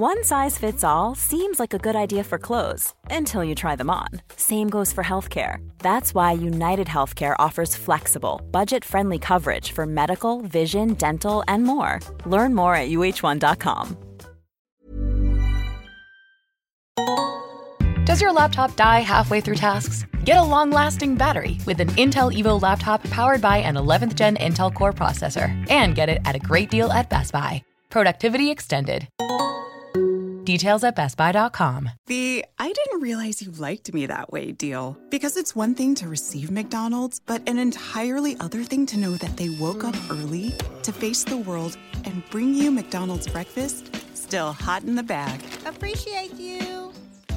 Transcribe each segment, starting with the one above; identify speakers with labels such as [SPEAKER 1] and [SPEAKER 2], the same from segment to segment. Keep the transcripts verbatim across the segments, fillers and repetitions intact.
[SPEAKER 1] One size fits all seems like a good idea for clothes until you try them on. Same goes for healthcare. That's why United Healthcare offers flexible, budget-friendly coverage for medical, vision, dental, and more. Learn more at U H one dot com.
[SPEAKER 2] Does your laptop die halfway through tasks? Get a long-lasting battery with an Intel Evo laptop powered by an eleventh gen Intel Core processor. And get it at a great deal at Best Buy. Productivity extended. Details at best buy dot com.
[SPEAKER 3] The I didn't realize you liked me that way deal. Because it's one thing to receive McDonald's, but an entirely other thing to know that they woke up early to face the world and bring you McDonald's breakfast still hot in the bag.
[SPEAKER 4] Appreciate you.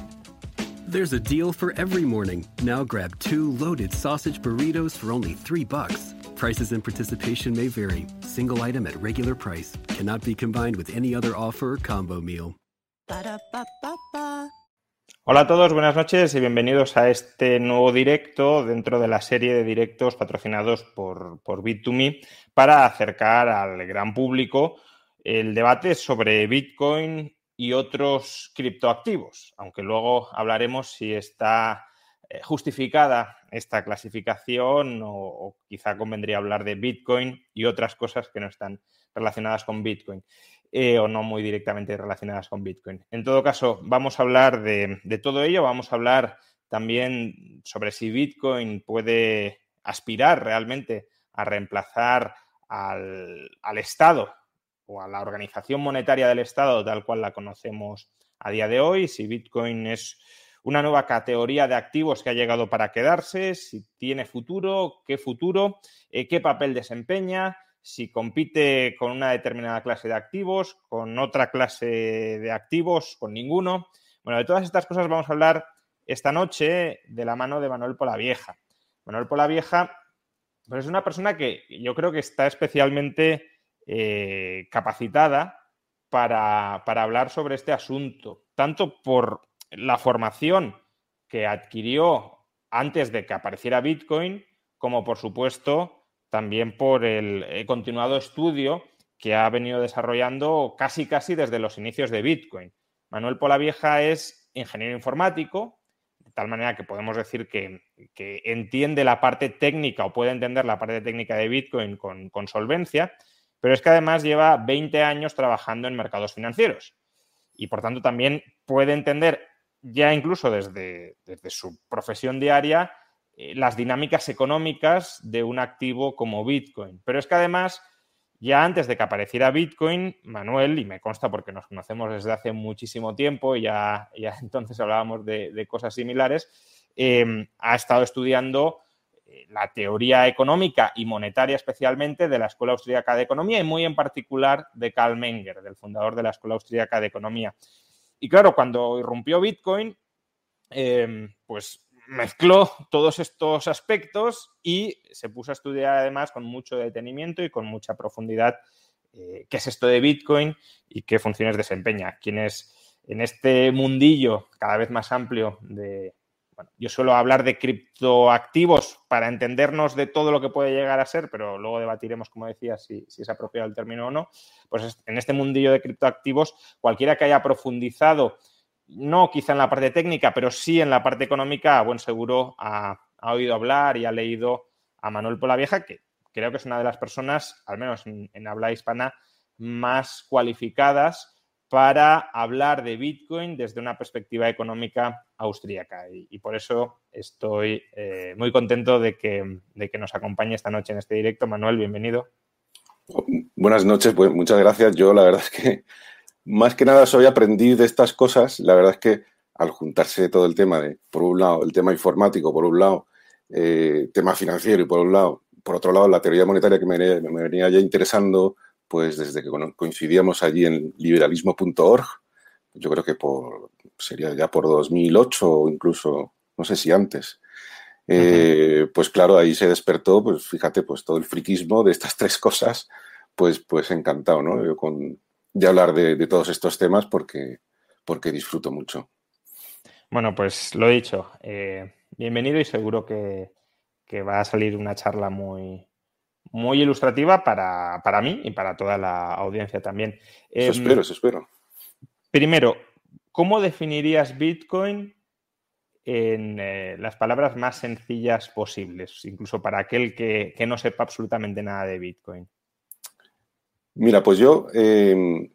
[SPEAKER 5] There's a deal for every morning. Now grab two loaded sausage burritos for only three bucks. Prices and participation may vary. Single item at regular price. Cannot be combined with any other offer or combo meal.
[SPEAKER 3] Ba-da-ba-ba-ba.
[SPEAKER 6] Hola a todos, buenas noches y bienvenidos a este nuevo directo dentro de la serie de directos patrocinados por, por Bit to Me para acercar al gran público el debate sobre Bitcoin y otros criptoactivos, aunque luego hablaremos si está eh, justificada esta clasificación o, o quizá convendría hablar de Bitcoin y otras cosas que no están relacionadas con Bitcoin. Eh, o no muy directamente relacionadas con Bitcoin. En todo caso, vamos a hablar de, de todo ello, vamos a hablar también sobre si Bitcoin puede aspirar realmente a reemplazar al, al Estado o a la organización monetaria del Estado tal cual la conocemos a día de hoy, si Bitcoin es una nueva categoría de activos que ha llegado para quedarse, si tiene futuro, qué futuro, eh, qué papel desempeña, si compite con una determinada clase de activos, con otra clase de activos, con ninguno. Bueno, de todas estas cosas vamos a hablar esta noche de la mano de Manuel Polavieja. Manuel Polavieja pues es una persona que yo creo que está especialmente eh, capacitada para, para hablar sobre este asunto, tanto por la formación que adquirió antes de que apareciera Bitcoin, como por supuesto también por el continuado estudio que ha venido desarrollando casi casi desde los inicios de Bitcoin. Manuel Polavieja es ingeniero informático, de tal manera que podemos decir que, que entiende la parte técnica o puede entender la parte técnica de Bitcoin con, con solvencia, pero es que además lleva veinte años trabajando en mercados financieros y por tanto también puede entender ya incluso desde, desde su profesión diaria las dinámicas económicas de un activo como Bitcoin. Pero es que además, ya antes de que apareciera Bitcoin, Manuel, y me consta porque nos conocemos desde hace muchísimo tiempo, y ya, ya entonces hablábamos de, de cosas similares, eh, ha estado estudiando la teoría económica y monetaria especialmente de la Escuela Austríaca de Economía y muy en particular de Karl Menger, del fundador de la Escuela Austríaca de Economía. Y claro, cuando irrumpió Bitcoin, eh, pues mezcló todos estos aspectos y se puso a estudiar además con mucho detenimiento y con mucha profundidad eh, qué es esto de Bitcoin y qué funciones desempeña. Quienes en este mundillo cada vez más amplio de... Bueno, yo suelo hablar de criptoactivos para entendernos de todo lo que puede llegar a ser, pero luego debatiremos, como decía, si, si es apropiado el término o no. Pues en este mundillo de criptoactivos, cualquiera que haya profundizado no quizá en la parte técnica, pero sí en la parte económica, a buen seguro ha, ha oído hablar y ha leído a Manuel Polavieja, que creo que es una de las personas, al menos en, en habla hispana, más cualificadas para hablar de Bitcoin desde una perspectiva económica austríaca. Y, y por eso estoy eh, muy contento de que, de que nos acompañe esta noche en este directo. Manuel, bienvenido.
[SPEAKER 7] Buenas noches, pues muchas gracias. Yo la verdad es que más que nada soy aprendiz de estas cosas. La verdad es que al juntarse todo el tema de, por un lado, el tema informático, por un lado, eh, tema financiero y por un lado, por otro lado, la teoría monetaria que me, me venía ya interesando, pues desde que coincidíamos allí en liberalismo punto org, yo creo que por sería ya por dos mil ocho o incluso, no sé si antes. Eh, uh-huh. Pues claro, ahí se despertó, pues fíjate, pues todo el friquismo de estas tres cosas, pues, pues encantado, ¿no? Yo con... de hablar de, de todos estos temas porque, porque disfruto mucho.
[SPEAKER 6] Bueno, pues lo dicho, eh, bienvenido y seguro que, que va a salir una charla muy, muy ilustrativa para, para mí y para toda la audiencia también.
[SPEAKER 7] Eso eh, espero, eso espero.
[SPEAKER 6] primero, ¿cómo definirías Bitcoin en eh, las palabras más sencillas posibles, incluso para aquel que, que no sepa absolutamente nada de Bitcoin?
[SPEAKER 7] Mira, pues yo eh,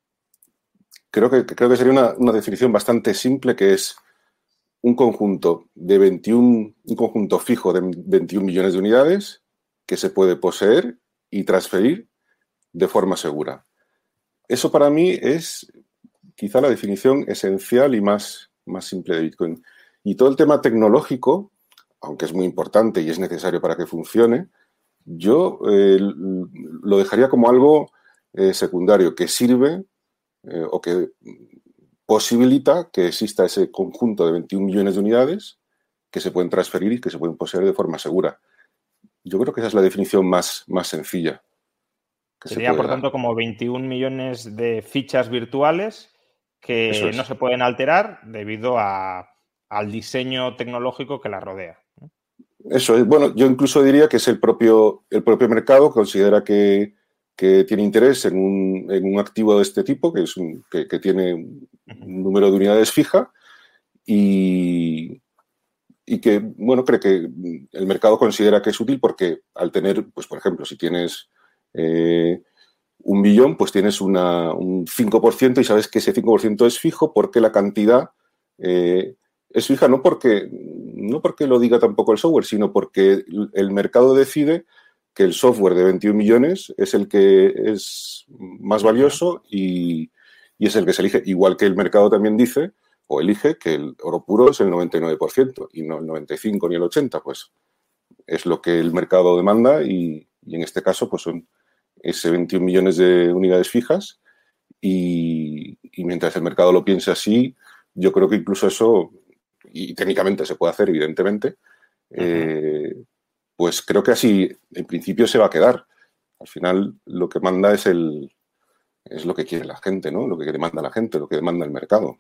[SPEAKER 7] creo que, creo que sería una, una definición bastante simple, que es un conjunto de veintiún, un conjunto fijo de veintiún millones de unidades que se puede poseer y transferir de forma segura. Eso para mí es quizá la definición esencial y más, más simple de Bitcoin. Y todo el tema tecnológico, aunque es muy importante y es necesario para que funcione, yo eh, lo dejaría como algo eh, secundario, que sirve eh, o que posibilita que exista ese conjunto de veintiún millones de unidades que se pueden transferir y que se pueden poseer de forma segura. Yo creo que esa es la definición más, más sencilla. Que
[SPEAKER 6] Sería,
[SPEAKER 7] se
[SPEAKER 6] por
[SPEAKER 7] dar.
[SPEAKER 6] tanto, como veintiún millones de fichas virtuales que
[SPEAKER 7] Eso es.
[SPEAKER 6] no se pueden alterar debido a, al diseño tecnológico que la rodea.
[SPEAKER 7] Eso es. Bueno, yo incluso diría que es el propio, el propio mercado que considera que, que tiene interés en un, en un activo de este tipo, que, es un, que, que tiene un número de unidades fija y, y que, bueno, cree que el mercado considera que es útil porque al tener, pues por ejemplo, si tienes eh, un billón, pues tienes una, un cinco por ciento y sabes que ese cinco por ciento es fijo porque la cantidad eh, es fija, no porque, no porque lo diga tampoco el software, sino porque el mercado decide que el software de veintiún millones es el que es más valioso y, y es el que se elige. Igual que el mercado también dice o elige que el oro puro es el noventa y nueve por ciento y no el noventa y cinco por ciento ni el ochenta por ciento. Pues es lo que el mercado demanda y, y en este caso pues son ese veintiún millones de unidades fijas y, y mientras el mercado lo piense así, yo creo que incluso eso, y técnicamente se puede hacer, evidentemente, eh, pues creo que así en principio se va a quedar. Al final lo que manda es el es lo que quiere la gente, ¿no? Lo que demanda la gente, lo que demanda el mercado.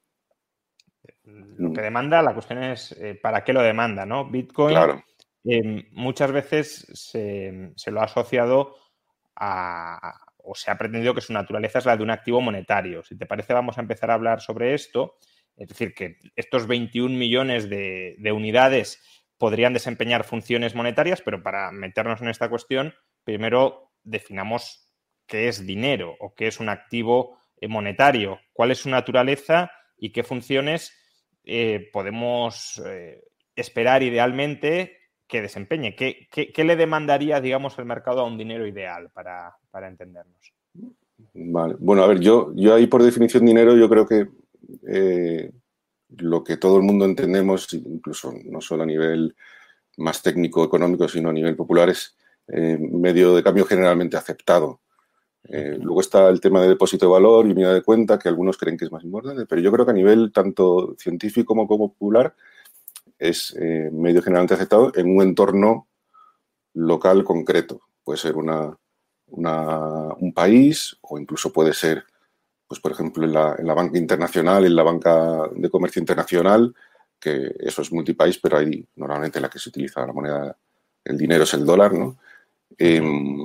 [SPEAKER 6] Lo que demanda, la cuestión es eh, ¿para qué lo demanda, no? Bitcoin
[SPEAKER 7] Claro.
[SPEAKER 6] eh, muchas veces se, se lo ha asociado a, o se ha pretendido que su naturaleza es la de un activo monetario. Si te parece, vamos a empezar a hablar sobre esto. Es decir, que estos veintiún millones de, de unidades podrían desempeñar funciones monetarias, pero para meternos en esta cuestión, primero definamos qué es dinero o qué es un activo monetario, cuál es su naturaleza y qué funciones eh, podemos eh, esperar idealmente que desempeñe. ¿Qué, qué, qué le demandaría, digamos, el mercado a un dinero ideal para, para entendernos?
[SPEAKER 7] Vale. Bueno, a ver, yo, yo ahí por definición dinero yo creo que eh, lo que todo el mundo entendemos, incluso no solo a nivel más técnico económico, sino a nivel popular, es eh, medio de cambio generalmente aceptado. Eh, luego está el tema de depósito de valor y unidad de cuenta, que algunos creen que es más importante, pero yo creo que a nivel tanto científico como popular es eh, medio generalmente aceptado en un entorno local concreto. Puede ser una, una, un país o incluso puede ser, pues por ejemplo, en la, en la banca internacional, en la banca de comercio internacional, que eso es multipaís, pero ahí normalmente la que se utiliza la moneda, el dinero es el dólar, ¿no? Eh,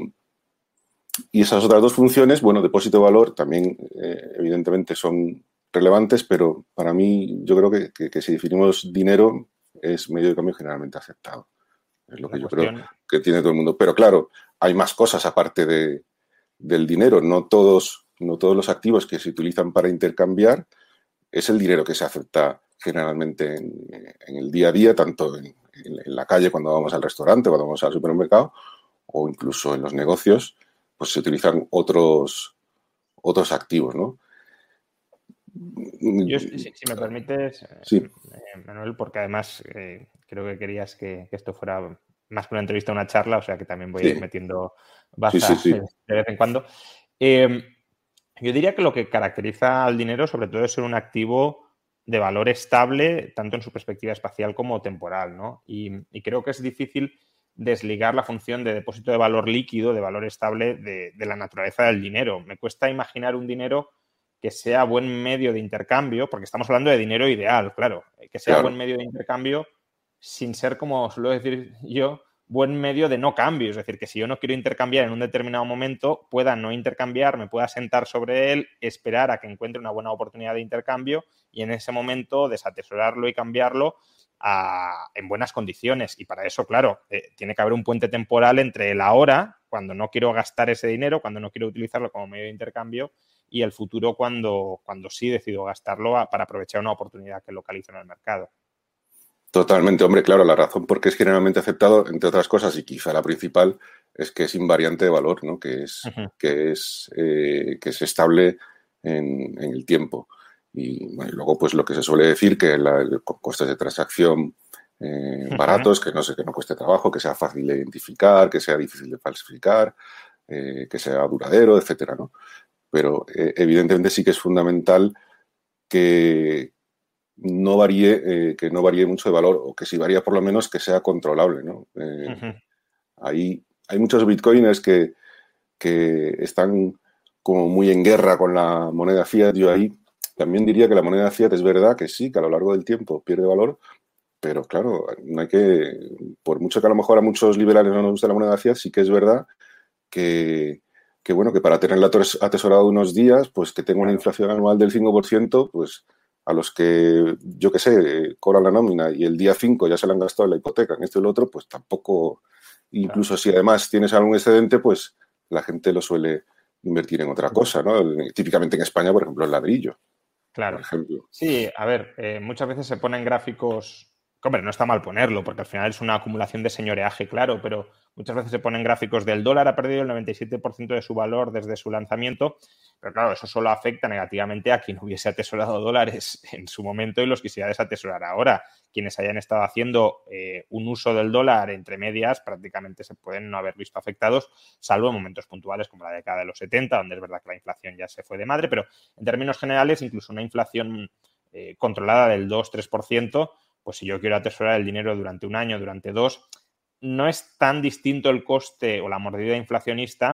[SPEAKER 7] y esas otras dos funciones, bueno, depósito de valor también eh, evidentemente son relevantes, pero para mí yo creo que, que, que si definimos dinero es medio de cambio generalmente aceptado. Es lo la que yo cuestión... creo que tiene todo el mundo. Pero claro, hay más cosas aparte de, del dinero. No todos, no todos los activos que se utilizan para intercambiar es el dinero que se acepta generalmente en, en el día a día, tanto en, en, en la calle cuando vamos al restaurante, cuando vamos al supermercado o incluso en los negocios, pues se utilizan otros, otros activos, ¿no?
[SPEAKER 6] Yo, si, si me permites,
[SPEAKER 7] sí.
[SPEAKER 6] eh, Manuel, porque además eh, creo que querías que, que esto fuera más que una entrevista, una charla, o sea que también voy sí. a ir metiendo baza sí, sí, sí. de vez en cuando. Eh, yo diría que lo que caracteriza al dinero, sobre todo, es ser un activo de valor estable, tanto en su perspectiva espacial como temporal, ¿no? Y, y creo que es difícil desligar la función de depósito de valor líquido, de valor estable, de, de la naturaleza del dinero. Me cuesta imaginar un dinero que sea buen medio de intercambio, porque estamos hablando de dinero ideal, claro, que sea claro. buen medio de intercambio sin ser, como suelo decir yo, buen medio de no cambio. Es decir, que si yo no quiero intercambiar en un determinado momento, pueda no intercambiar, me pueda sentar sobre él, esperar a que encuentre una buena oportunidad de intercambio y en ese momento desatesorarlo y cambiarlo a, en buenas condiciones. Y para eso, claro, eh, tiene que haber un puente temporal entre el ahora, cuando no quiero gastar ese dinero, cuando no quiero utilizarlo como medio de intercambio, y el futuro cuando, cuando sí decido gastarlo a, para aprovechar una oportunidad que localizo en el mercado.
[SPEAKER 7] Totalmente, hombre, claro, la razón por qué es generalmente aceptado, entre otras cosas, y quizá la principal, es que es invariante de valor, ¿no? Que es, uh-huh. que es, eh, que es estable en, en el tiempo. Y, bueno, y luego, pues lo que se suele decir, que la, el costes de transacción eh, uh-huh. baratos, que no sé, que no cueste trabajo, que sea fácil de identificar, que sea difícil de falsificar, eh, que sea duradero, etcétera, ¿no? Pero eh, evidentemente sí que es fundamental que no varíe, eh, que no varíe mucho de valor, o que si varía por lo menos que sea controlable, ¿no? Eh, uh-huh. Hay, hay muchos bitcoiners que, que están como muy en guerra con la moneda fiat. Yo ahí también diría que la moneda fiat es verdad que sí, que a lo largo del tiempo pierde valor, pero claro, no hay que, por mucho que a lo mejor a muchos liberales no nos guste la moneda fiat, sí que es verdad que que bueno, que para tenerla atesorado unos días, pues que tenga una inflación anual del cinco por ciento, pues a los que, yo qué sé, cobran la nómina y el día cinco ya se la han gastado en la hipoteca, en esto y lo otro, pues tampoco, incluso si además tienes algún excedente, pues la gente lo suele invertir en otra cosa, ¿no? Típicamente en España, por ejemplo, el ladrillo.
[SPEAKER 6] Claro.
[SPEAKER 7] Por ejemplo.
[SPEAKER 6] Sí, a ver, eh, muchas veces se ponen gráficos. Hombre, no está mal ponerlo, porque al final es una acumulación de señoreaje, claro, pero muchas veces se ponen gráficos del dólar ha perdido el noventa y siete por ciento de su valor desde su lanzamiento, pero claro, eso solo afecta negativamente a quien hubiese atesorado dólares en su momento y los quisiera desatesorar ahora. Quienes hayan estado haciendo eh, un uso del dólar entre medias prácticamente se pueden no haber visto afectados, salvo en momentos puntuales como la década de los setenta, donde es verdad que la inflación ya se fue de madre, pero en términos generales, incluso una inflación eh, controlada del dos a tres por ciento, pues si yo quiero atesorar el dinero durante un año, durante dos, no es tan distinto el coste o la mordida inflacionista.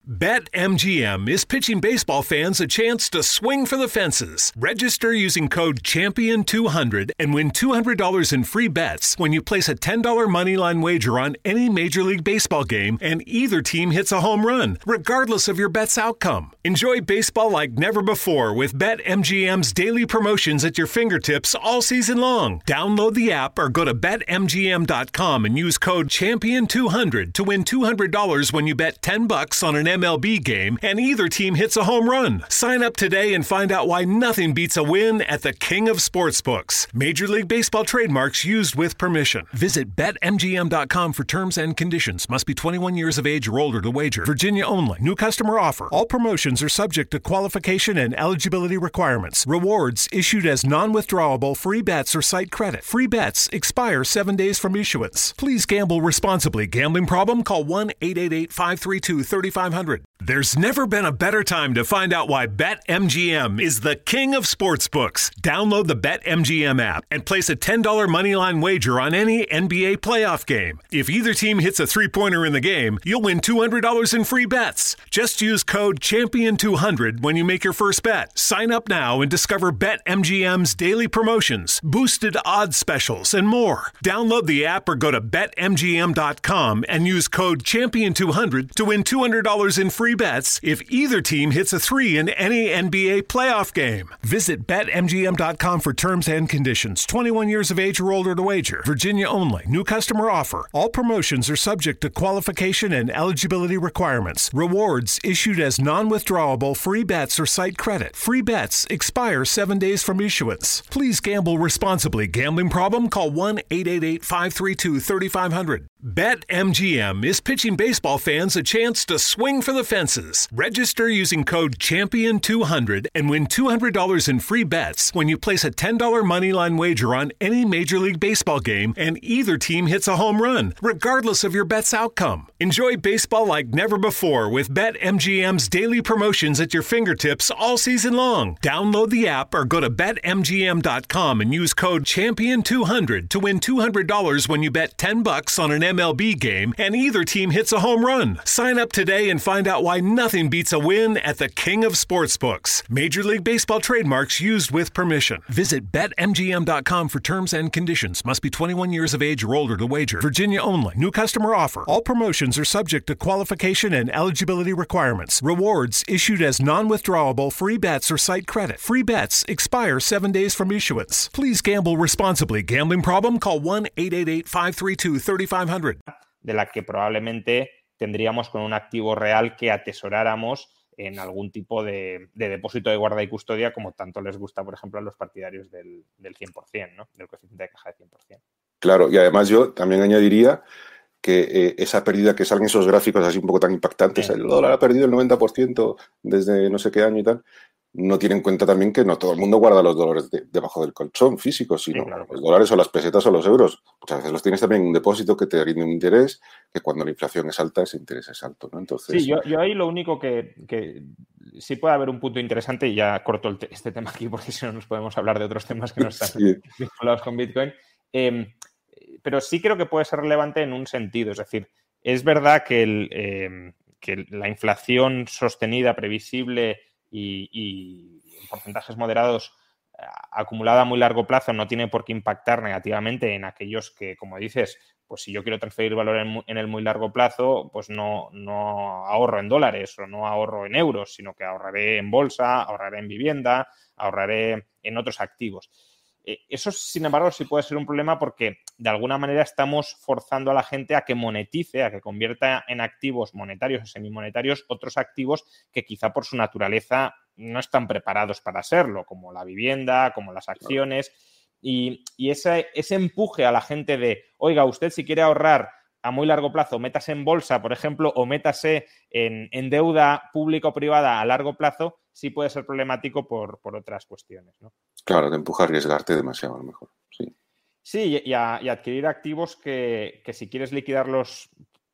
[SPEAKER 8] BetMGM is pitching baseball fans a chance to swing for the fences. Register using code champion two hundred and win two hundred dollars in free bets when you place a ten dollars moneyline wager on any Major League Baseball game and either team hits a home run, regardless of your bet's outcome. Enjoy baseball like never before with BetMGM's daily promotions at your fingertips all season long. Download the app or go to bet M G M dot com and use code champion two hundred to win two hundred dollars when you bet ten bucks on an M L B game and either team hits a home run. Sign up today and find out why nothing beats a win at the King of Sportsbooks. Major League Baseball trademarks used with permission. Visit bet M G M dot com for terms and conditions. Must be twenty-one years of age or older to wager. Virginia only. New customer offer. All promotions are subject to qualification and eligibility requirements. Rewards issued as non-withdrawable free bets or site credit. Free bets expire seven days from issuance. Please gamble responsibly. Gambling problem? Call one eight eight eight, five three two, three five zero zero. There's never been a better time to find out why BetMGM is the king of sportsbooks. Download the BetMGM app and place a ten dollars moneyline wager on any N B A playoff game. If either team hits a three-pointer in the game, you'll win two hundred dollars in free bets. Just use code champion two hundred when you make your first bet. Sign up now and discover BetMGM's daily promotions, boosted odds specials, and more. Download the app or go to bet M G M dot com and use code champion two hundred to win two hundred dollars in free bets if either team hits a three in any N B A playoff game. Visit bet M G M dot com for terms and conditions. twenty-one years of age or older to wager. Virginia only. New customer offer. All promotions are subject to qualification and eligibility requirements. Rewards issued as non-withdrawable free bets or site credit. Free bets expire seven days from issuance. Please gamble responsibly. Gambling problem? Call one eight eight eight, five three two, three five zero zero. BetMGM is pitching baseball fans a chance to swing for the fences. Register using code champion two hundred and win two hundred dollars in free bets when you place a ten dollars moneyline wager on any Major League Baseball game and either team hits a home run, regardless of your bet's outcome. Enjoy baseball like never before with BetMGM's daily promotions at your fingertips all season long. Download the app or go to bet M G M dot com and use code champion two hundred to win two hundred dollars when you bet ten bucks on an M L B game and either team hits a home run. Sign up today and find out why nothing beats a win at the King of Sportsbooks. Major League Baseball trademarks used with permission. Visit bet M G M dot com for terms and conditions. Must be twenty-one years of age or older to wager. Virginia only. New customer offer. All promotions are subject to qualification and eligibility requirements. Rewards issued as non-withdrawable free bets or site credit. Free bets expire seven days from issuance. Please gamble responsibly. Gambling problem? Call one eight eight eight, five three two, three five zero zero.
[SPEAKER 6] De la que probablemente tendríamos con un activo real que atesoráramos en algún tipo de, de depósito de guarda y custodia, como tanto les gusta, por ejemplo, a los partidarios del, del cien por ciento, ¿no? Del coeficiente de caja de cien por ciento.
[SPEAKER 7] Claro, y además yo también añadiría que eh, esa pérdida que salen esos gráficos así un poco tan impactantes, el dólar ha perdido el noventa por ciento desde no sé qué año y tal, no tiene en cuenta también que no todo el mundo guarda los dólares de, debajo del colchón físico, sino sí, claro, los dólares o las pesetas o los euros. Muchas veces los tienes también en un depósito que te rinde un interés, que cuando la inflación es alta, ese interés es alto, ¿no? Entonces,
[SPEAKER 6] sí, yo, yo ahí lo único que, que sí puede haber un punto interesante, y ya corto el te- este tema aquí porque si no nos podemos hablar de otros temas que no están sí. vinculados con Bitcoin, eh, pero sí creo que puede ser relevante en un sentido, es decir, es verdad que, el, eh, que la inflación sostenida, previsible y, y en porcentajes moderados acumulada a muy largo plazo no tiene por qué impactar negativamente en aquellos que, como dices, pues si yo quiero transferir valor en, en el muy largo plazo, pues no, no ahorro en dólares o no ahorro en euros, sino que ahorraré en bolsa, ahorraré en vivienda, ahorraré en otros activos. Eh, eso, sin embargo, sí puede ser un problema porque de alguna manera estamos forzando a la gente a que monetice, a que convierta en activos monetarios o semimonetarios otros activos que quizá por su naturaleza no están preparados para serlo, como la vivienda, como las acciones. Y, y ese, ese empuje a la gente de, oiga, usted si quiere ahorrar a muy largo plazo, métase en bolsa, por ejemplo, o métase en, en deuda pública o privada a largo plazo, sí puede ser problemático por, por otras cuestiones, ¿no?
[SPEAKER 7] Claro, te empuja a arriesgarte demasiado a lo mejor, sí.
[SPEAKER 6] Sí, y, a, y adquirir activos que, que si quieres liquidarlos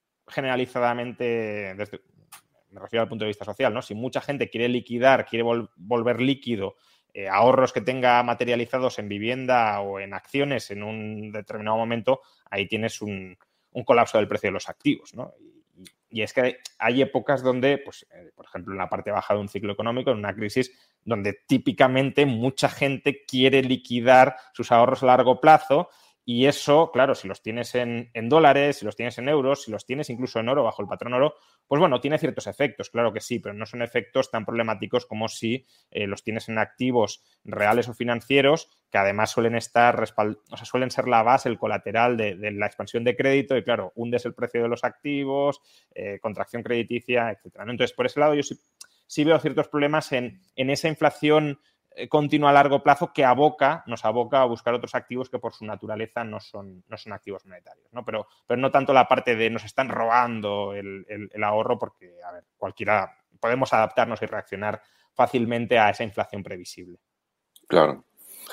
[SPEAKER 6] generalizadamente, desde, me refiero al punto de vista social, ¿no? Si mucha gente quiere liquidar, quiere vol- volver líquido eh, ahorros que tenga materializados en vivienda o en acciones en un determinado momento, ahí tienes un, un colapso del precio de los activos, ¿no? Y, y es que hay épocas donde, pues, eh, por ejemplo, en la parte baja de un ciclo económico, en una crisis, donde típicamente mucha gente quiere liquidar sus ahorros a largo plazo. Y eso, claro, si los tienes en, en dólares, si los tienes en euros, si los tienes incluso en oro, bajo el patrón oro, pues bueno, tiene ciertos efectos, claro que sí, pero no son efectos tan problemáticos como si eh, los tienes en activos reales o financieros, que además suelen estar, respald- o sea, suelen ser la base, el colateral de, de la expansión de crédito y, claro, hundes el precio de los activos, eh, contracción crediticia, etcétera, ¿no? Entonces, por ese lado yo sí, sí veo ciertos problemas en, en esa inflación continua a largo plazo que aboca, nos aboca a buscar otros activos que por su naturaleza no son, no son activos monetarios, ¿no? Pero, pero no tanto la parte de nos están robando el, el, el ahorro porque, a ver, cualquiera podemos adaptarnos y reaccionar fácilmente a esa inflación previsible.
[SPEAKER 7] Claro.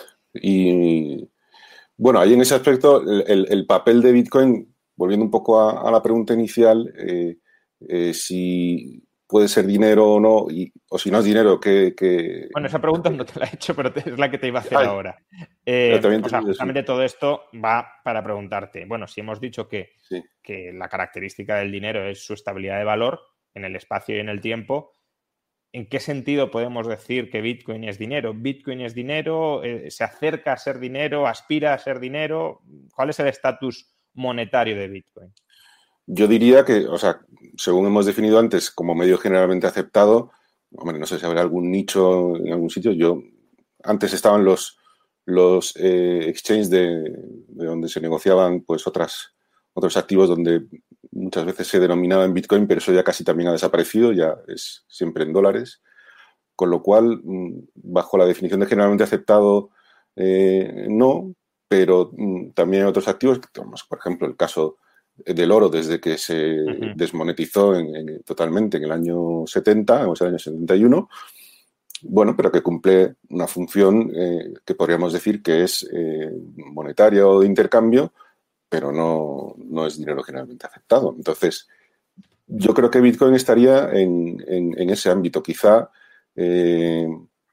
[SPEAKER 7] Y bueno, ahí en ese aspecto el, el, el papel de Bitcoin, volviendo un poco a, a la pregunta inicial, eh, eh, si puede ser dinero o no, y, o si no es dinero, que, que...
[SPEAKER 6] Bueno, esa pregunta no te la he hecho, pero te, es la que te iba a hacer Ay, ahora. Eh, o sea, justamente todo esto va para preguntarte, bueno, si hemos dicho que, sí. que la característica del dinero es su estabilidad de valor en el espacio y en el tiempo, ¿en qué sentido podemos decir que Bitcoin es dinero? ¿Bitcoin es dinero? Eh, ¿Se acerca a ser dinero? ¿Aspira a ser dinero? ¿Cuál es el estatus monetario de Bitcoin?
[SPEAKER 7] Yo diría que, o sea, según hemos definido antes, como medio generalmente aceptado, hombre, no sé si habrá algún nicho en algún sitio. Yo, antes estaban los, los eh, exchanges de, de donde se negociaban pues otras, otros activos donde muchas veces se denominaba en Bitcoin, pero eso ya casi también ha desaparecido, ya es siempre en dólares. Con lo cual, bajo la definición de generalmente aceptado, eh, no, pero también hay otros activos, tenemos, por ejemplo, el caso del oro desde que se uh-huh. desmonetizó en, en, totalmente en el año setenta, o sea, el año setenta y uno, bueno, pero que cumple una función eh, que podríamos decir que es eh, monetaria o de intercambio, pero no, no es dinero generalmente aceptado. Entonces, yo creo que Bitcoin estaría en, en, en ese ámbito. Quizá eh,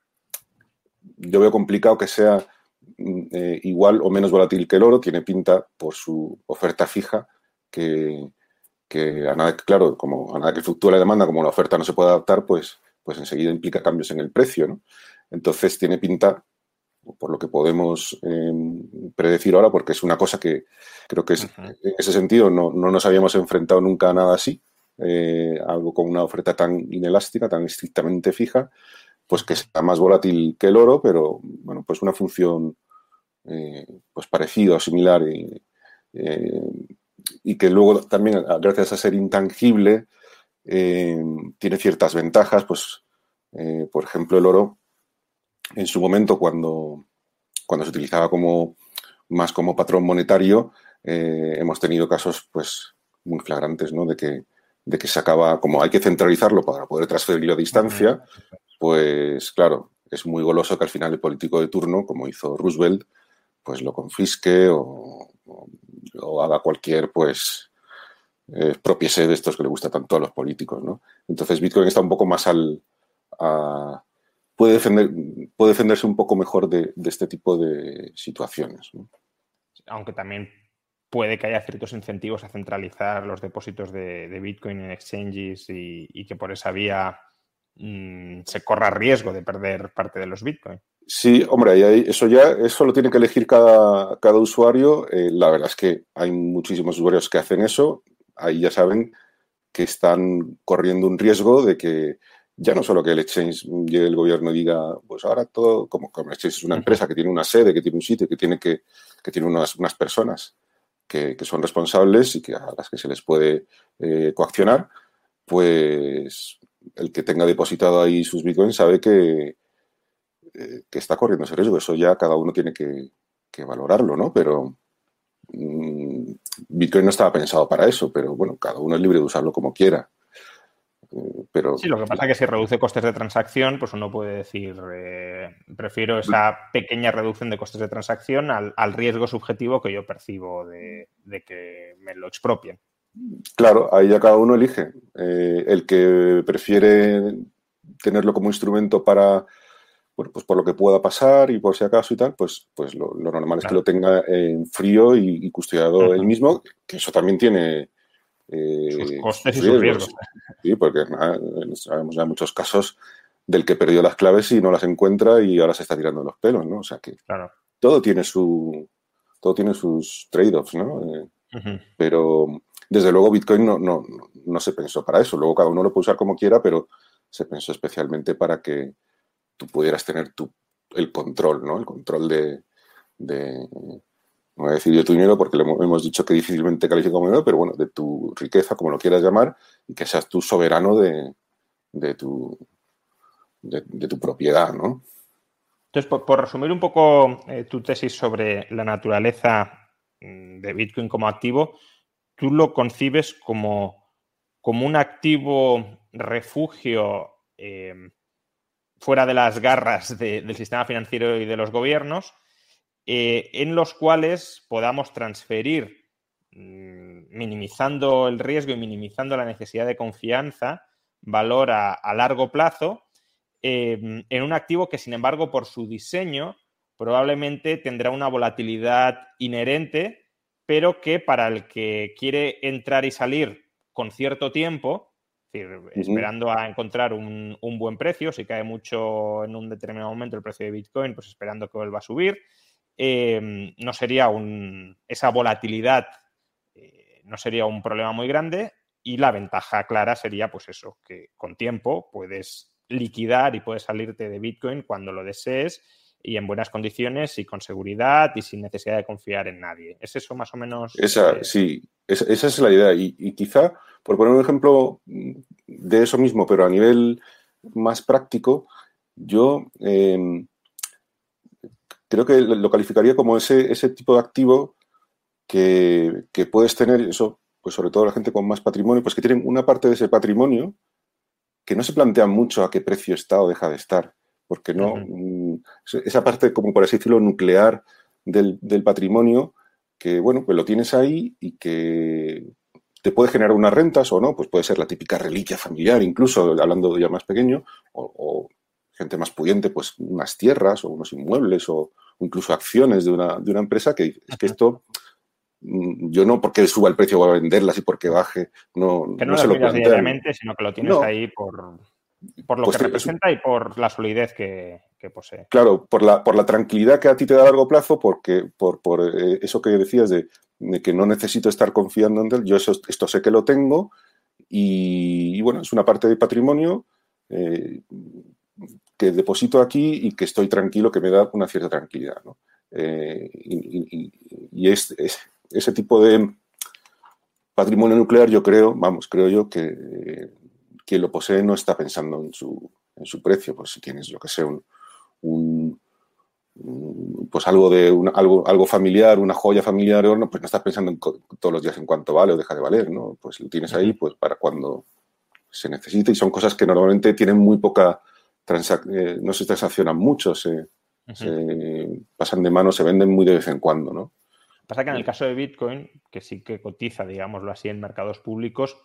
[SPEAKER 7] yo veo complicado que sea eh, igual o menos volátil que el oro, tiene pinta por su oferta fija, que, que a nada, claro, como a nada que fluctúe la demanda, como la oferta no se puede adaptar, pues, pues enseguida implica cambios en el precio, ¿no? Entonces tiene pinta, por lo que podemos eh, predecir ahora, porque es una cosa que creo que es, uh-huh. en ese sentido no, no nos habíamos enfrentado nunca a nada así, eh, algo con una oferta tan inelástica, tan estrictamente fija, pues que sea más volátil que el oro, pero bueno, pues una función eh, pues parecida o similar y, eh, y que luego también, gracias a ser intangible, eh, tiene ciertas ventajas, pues eh, por ejemplo el oro en su momento, cuando, cuando se utilizaba como más como patrón monetario, eh, hemos tenido casos pues muy flagrantes, ¿no? De que, de que se acaba, como hay que centralizarlo para poder transferirlo a distancia, pues claro, es muy goloso que al final el político de turno, como hizo Roosevelt, pues lo confisque o, o, o haga cualquier, pues, eh, propiese de estos que le gusta tanto a los políticos, ¿no? Entonces Bitcoin está un poco más al... A, Puede, defender, puede defenderse un poco mejor de, de este tipo de situaciones, ¿no?
[SPEAKER 6] Aunque también puede que haya ciertos incentivos a centralizar los depósitos de, de Bitcoin en exchanges y, y que por esa vía mmm, se corra riesgo de perder parte de los Bitcoin.
[SPEAKER 7] Sí, hombre, ahí, eso ya eso lo tiene que elegir cada, cada usuario. Eh, la verdad es que hay muchísimos usuarios que hacen eso. Ahí ya saben que están corriendo un riesgo de que ya no solo que el exchange llegue el gobierno y diga, pues ahora todo, como, como el exchange es una empresa que tiene una sede, que tiene un sitio, que tiene que, que tiene unas, unas personas que, que son responsables y que a las que se les puede eh, coaccionar, pues el que tenga depositado ahí sus bitcoins sabe que, eh, que está corriendo ese riesgo. Eso ya cada uno tiene que, que valorarlo, ¿no? Pero mmm, Bitcoin no estaba pensado para eso, pero bueno, cada uno es libre de usarlo como quiera. Pero,
[SPEAKER 6] sí, lo que pasa es que si reduce costes de transacción, pues uno puede decir, eh, prefiero esa pequeña reducción de costes de transacción al, al riesgo subjetivo que yo percibo de, de que me lo expropien.
[SPEAKER 7] Claro, ahí ya cada uno elige. Eh, el que prefiere tenerlo como instrumento para, bueno, pues por lo que pueda pasar y por si acaso y tal, pues, pues lo, lo normal es claro. que lo tenga en frío y, y custodiado uh-huh. él mismo, que eso también tiene...
[SPEAKER 6] Eh, sus costes sus y sus riesgos.
[SPEAKER 7] Sí, porque nada, sabemos ya muchos casos del que perdió las claves y no las encuentra y ahora se está tirando los pelos, ¿no? O sea que
[SPEAKER 6] claro.
[SPEAKER 7] todo tiene su todo tiene sus trade-offs, ¿no? Eh, uh-huh. Pero desde luego Bitcoin no, no, no se pensó para eso. Luego cada uno lo puede usar como quiera, pero se pensó especialmente para que tú pudieras tener tu, el control, ¿no? El control de... de no voy a decir de tu dinero porque le hemos dicho que difícilmente califica como dinero, pero bueno, de tu riqueza, como lo quieras llamar, y que seas tú soberano de, de, tu, de, de tu propiedad, ¿no?
[SPEAKER 6] Entonces, por, por resumir un poco eh, tu tesis sobre la naturaleza de Bitcoin como activo, tú lo concibes como, como un activo refugio eh, fuera de las garras de, del sistema financiero y de los gobiernos, Eh, en los cuales podamos transferir, mmm, minimizando el riesgo y minimizando la necesidad de confianza, valor a, a largo plazo, eh, en un activo que, sin embargo, por su diseño, probablemente tendrá una volatilidad inherente, pero que para el que quiere entrar y salir con cierto tiempo, es decir, uh-huh. esperando a encontrar un, un buen precio, si cae mucho en un determinado momento el precio de Bitcoin, pues esperando que vuelva a subir, Eh, no sería un, esa volatilidad eh, no sería un problema muy grande y la ventaja clara sería pues eso, que con tiempo puedes liquidar y puedes salirte de Bitcoin cuando lo desees y en buenas condiciones y con seguridad y sin necesidad de confiar en nadie. ¿Es eso más o menos?
[SPEAKER 7] Esa, eh... Sí, esa, esa es la idea y, y quizá, por poner un ejemplo de eso mismo, pero a nivel más práctico, yo... Eh, creo que lo calificaría como ese, ese tipo de activo que, que puedes tener, eso, pues sobre todo la gente con más patrimonio, pues que tienen una parte de ese patrimonio que no se plantean mucho a qué precio está o deja de estar, porque no, uh-huh. esa parte, como por así decirlo, nuclear del, del patrimonio, que bueno, pues lo tienes ahí y que te puede generar unas rentas o no, pues puede ser la típica reliquia familiar, incluso hablando ya más pequeño, o, o gente más pudiente, pues unas tierras o unos inmuebles o incluso acciones de una, de una empresa que es que esto yo no porque suba el precio voy a venderlas y porque baje, no,
[SPEAKER 6] que no,
[SPEAKER 7] no
[SPEAKER 6] las
[SPEAKER 7] se lo
[SPEAKER 6] miras
[SPEAKER 7] planteo.
[SPEAKER 6] diariamente, sino que lo tienes
[SPEAKER 7] no.
[SPEAKER 6] ahí por, por lo
[SPEAKER 7] pues
[SPEAKER 6] que
[SPEAKER 7] te,
[SPEAKER 6] representa y por la solidez que, que posee.
[SPEAKER 7] Claro, por la, por la tranquilidad que a ti te da a largo plazo, porque por, por eh, eso que decías de, de que no necesito estar confiando en él, yo eso, esto sé que lo tengo y, y bueno, es una parte de patrimonio eh, que deposito aquí y que estoy tranquilo, que me da una cierta tranquilidad, ¿no? Eh, y y, y es, es, ese tipo de patrimonio nuclear, yo creo, vamos, creo yo que eh, quien lo posee no está pensando en su, en su precio, pues si tienes, yo que sé, un, un, un pues algo de un, algo, algo familiar, una joya familiar, no, pues no estás pensando en co- todos los días en cuánto vale o deja de valer, ¿no? Pues lo tienes ahí pues para cuando se necesite y son cosas que normalmente tienen muy poca transac- eh, no se transaccionan mucho, se, uh-huh. se pasan de mano, se venden muy de vez en cuando, ¿no?
[SPEAKER 6] Pasa que en el caso de Bitcoin, que sí que cotiza, digámoslo así, en mercados públicos,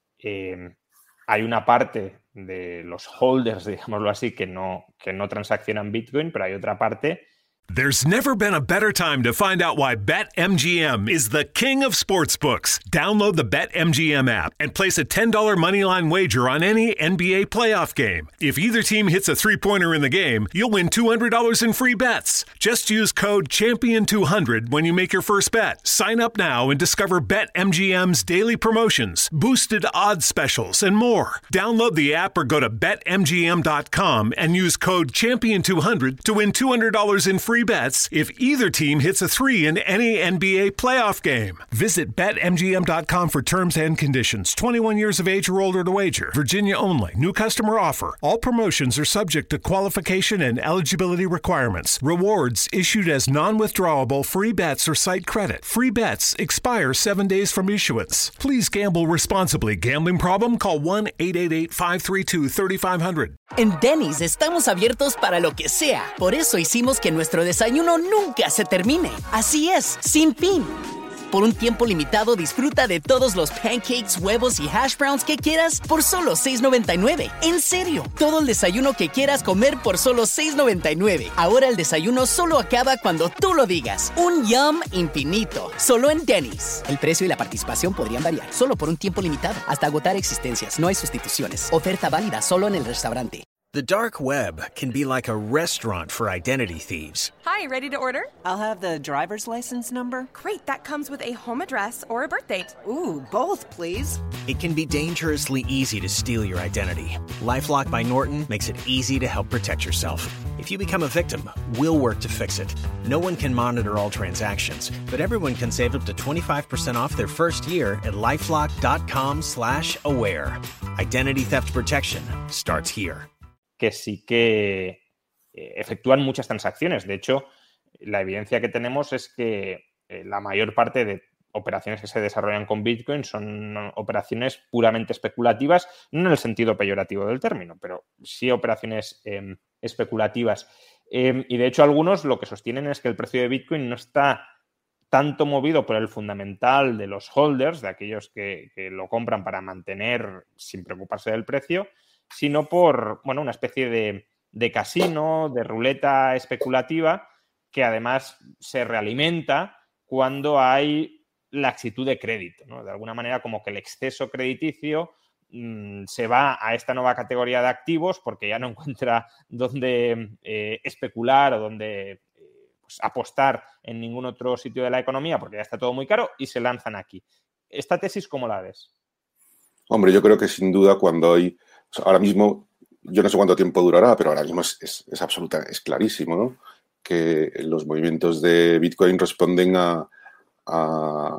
[SPEAKER 6] eh, hay una parte de los holders, digámoslo así, que no, que no transaccionan Bitcoin, pero hay otra parte.
[SPEAKER 8] There's never been a better time to find out why BetMGM is the king of sportsbooks. Download the BetMGM app and place a ten dollars moneyline wager on any N B A playoff game. If either team hits a three-pointer in the game, you'll win two hundred dollars in free bets. Just use code champion two hundred when you make your first bet. Sign up now and discover BetMGM's daily promotions, boosted odds specials, and more. Download the app or go to bet M G M dot com and use code champion two hundred to win two hundred dollars in free bets if either team hits a three in any N B A playoff game. Visit bet M G M dot com for terms and conditions. twenty-one years of age or older to wager. Virginia only. New customer offer. All promotions are subject to qualification and eligibility requirements. Rewards issued as non-withdrawable free bets or site credit. Free bets expire seven days from issuance. Please gamble responsibly. Gambling problem? Call one eight eight eight, five three two, three five zero zero.
[SPEAKER 9] En Denny's estamos abiertos para lo que sea. Por eso hicimos que nuestro desayuno nunca se termine. Así es, sin fin. Por un tiempo limitado, disfruta de todos los pancakes, huevos y hash browns que quieras por solo seis noventa y nueve. En serio, todo el desayuno que quieras comer por solo seis noventa y nueve. Ahora el desayuno solo acaba cuando tú lo digas. Un yum infinito, solo en Denny's. El precio y la participación podrían variar, solo por un tiempo limitado, hasta agotar existencias. No hay sustituciones. Oferta válida solo en el restaurante.
[SPEAKER 10] The dark web can be like a restaurant for identity thieves.
[SPEAKER 11] Hi, ready to order?
[SPEAKER 12] I'll have the driver's license number.
[SPEAKER 11] Great, that comes with a home address or a birth date.
[SPEAKER 12] Ooh, both, please.
[SPEAKER 10] It can be dangerously easy to steal your identity. LifeLock by Norton makes it easy to help protect yourself. If you become a victim, we'll work to fix it. No one can monitor all transactions, but everyone can save up to twenty-five percent off their first year at LifeLock.com slash aware. Identity theft protection starts here.
[SPEAKER 6] Que sí que eh, efectúan muchas transacciones. De hecho, la evidencia que tenemos es que eh, la mayor parte de operaciones que se desarrollan con Bitcoin son operaciones puramente especulativas, no en el sentido peyorativo del término, pero sí operaciones eh, especulativas. Eh, y de hecho, algunos lo que sostienen es que el precio de Bitcoin no está tanto movido por el fundamental de los holders, de aquellos que, que lo compran para mantener sin preocuparse del precio, sino por, bueno, una especie de, de casino, de ruleta especulativa que además se realimenta cuando hay laxitud de crédito, ¿no? De alguna manera como que el exceso crediticio mmm, se va a esta nueva categoría de activos porque ya no encuentra dónde eh, especular o dónde eh, pues, apostar en ningún otro sitio de la economía porque ya está todo muy caro y se lanzan aquí. ¿Esta tesis cómo la ves?
[SPEAKER 7] Hombre, yo creo que sin duda cuando hay... Ahora mismo, yo no sé cuánto tiempo durará, pero ahora mismo es, es, es absoluta, es clarísimo, ¿no? Que los movimientos de Bitcoin responden a, a,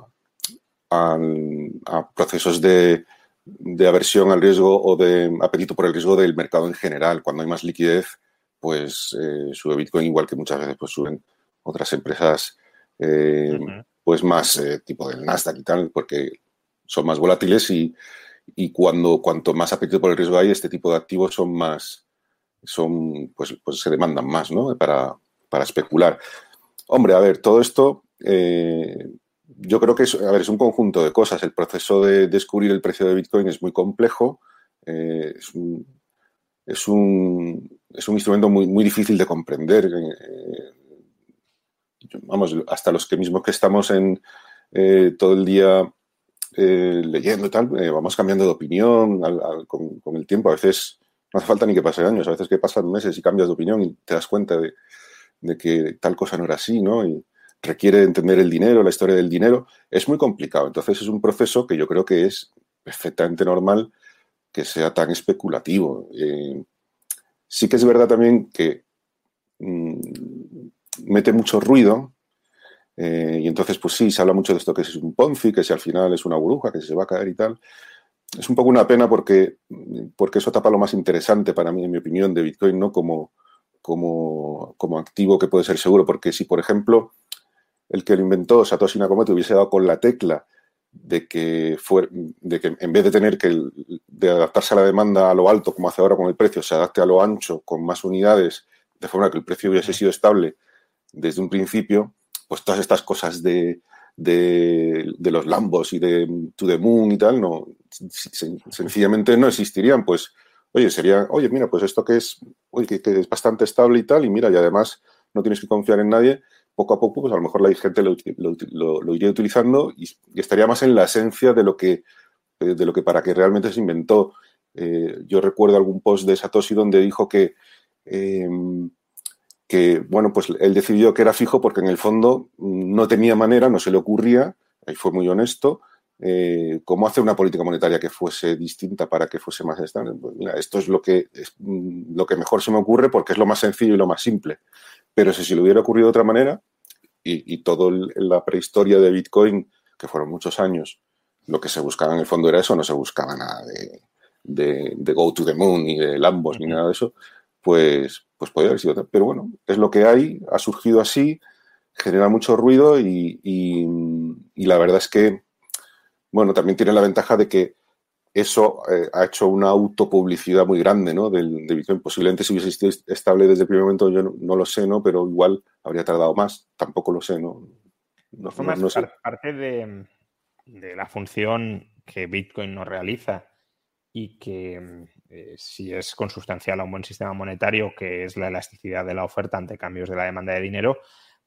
[SPEAKER 7] a, a procesos de, de aversión al riesgo o de apetito por el riesgo del mercado en general. Cuando hay más liquidez, pues eh, sube Bitcoin, igual que muchas veces pues suben otras empresas eh, uh-huh. pues más eh, tipo del Nasdaq y tal, porque son más volátiles y Y cuando cuanto más apetito por el riesgo hay, este tipo de activos son más, son, pues, pues se demandan más, ¿no? Para, para especular. Hombre, a ver, todo esto, eh, yo creo que es, a ver, es un conjunto de cosas. El proceso de descubrir el precio de Bitcoin es muy complejo. Eh, es, un, es, un, es un instrumento muy, muy difícil de comprender. Eh, vamos, hasta los que mismos que estamos en eh, todo el día eh, leyendo y tal, eh, vamos cambiando de opinión al, al, con, con el tiempo. A veces no hace falta ni que pasen años, a veces que pasan meses y cambias de opinión y te das cuenta de, de que tal cosa no era así, ¿no? Y requiere entender el dinero, la historia del dinero. Es muy complicado. Entonces es un proceso que yo creo que es perfectamente normal que sea tan especulativo. Eh, sí que es verdad también que mmm, mete mucho ruido eh, y entonces pues sí, se habla mucho de esto que es un Ponzi, que si al final es una burbuja, que se va a caer y tal. Es un poco una pena porque, porque eso tapa lo más interesante para mí, en mi opinión, de Bitcoin, ¿no? Como, como, como activo que puede ser seguro. Porque si, por ejemplo, el que lo inventó, Satoshi Nakamoto, hubiese dado con la tecla de que, fue, de que en vez de tener que de adaptarse a la demanda a lo alto, como hace ahora con el precio, se adapte a lo ancho, con más unidades, de forma que el precio hubiese sido estable desde un principio, pues todas estas cosas de, de, de los Lambos y de To the Moon y tal, no, sencillamente no existirían. Pues, oye, sería, oye, mira, pues esto que es, oye, que, que es bastante estable y tal, y mira, y además no tienes que confiar en nadie. Poco a poco, pues a lo mejor la gente lo, lo, lo, lo iría utilizando y, y estaría más en la esencia de lo que, de lo que para que realmente se inventó. Eh, yo recuerdo algún post de Satoshi donde dijo que, eh, que, bueno, pues él decidió que era fijo porque en el fondo no tenía manera, no se le ocurría, ahí fue muy honesto, eh, cómo hacer una política monetaria que fuese distinta para que fuese más estable. Pues mira, esto es lo que, es lo que mejor se me ocurre porque es lo más sencillo y lo más simple. Pero si se le hubiera ocurrido de otra manera, y, y toda la prehistoria de Bitcoin, que fueron muchos años, lo que se buscaba en el fondo era eso, no se buscaba nada de, de, de go to the moon, ni de Lambos, ni nada de eso, pues, pues podría haber sido. Pero bueno, es lo que hay, ha surgido así, genera mucho ruido y, y, y la verdad es que, bueno, también tiene la ventaja de que eso eh, ha hecho una autopublicidad muy grande, ¿no? Del, de Bitcoin. Posiblemente si hubiese sido estable desde el primer momento, yo no, no lo sé, ¿no? Pero igual habría tardado más. Tampoco lo sé, ¿no? No, no, no sé.
[SPEAKER 6] Parte de, de la función que Bitcoin no realiza y que eh, si es consustancial a un buen sistema monetario, que es la elasticidad de la oferta ante cambios de la demanda de dinero,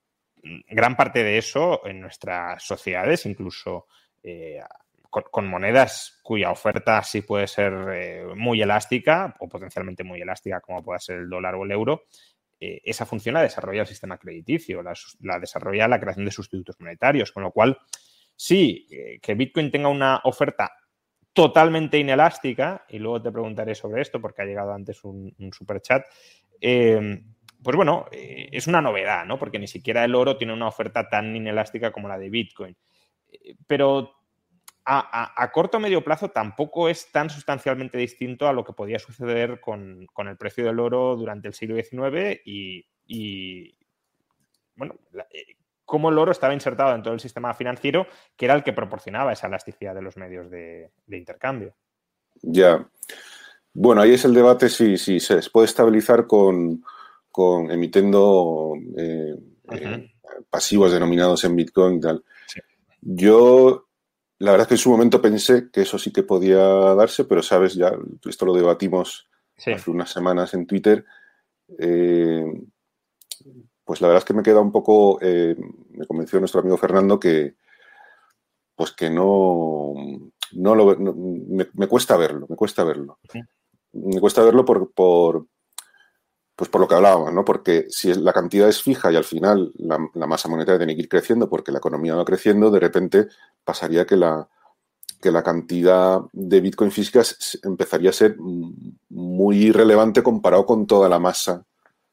[SPEAKER 6] gran parte de eso en nuestras sociedades, incluso eh, Con, con monedas cuya oferta sí puede ser eh, muy elástica o potencialmente muy elástica, como pueda ser el dólar o el euro, eh, esa función la desarrolla el sistema crediticio, la, la desarrolla la creación de sustitutos monetarios, con lo cual sí, eh, que Bitcoin tenga una oferta totalmente inelástica, y luego te preguntaré sobre esto porque ha llegado antes un, un superchat, eh, pues bueno, eh, es una novedad, ¿no? Porque ni siquiera el oro tiene una oferta tan inelástica como la de Bitcoin. Eh, pero A, a, a corto o medio plazo tampoco es tan sustancialmente distinto a lo que podía suceder con, con el precio del oro durante el siglo diecinueve y, y bueno, la, eh, cómo el oro estaba insertado en todo el sistema financiero, que era el que proporcionaba esa elasticidad de los medios de, de intercambio.
[SPEAKER 7] Ya. Bueno, ahí es el debate si, si se puede estabilizar con, con emitiendo eh, uh-huh. eh, pasivos denominados en Bitcoin y tal. Sí. Yo... La verdad es que en su momento pensé que eso sí que podía darse, pero, sabes, ya esto lo debatimos sí. hace unas semanas en Twitter. Eh, pues la verdad es que me queda un poco... Eh, me convenció nuestro amigo Fernando que pues que no... no, lo, no me, me cuesta verlo, me cuesta verlo. Sí. Me cuesta verlo por... por Pues por lo que hablábamos, ¿no? Porque si la cantidad es fija y al final la, la masa monetaria tiene que ir creciendo porque la economía va creciendo, de repente pasaría que la, que la cantidad de Bitcoin físicas empezaría a ser muy irrelevante comparado con toda la masa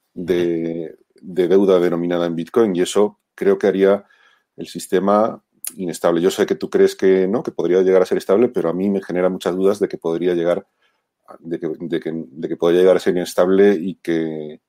[SPEAKER 7] de, de deuda denominada en Bitcoin, y eso creo que haría el sistema inestable. Yo sé que tú crees que no, que podría llegar a ser estable, pero a mí me genera muchas dudas de que podría llegar De que, de, que, de que puede llegar a ser inestable y que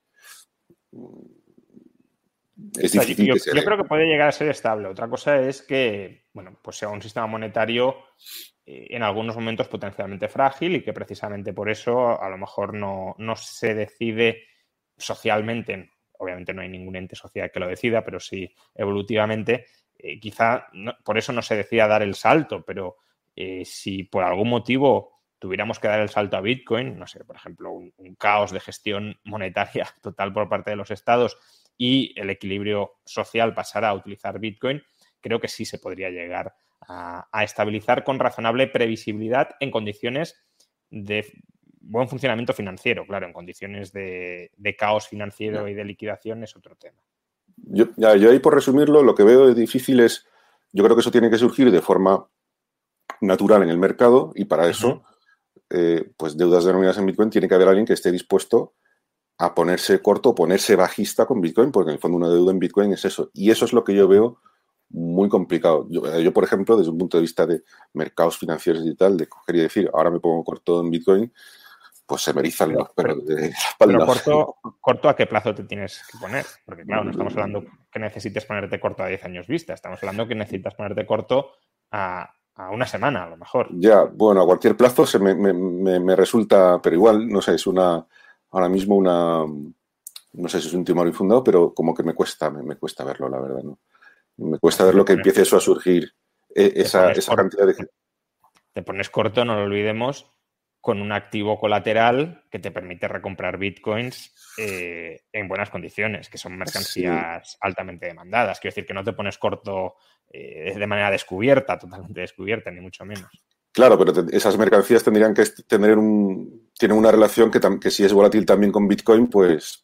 [SPEAKER 7] es difícil
[SPEAKER 6] yo,
[SPEAKER 7] que sea.
[SPEAKER 6] Yo creo que puede llegar a ser estable. Otra cosa es que, bueno, pues sea un sistema monetario eh, en algunos momentos potencialmente frágil y que precisamente por eso a lo mejor no, no se decide socialmente. Obviamente no hay ningún ente social que lo decida, pero sí evolutivamente. Eh, quizá no, por eso no se decida dar el salto, pero eh, si por algún motivo tuviéramos que dar el salto a Bitcoin, no sé, por ejemplo, un, un caos de gestión monetaria total por parte de los estados y el equilibrio social pasara a utilizar Bitcoin, creo que sí se podría llegar a, a estabilizar con razonable previsibilidad en condiciones de buen funcionamiento financiero. Claro, en condiciones de, de caos financiero y de liquidación es otro tema.
[SPEAKER 7] Yo, ya, yo ahí, por resumirlo, lo que veo difícil es, yo creo que eso tiene que surgir de forma natural en el mercado, y para eso, uh-huh. eh, pues deudas denominadas en Bitcoin, tiene que haber alguien que esté dispuesto a ponerse corto o ponerse bajista con Bitcoin, porque en el fondo una deuda en Bitcoin es eso. Y eso es lo que yo veo muy complicado. Yo, yo, por ejemplo, desde un punto de vista de mercados financieros y tal, de coger y decir, ahora me pongo corto en Bitcoin, pues se me erizan los pelos de la espalda.
[SPEAKER 6] Pero corto, corto, ¿a qué plazo te tienes que poner? Porque claro, no estamos hablando que necesites ponerte corto a diez años vista, estamos hablando que necesitas ponerte corto a, a una semana, a lo mejor.
[SPEAKER 7] Ya, bueno, a cualquier plazo se me, me, me, me resulta, pero igual, no sé, es una, ahora mismo una, no sé si es un timor infundado, pero como que me cuesta, me, me cuesta verlo, la verdad, ¿no? Me cuesta ver lo que empiece eso a surgir, esa, esa cantidad de...
[SPEAKER 6] Te pones corto, no lo olvidemos, con un activo colateral que te permite recomprar bitcoins eh, en buenas condiciones, que son mercancías sí. altamente demandadas. Quiero decir que no te pones corto eh, de manera descubierta, totalmente descubierta, ni mucho menos.
[SPEAKER 7] Claro, pero te, esas mercancías tendrían que tener un... Tienen una relación que, que si es volátil también con Bitcoin, pues...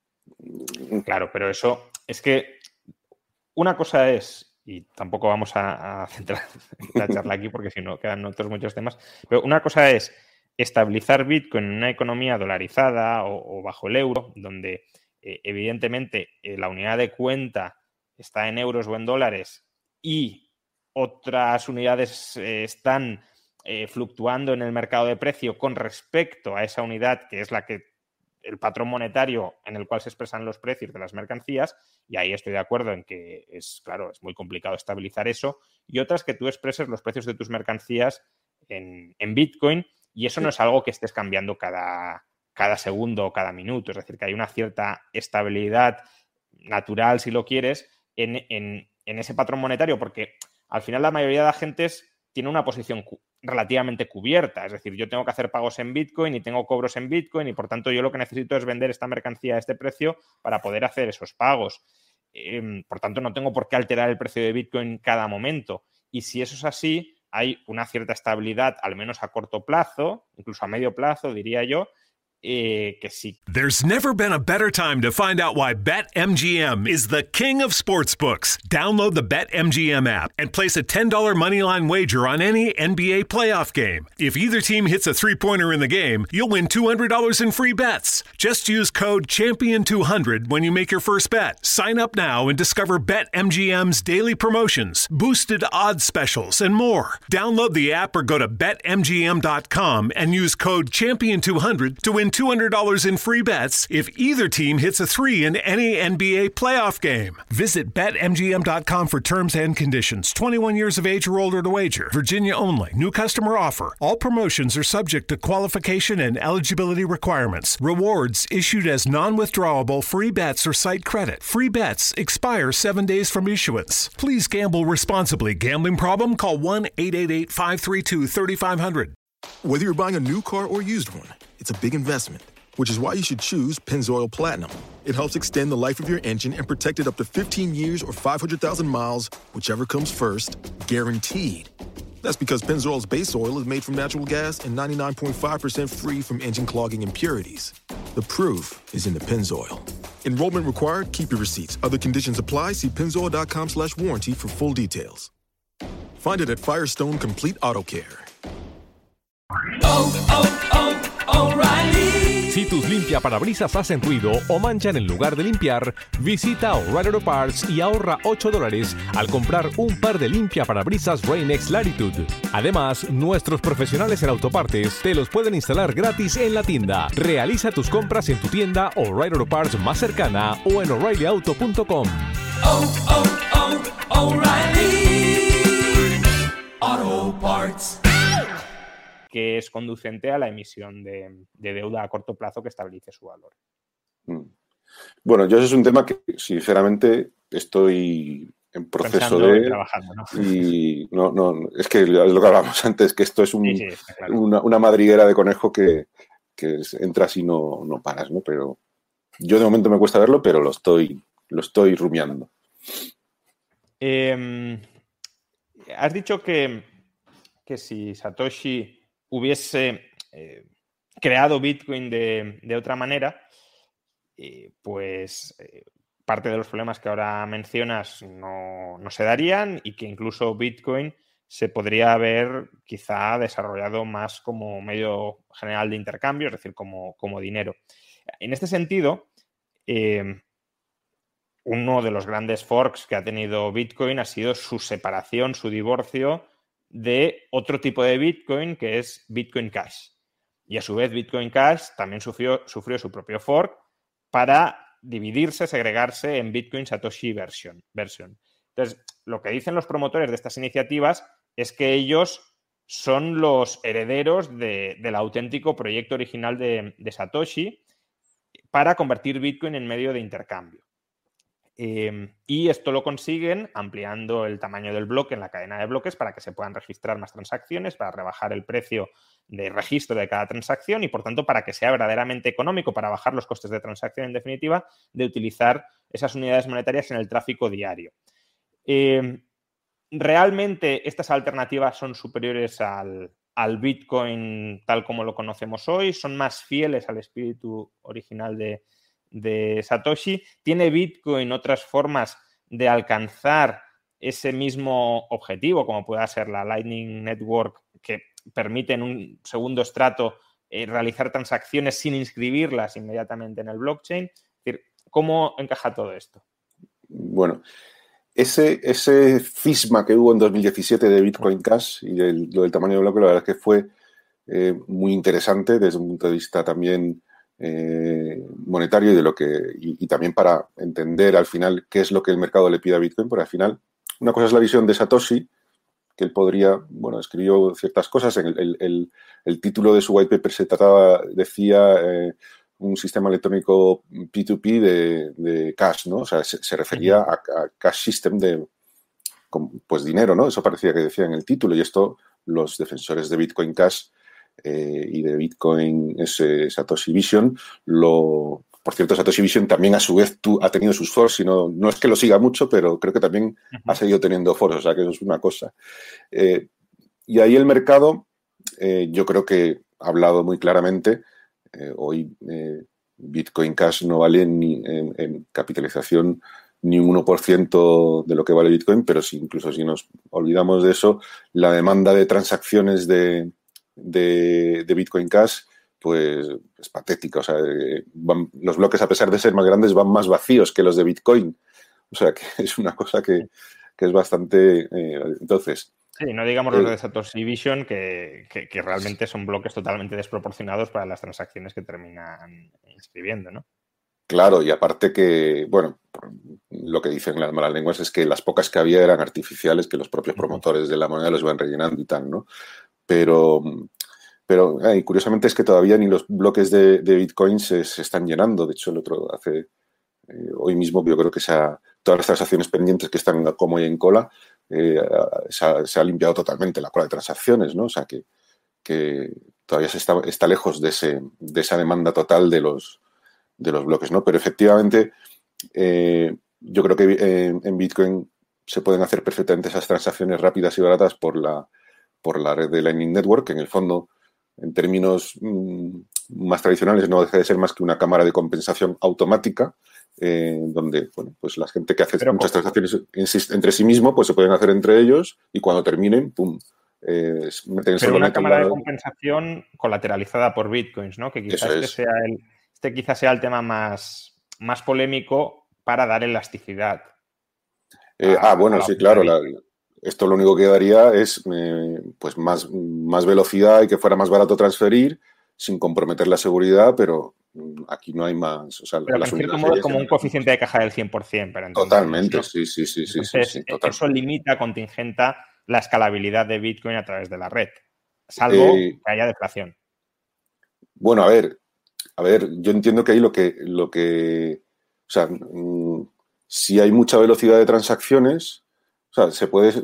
[SPEAKER 6] Claro, pero eso es que una cosa es, y tampoco vamos a, a centrar la charla aquí porque si no quedan otros muchos temas, pero una cosa es estabilizar Bitcoin en una economía dolarizada o, o bajo el euro, donde eh, evidentemente eh, la unidad de cuenta está en euros o en dólares y otras unidades eh, están eh, fluctuando en el mercado de precio con respecto a esa unidad que es la que el patrón monetario en el cual se expresan los precios de las mercancías, y ahí estoy de acuerdo en que es, claro, es muy complicado estabilizar eso, y otras que tú expreses los precios de tus mercancías en, en Bitcoin, y eso no es algo que estés cambiando cada, cada segundo o cada minuto. Es decir, que hay una cierta estabilidad natural, si lo quieres, en, en, en ese patrón monetario, porque al final la mayoría de agentes tiene una posición cu- relativamente cubierta. Es decir, yo tengo que hacer pagos en Bitcoin y tengo cobros en Bitcoin y, por tanto, yo lo que necesito es vender esta mercancía a este precio para poder hacer esos pagos. Eh, por tanto, no tengo por qué alterar el precio de Bitcoin cada momento. Y si eso es así, hay una cierta estabilidad, al menos a corto plazo, incluso a medio plazo, diría yo, eh, que sí.
[SPEAKER 8] There's never been a better time to find out why BetMGM is the king of sportsbooks. Download the BetMGM app and place a ten dollars moneyline wager on any N B A playoff game. If either team hits a three-pointer in the game, you'll win two hundred dollars in free bets. Just use code champion two hundred when you make your first bet. Sign up now and discover BetMGM's daily promotions, boosted odds specials, and more. Download the app or go to bet M G M dot com and use code champion two hundred to win two hundred dollars in free bets if either team hits a three in any N B A playoff game. Visit bet M G M dot com for terms and conditions. twenty-one years of age or older to wager. Virginia only. New customer offer. All promotions are subject to qualification and eligibility requirements. Rewards issued as non-withdrawable free bets or site credit. Free bets expire seven days from issuance. Please gamble responsibly. Gambling problem? Call one eight eight eight, five three two, three five zero zero.
[SPEAKER 13] Whether you're buying a new car or used one, it's a big investment, which is why you should choose Pennzoil Platinum. It helps extend the life of your engine and protect it up to fifteen years or five hundred thousand miles, whichever comes first, guaranteed. That's because Pennzoil's base oil is made from natural gas and ninety-nine point five percent free from engine clogging impurities. The proof is in the Pennzoil. Enrollment required. Keep your receipts. Other conditions apply. See pennzoil dot com slash warranty for full details. Find it at Firestone Complete Auto Care.
[SPEAKER 14] Oh, oh, oh, O'Reilly.
[SPEAKER 15] Si tus limpiaparabrisas hacen ruido o manchan en lugar de limpiar, visita O'Reilly Auto Parts y ahorra ocho dólares al comprar un par de limpiaparabrisas Rain-X Latitude. Además, nuestros profesionales en autopartes te los pueden instalar gratis en la tienda. Realiza tus compras en tu tienda O'Reilly Auto Parts más cercana o en O'Reilly Auto punto com.
[SPEAKER 14] Oh, oh, oh, O'Reilly Auto Parts.
[SPEAKER 6] Que es conducente a la emisión de, de deuda a corto plazo que estabilice su valor.
[SPEAKER 7] Bueno, yo ese es un tema que, sinceramente, estoy en proceso
[SPEAKER 6] Pensando
[SPEAKER 7] de...
[SPEAKER 6] y trabajando, ¿no?
[SPEAKER 7] Y no, no, es que es lo que hablábamos antes, que esto es un,
[SPEAKER 6] sí, sí, claro.
[SPEAKER 7] una, una madriguera de conejo que, que entras y no, no paras, ¿no? Pero yo de momento me cuesta verlo, pero lo estoy, lo estoy rumiando.
[SPEAKER 6] Eh, has dicho que, que si Satoshi hubiese eh, creado Bitcoin de, de otra manera, eh, pues eh, parte de los problemas que ahora mencionas no, no se darían y que incluso Bitcoin se podría haber quizá desarrollado más como medio general de intercambio, es decir, como, como dinero. En este sentido, eh, uno de los grandes forks que ha tenido Bitcoin ha sido su separación, su divorcio de otro tipo de Bitcoin que es Bitcoin Cash. Y a su vez Bitcoin Cash también sufrió, sufrió su propio fork para dividirse, segregarse en Bitcoin Satoshi version, version. Entonces, lo que dicen los promotores de estas iniciativas es que ellos son los herederos de, del auténtico proyecto original de, de Satoshi para convertir Bitcoin en medio de intercambio. Eh, y esto lo consiguen ampliando el tamaño del bloque en la cadena de bloques para que se puedan registrar más transacciones, para rebajar el precio de registro de cada transacción y, por tanto, para que sea verdaderamente económico, para bajar los costes de transacción, en definitiva, de utilizar esas unidades monetarias en el tráfico diario. Eh, ¿Realmente estas alternativas son superiores al, al Bitcoin tal como lo conocemos hoy? ¿Son más fieles al espíritu original de de Satoshi? ¿Tiene Bitcoin otras formas de alcanzar ese mismo objetivo, como pueda ser la Lightning Network, que permite en un segundo estrato eh, realizar transacciones sin inscribirlas inmediatamente en el blockchain? Es decir, ¿cómo encaja todo esto?
[SPEAKER 7] Bueno, ese, ese cisma que hubo en dos mil diecisiete de Bitcoin Cash y del, lo del tamaño del bloque, la verdad es que fue eh, muy interesante desde un punto de vista también Eh, monetario y de lo que y, y también para entender al final qué es lo que el mercado le pide a Bitcoin, porque al final una cosa es la visión de Satoshi, que él podría, bueno, escribió ciertas cosas, en el, el, el, el título de su white paper se trataba, decía eh, un sistema electrónico P dos P de, de cash, ¿no? O sea, se, se refería a, a cash system de pues dinero, ¿no? Eso parecía que decía en el título y esto los defensores de Bitcoin Cash Eh, y de Bitcoin ese Satoshi Vision, lo, por cierto, Satoshi Vision también a su vez tú, ha tenido sus foros, sino, no es que lo siga mucho, pero creo que también uh-huh. ha seguido teniendo foros, o sea que eso es una cosa. Eh, y ahí el mercado, eh, yo creo que ha hablado muy claramente, eh, hoy eh, Bitcoin Cash no vale ni en, en capitalización ni un uno por ciento de lo que vale Bitcoin, pero si, incluso si nos olvidamos de eso, la demanda de transacciones de De, de Bitcoin Cash, pues es patética. O sea, van, los bloques, a pesar de ser más grandes, van más vacíos que los de Bitcoin. O sea, que es una cosa que, que es bastante... Eh, entonces...
[SPEAKER 6] Sí, no digamos eh, los de Satoshi Vision, que, que, que realmente son bloques totalmente desproporcionados para las transacciones que terminan inscribiendo, ¿no?
[SPEAKER 7] Claro, y aparte que, bueno, lo que dicen las malas lenguas es que las pocas que había eran artificiales, que los propios promotores de la moneda los iban rellenando y tal, ¿no? Pero, pero eh, curiosamente es que todavía ni los bloques de, de Bitcoin se, se están llenando. De hecho, el otro hace eh, hoy mismo yo creo que se ha, todas las transacciones pendientes que están como hay en cola, eh, se, ha, se ha limpiado totalmente la cola de transacciones, ¿no? O sea que, que todavía se está, está lejos de, ese, de esa demanda total de los, de los bloques, ¿no? Pero efectivamente eh, yo creo que en, en Bitcoin se pueden hacer perfectamente esas transacciones rápidas y baratas por la por la red de Lightning Network, que en el fondo, en términos mmm, más tradicionales, no deja de ser más que una cámara de compensación automática, eh, donde, bueno, pues la gente que hace Pero, muchas transacciones entre sí mismo, pues se pueden hacer entre ellos y cuando terminen, pum, eh, meten el
[SPEAKER 6] Pero una cámara de compensación colateralizada por Bitcoins, ¿no? Que quizás este, es. sea el, este quizás sea el tema más, más polémico para dar elasticidad.
[SPEAKER 7] Eh, a, ah, bueno, sí, claro, la, esto lo único que daría es eh, pues más, más velocidad y que fuera más barato transferir sin comprometer la seguridad, pero aquí no hay más. O sea,
[SPEAKER 6] pero
[SPEAKER 7] las
[SPEAKER 6] en cierto modo es como un coeficiente de caja del cien por ciento. Pero entonces,
[SPEAKER 7] totalmente,
[SPEAKER 6] ¿no?
[SPEAKER 7] sí, sí, sí.
[SPEAKER 6] Entonces,
[SPEAKER 7] sí, sí total.
[SPEAKER 6] Eso limita, contingenta la escalabilidad de Bitcoin a través de la red, salvo eh, que haya deflación.
[SPEAKER 7] Bueno, a ver, a ver, yo entiendo que ahí lo que, lo que o sea, mmm, si hay mucha velocidad de transacciones, o sea, se puede,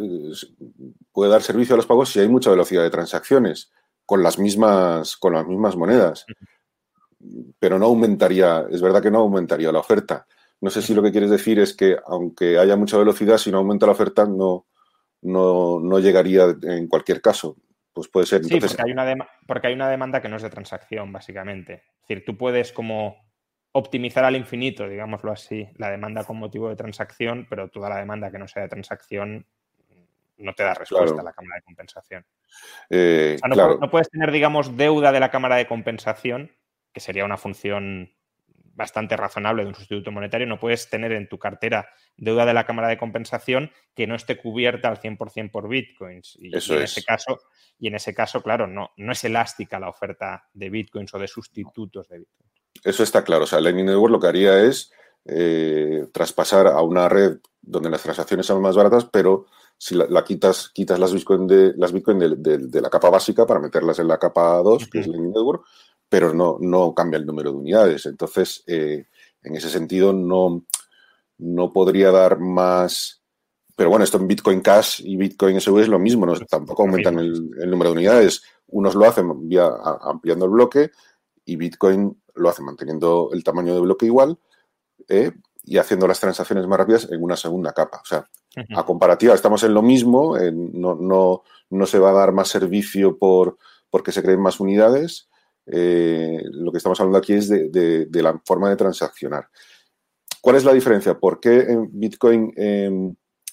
[SPEAKER 7] puede dar servicio a los pagos si hay mucha velocidad de transacciones con las mismas, con las mismas monedas. Pero no aumentaría, es verdad que no aumentaría la oferta. No sé si lo que quieres decir es que aunque haya mucha velocidad, si no aumenta la oferta, no, no, no llegaría en cualquier caso. Pues puede ser. Entonces...
[SPEAKER 6] Sí, porque hay, una dem- porque hay una demanda que no es de transacción, básicamente. Es decir, tú puedes como optimizar al infinito, digámoslo así, la demanda con motivo de transacción, pero toda la demanda que no sea de transacción no te da respuesta
[SPEAKER 7] Claro.
[SPEAKER 6] a la cámara de compensación.
[SPEAKER 7] Eh,
[SPEAKER 6] O sea, no,
[SPEAKER 7] claro.
[SPEAKER 6] pu- no puedes tener, digamos, deuda de la cámara de compensación, que sería una función bastante razonable de un sustituto monetario. No puedes tener en tu cartera deuda de la cámara de compensación que no esté cubierta al cien por ciento por bitcoins. Y,
[SPEAKER 7] Eso
[SPEAKER 6] y en
[SPEAKER 7] es.
[SPEAKER 6] ese caso, y en ese caso, claro, no, no es elástica la oferta de bitcoins o de sustitutos de bitcoins.
[SPEAKER 7] Eso está claro. O sea, Lightning Network lo que haría es eh, traspasar a una red donde las transacciones son más baratas, pero si la, la quitas, quitas las Bitcoin, de, las Bitcoin de, de, de la capa básica para meterlas en la capa dos, uh-huh. que es Lightning Network, pero no, no cambia el número de unidades. Entonces, eh, en ese sentido, no, no podría dar más... Pero bueno, esto en Bitcoin Cash y Bitcoin S V es lo mismo, ¿no? Tampoco aumentan el, el número de unidades. Unos lo hacen vía, a, ampliando el bloque y Bitcoin lo hace manteniendo el tamaño de bloque igual eh, y haciendo las transacciones más rápidas en una segunda capa. O sea, uh-huh. a comparativa estamos en lo mismo, eh, no, no, no se va a dar más servicio por porque se creen más unidades. Eh, lo que estamos hablando aquí es de, de, de la forma de transaccionar. ¿Cuál es la diferencia? ¿Por qué en Bitcoin eh,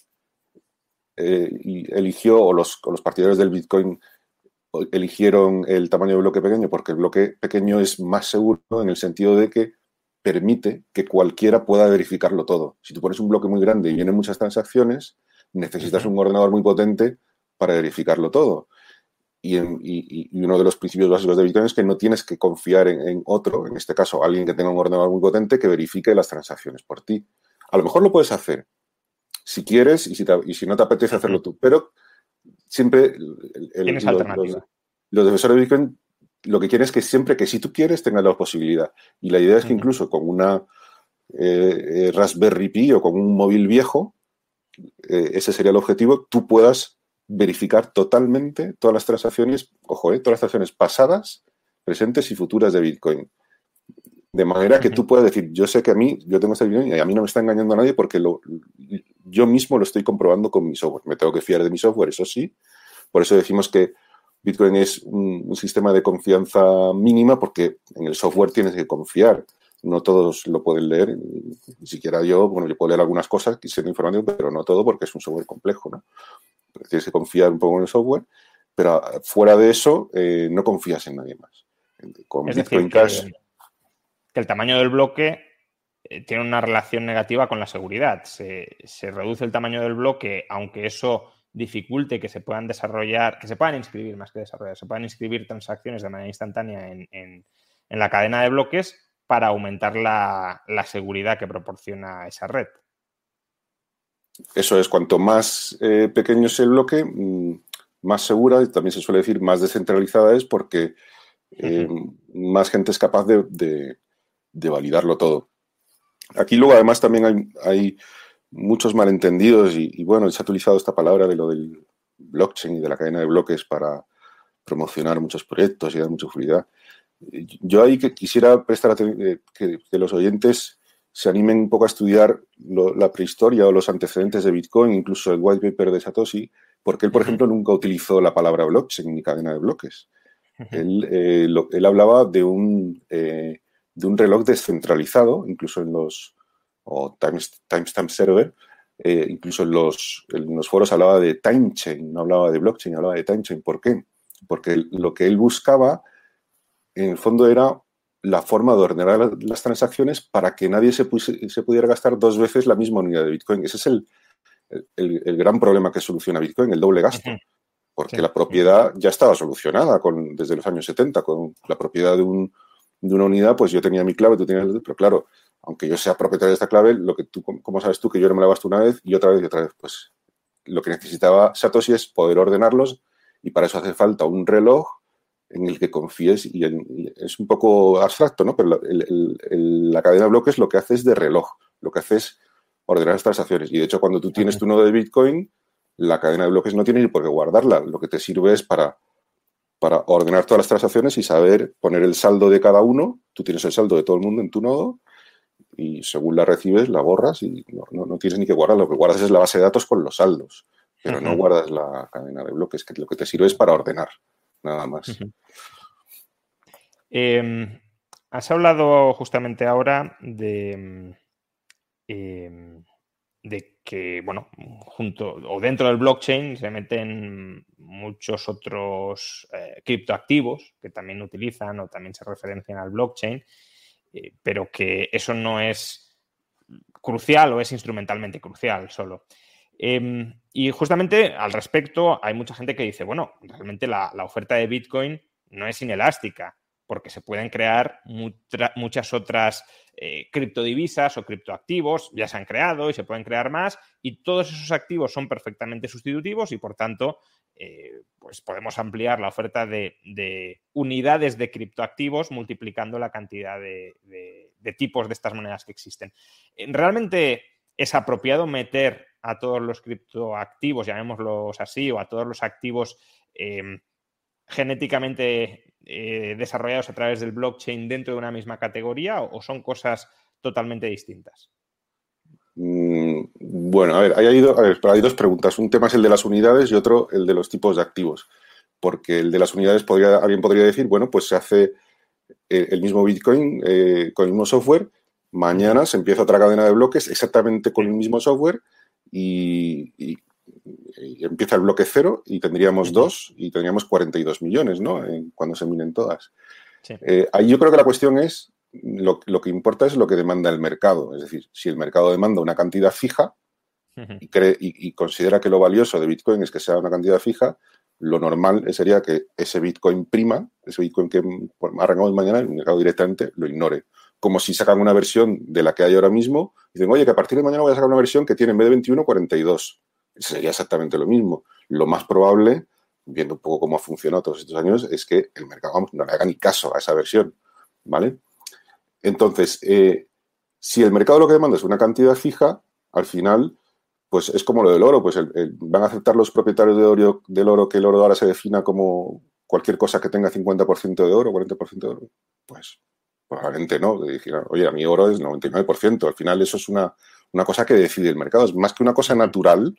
[SPEAKER 7] eh, eligió, o los, o los partidarios del Bitcoin eligieron el tamaño de bloque pequeño? Porque el bloque pequeño es más seguro en el sentido de que permite que cualquiera pueda verificarlo todo. Si tú pones un bloque muy grande y vienen muchas transacciones, necesitas un ordenador muy potente para verificarlo todo. Y, en, y, y uno de los principios básicos de Bitcoin es que no tienes que confiar en, en otro, en este caso alguien que tenga un ordenador muy potente que verifique las transacciones por ti. A lo mejor lo puedes hacer si quieres y si, te, y si no te apetece uh-huh. hacerlo tú, pero siempre el, el,
[SPEAKER 6] tienes
[SPEAKER 7] los,
[SPEAKER 6] alternativa.
[SPEAKER 7] Los, los defensores de Bitcoin lo que quieren es que siempre que si tú quieres tengas la posibilidad. Y la idea es que uh-huh. incluso con una eh, Raspberry Pi o con un móvil viejo, eh, ese sería el objetivo, tú puedas verificar totalmente todas las transacciones, ojo, eh, todas las transacciones pasadas, presentes y futuras de Bitcoin. De manera que uh-huh. tú puedas decir, yo sé que a mí, yo tengo este Bitcoin y a mí no me está engañando a nadie porque lo, yo mismo lo estoy comprobando con mi software. Me tengo que fiar de mi software, eso sí. Por eso decimos que Bitcoin es un, un sistema de confianza mínima porque en el software tienes que confiar. No todos lo pueden leer, ni siquiera yo, bueno, yo puedo leer algunas cosas, siendo informático, pero no todo porque es un software complejo, ¿no? Tienes que confiar un poco en el software, pero fuera de eso eh, no confías en nadie más. Con
[SPEAKER 6] es
[SPEAKER 7] Bitcoin
[SPEAKER 6] decir,
[SPEAKER 7] Cash...
[SPEAKER 6] Que, que el tamaño del bloque eh, tiene una relación negativa con la seguridad. Se, se reduce el tamaño del bloque, aunque eso dificulte que se puedan desarrollar, que se puedan inscribir, más que desarrollar, se puedan inscribir transacciones de manera instantánea en, en, en la cadena de bloques para aumentar la, la seguridad que proporciona esa red.
[SPEAKER 7] Eso es, cuanto más eh, pequeño es el bloque, mmm, más segura, y también se suele decir más descentralizada es porque eh, uh-huh. más gente es capaz de, de, de validarlo todo. Aquí luego además también hay, hay muchos malentendidos y, y bueno, se ha utilizado esta palabra de lo del blockchain y de la cadena de bloques para promocionar muchos proyectos y dar mucha seguridad. Yo ahí que quisiera prestar atención, que, que los oyentes se animen un poco a estudiar lo, la prehistoria o los antecedentes de Bitcoin, incluso el white paper de Satoshi, porque él, por ejemplo, nunca utilizó la palabra blockchain ni cadena de bloques. Uh-huh. Él, eh, lo, él hablaba de un, eh, de un reloj descentralizado, incluso en los o timestamp server, eh, incluso en los, en los foros hablaba de time chain, no hablaba de blockchain, hablaba de time chain. ¿Por qué? Porque lo que él buscaba, en el fondo, era la forma de ordenar las transacciones para que nadie se, puse, se pudiera gastar dos veces la misma unidad de Bitcoin. Ese es el, el, el gran problema que soluciona Bitcoin, el doble gasto. Porque sí. la propiedad ya estaba solucionada con, desde los años setenta. Con la propiedad de, un, de una unidad, pues yo tenía mi clave, tú tenías... Pero claro, aunque yo sea propietario de esta clave, lo que tú, ¿cómo sabes tú que yo no me la gasto una vez y otra vez y otra vez? Pues lo que necesitaba Satoshi es poder ordenarlos y para eso hace falta un reloj en el que confíes, y, el, y es un poco abstracto, ¿no? Pero el, el, el, la cadena de bloques lo que hace es de reloj, lo que hace es ordenar las transacciones. Y de hecho, cuando tú tienes tu nodo de Bitcoin, la cadena de bloques no tiene ni por qué guardarla. Lo que te sirve es para, para ordenar todas las transacciones y saber poner el saldo de cada uno. Tú tienes el saldo de todo el mundo en tu nodo, y según la recibes la borras y no, no, no tienes ni que guardar. Lo que guardas es la base de datos con los saldos, pero uh-huh. no guardas la cadena de bloques, que lo que te sirve es para ordenar, nada más.
[SPEAKER 6] Uh-huh. Eh, has hablado justamente ahora de, eh, de que, bueno, junto o dentro del blockchain se meten muchos otros eh, criptoactivos que también utilizan o también se referencian al blockchain, eh, pero que eso no es crucial o es instrumentalmente crucial solo. Eh, y justamente al respecto hay mucha gente que dice, bueno, realmente la, la oferta de Bitcoin no es inelástica, porque se pueden crear mutra, muchas otras eh, criptodivisas o criptoactivos, ya se han creado y se pueden crear más, y todos esos activos son perfectamente sustitutivos y, por tanto, eh, pues podemos ampliar la oferta de, de unidades de criptoactivos multiplicando la cantidad de, de, de tipos de estas monedas que existen. ¿Realmente es apropiado meter a todos los criptoactivos, llamémoslos así, o a todos los activos eh, genéticamente Eh, desarrollados a través del blockchain dentro de una misma categoría o, o son cosas totalmente distintas?
[SPEAKER 7] Mm, bueno, a ver, hay, hay, do, a ver, hay dos preguntas. Un tema es el de las unidades y otro el de los tipos de activos. Porque el de las unidades, podría, alguien podría decir, bueno, pues se hace el, el mismo Bitcoin eh, con el mismo software, mañana se empieza otra cadena de bloques exactamente con el mismo software y, y y empieza el bloque cero y tendríamos dos y tendríamos cuarenta y dos millones, ¿no? En, cuando se minen todas. Sí. Eh, ahí yo creo que la cuestión es, lo, lo que importa es lo que demanda el mercado. Es decir, si el mercado demanda una cantidad fija uh-huh. y, cree, y, y considera que lo valioso de Bitcoin es que sea una cantidad fija, lo normal sería que ese Bitcoin prima, ese Bitcoin que arrancamos mañana, el mercado directamente lo ignore. Como si sacan una versión de la que hay ahora mismo y dicen, oye, que a partir de mañana voy a sacar una versión que tiene en vez de veintiuno, cuarenta y dos. Sería exactamente lo mismo. Lo más probable, viendo un poco cómo ha funcionado todos estos años, es que el mercado vamos, no le haga ni caso a esa versión, ¿vale? Entonces, eh, si el mercado lo que demanda es una cantidad fija, al final, pues es como lo del oro, pues el, el, van a aceptar los propietarios de oro, del oro que el oro ahora se defina como cualquier cosa que tenga cincuenta por ciento de oro, cuarenta por ciento de oro. Pues probablemente no. Dijeron, oye, a mí oro es noventa y nueve por ciento. Al final eso es una, una cosa que decide el mercado. Es más que una cosa natural.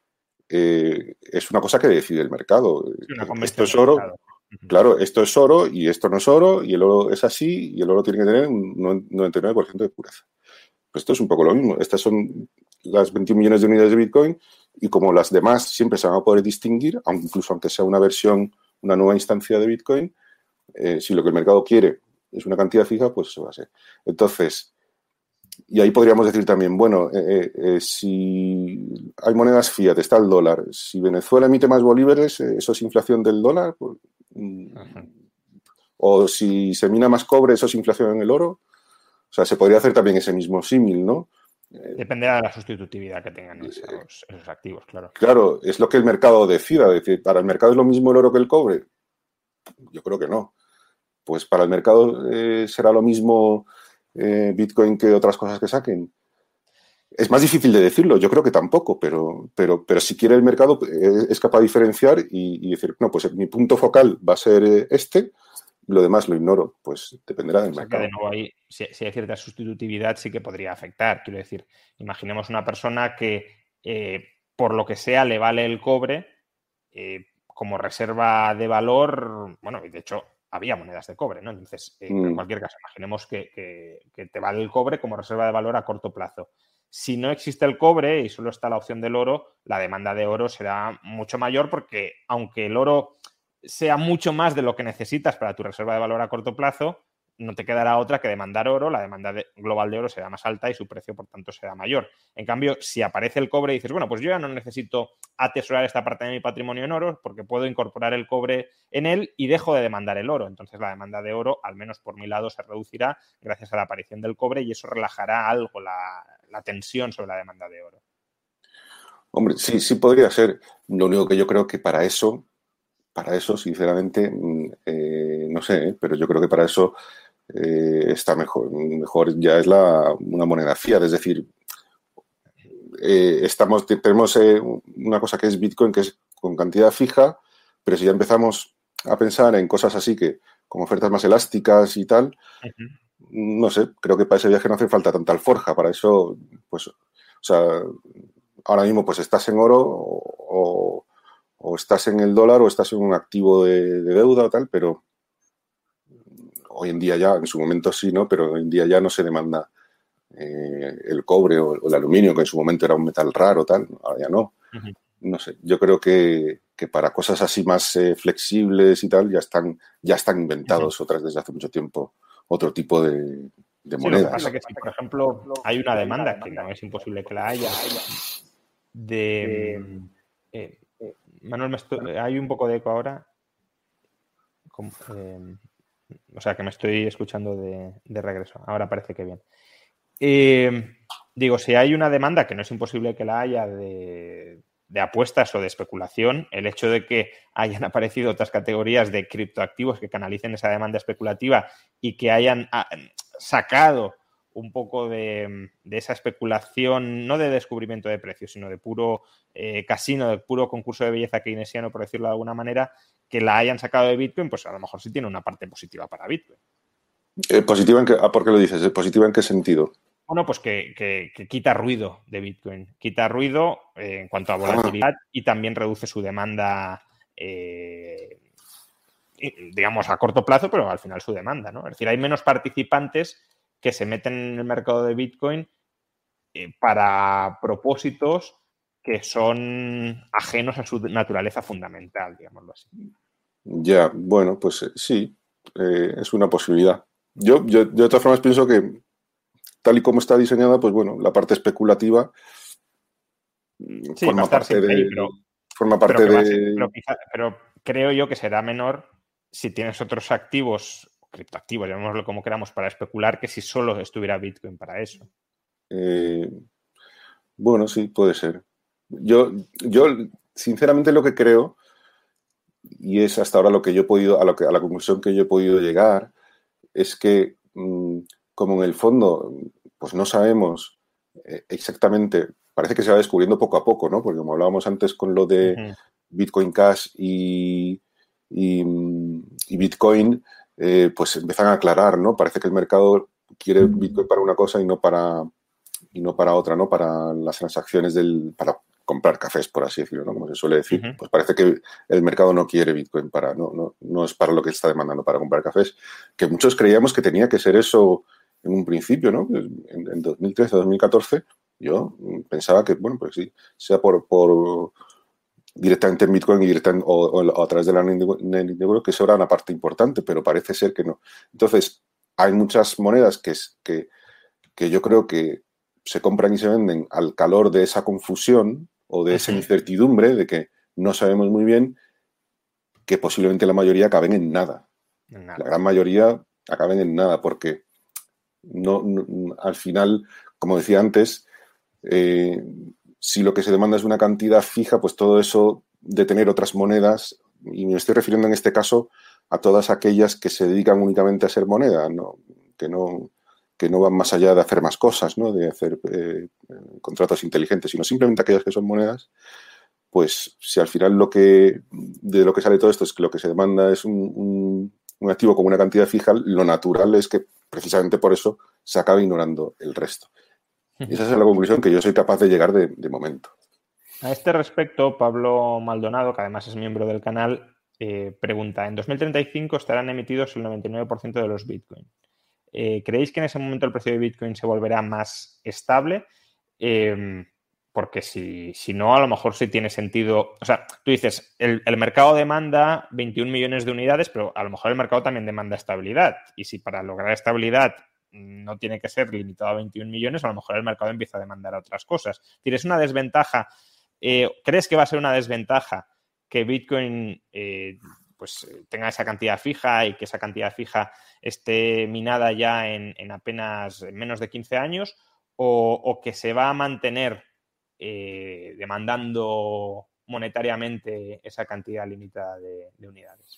[SPEAKER 7] Eh, es una cosa que decide el mercado. Esto es oro, claro, esto es oro y esto no es oro y el oro es así y el oro tiene que tener un noventa y nueve por ciento de pureza. Pues esto es un poco lo mismo. Estas son las veintiún millones de unidades de Bitcoin y como las demás siempre se van a poder distinguir, aunque incluso aunque sea una versión, una nueva instancia de Bitcoin, eh, si lo que el mercado quiere es una cantidad fija, pues eso va a ser. Entonces, y ahí podríamos decir también, bueno, eh, eh, si hay monedas fiat, está el dólar. Si Venezuela emite más bolívares, eh, ¿eso es inflación del dólar? Pues, o si se mina más cobre, ¿eso es inflación en el oro? O sea, se podría hacer también ese mismo símil, ¿no?
[SPEAKER 6] Dependerá de la sustitutividad que tengan esos, esos activos, claro.
[SPEAKER 7] Claro, es lo que el mercado decida. Es decir, ¿para el mercado es lo mismo el oro que el cobre? Yo creo que no. Pues para el mercado eh, será lo mismo eh, Bitcoin que otras cosas que saquen. Es más difícil de decirlo, yo creo que tampoco, pero, pero, pero si quiere el mercado eh, es capaz de diferenciar y, y decir, no, pues mi punto focal va a ser este y lo demás lo ignoro. Pues dependerá del
[SPEAKER 6] o sea,
[SPEAKER 7] mercado.
[SPEAKER 6] Que de nuevo ahí, si, si hay cierta sustitutividad, sí que podría afectar. Quiero decir, imaginemos una persona que eh, por lo que sea le vale el cobre eh, como reserva de valor, bueno, y de hecho había monedas de cobre, ¿no? Entonces, eh, mm. en cualquier caso, imaginemos que, que, que te vale el cobre como reserva de valor a corto plazo. Si no existe el cobre y solo está la opción del oro, la demanda de oro será mucho mayor porque aunque el oro sea mucho más de lo que necesitas para tu reserva de valor a corto plazo, no te quedará otra que demandar oro, la demanda de, global de oro será más alta y su precio, por tanto, será mayor. En cambio, si aparece el cobre y dices, bueno, pues yo ya no necesito atesorar esta parte de mi patrimonio en oro porque puedo incorporar el cobre en él y dejo de demandar el oro. Entonces, la demanda de oro, al menos por mi lado, se reducirá gracias a la aparición del cobre y eso relajará algo la, la tensión sobre la demanda de oro.
[SPEAKER 7] Hombre, sí, sí podría ser. Lo único que yo creo que para eso, para eso, sinceramente, eh, no sé, ¿eh? pero yo creo que para eso Eh, está mejor, mejor ya es la, una moneda fiat, es decir, eh, estamos, tenemos eh, una cosa que es Bitcoin, que es con cantidad fija, pero si ya empezamos a pensar en cosas así que, como ofertas más elásticas y tal, uh-huh. no sé, creo que para ese viaje no hace falta tanta alforja. Para eso, pues, o sea, ahora mismo pues estás en oro o, o estás en el dólar o estás en un activo de, de deuda o tal, pero hoy en día ya, en su momento sí, ¿no? Pero hoy en día ya no se demanda eh, el cobre o, o el aluminio, que en su momento era un metal raro, tal, ahora ya no. Uh-huh. No sé, yo creo que, que para cosas así más eh, flexibles y tal, ya están, ya están inventados uh-huh. otras desde hace mucho tiempo, otro tipo de, de
[SPEAKER 6] sí,
[SPEAKER 7] monedas.
[SPEAKER 6] Lo que pasa es que si, por ejemplo, hay una demanda, que no es imposible que la haya, de... Eh, eh, Manuel, me estoy, hay un poco de eco ahora. Como, eh, o sea, que me estoy escuchando de, de regreso. Ahora parece que bien. Eh, digo, si hay una demanda, que no es imposible que la haya, de... de apuestas o de especulación, el hecho de que hayan aparecido otras categorías de criptoactivos que canalicen esa demanda especulativa y que hayan sacado un poco de, de esa especulación, no de descubrimiento de precios, sino de puro eh, casino, de puro concurso de belleza keynesiano, por decirlo de alguna manera, que la hayan sacado de Bitcoin, pues a lo mejor sí tiene una parte positiva para Bitcoin.
[SPEAKER 7] Eh, ¿Positiva en qué? Ah, ¿por qué lo dices? ¿Positiva en qué sentido?
[SPEAKER 6] Bueno, pues que, que, que quita ruido de Bitcoin. Quita ruido eh, en cuanto a volatilidad ah. y también reduce su demanda, eh, digamos, a corto plazo, pero al final su demanda, ¿no? Es decir, hay menos participantes que se meten en el mercado de Bitcoin eh, para propósitos que son ajenos a su naturaleza fundamental, digámoslo así.
[SPEAKER 7] Ya, bueno, pues eh, sí, eh, es una posibilidad. Yo, yo, yo de todas formas pienso que tal y como está diseñada, pues bueno, la parte especulativa
[SPEAKER 6] sí,
[SPEAKER 7] forma, parte de,
[SPEAKER 6] ahí, pero,
[SPEAKER 7] forma parte
[SPEAKER 6] pero
[SPEAKER 7] de...
[SPEAKER 6] Ser, pero, quizá, pero creo yo que será menor si tienes otros activos, criptoactivos, llamémoslo como queramos, para especular, que si solo estuviera Bitcoin para eso.
[SPEAKER 7] Eh, bueno, sí, puede ser. Yo, yo, sinceramente, lo que creo, y es hasta ahora lo que yo he podido, a, lo que, a la conclusión que yo he podido llegar, es que mmm, como en el fondo, pues no sabemos exactamente, parece que se va descubriendo poco a poco, ¿no? Porque como hablábamos antes con lo de uh-huh. Bitcoin Cash y, y, y Bitcoin, eh, pues empiezan a aclarar, ¿no? Parece que el mercado quiere Bitcoin para una cosa y no para, y no para otra, ¿no? Para las transacciones del, para comprar cafés, por así decirlo, ¿no? Como se suele decir. Uh-huh. Pues parece que el mercado no quiere Bitcoin para, no, no, no es para lo que está demandando, para comprar cafés. Que muchos creíamos que tenía que ser eso en un principio, ¿no? En, en dos mil trece, dos mil catorce, yo pensaba que, bueno, pues sí, sea por, por directamente en Bitcoin y directamente, o, o a través de la Network, que eso era una parte importante, pero parece ser que no. Entonces, hay muchas monedas que, que, que yo creo que se compran y se venden al calor de esa confusión o de esa incertidumbre de que no sabemos muy bien, que posiblemente la mayoría acaben en nada. nada. La gran mayoría acaben en nada, porque No, no, al final, como decía antes, eh, si lo que se demanda es una cantidad fija, pues todo eso de tener otras monedas, y me estoy refiriendo en este caso a todas aquellas que se dedican únicamente a ser moneda, ¿no? Que no, que no van más allá de hacer más cosas, ¿no? De hacer eh, contratos inteligentes, sino simplemente aquellas que son monedas, pues si al final lo que de lo que sale todo esto es que lo que se demanda es un, un, un activo con una cantidad fija, lo natural es que precisamente por eso se acaba ignorando el resto. Y esa es la conclusión que yo soy capaz de llegar de, de momento.
[SPEAKER 6] A este respecto, Pablo Maldonado, que además es miembro del canal, eh, pregunta, en dos mil treinta y cinco estarán emitidos el noventa y nueve por ciento de los Bitcoin. Eh, ¿Creéis que en ese momento el precio de Bitcoin se volverá más estable? Eh, porque si, si no, a lo mejor sí tiene sentido. O sea, tú dices, el, el mercado demanda veintiún millones de unidades, pero a lo mejor el mercado también demanda estabilidad. Y si para lograr estabilidad no tiene que ser limitado a veintiún millones, a lo mejor el mercado empieza a demandar otras cosas. Es decir, es una desventaja. Eh, ¿Crees que va a ser una desventaja que Bitcoin eh, pues tenga esa cantidad fija y que esa cantidad fija esté minada ya en, en apenas en menos de quince años? O, o que se va a mantener Eh, demandando monetariamente esa cantidad limitada de, de unidades?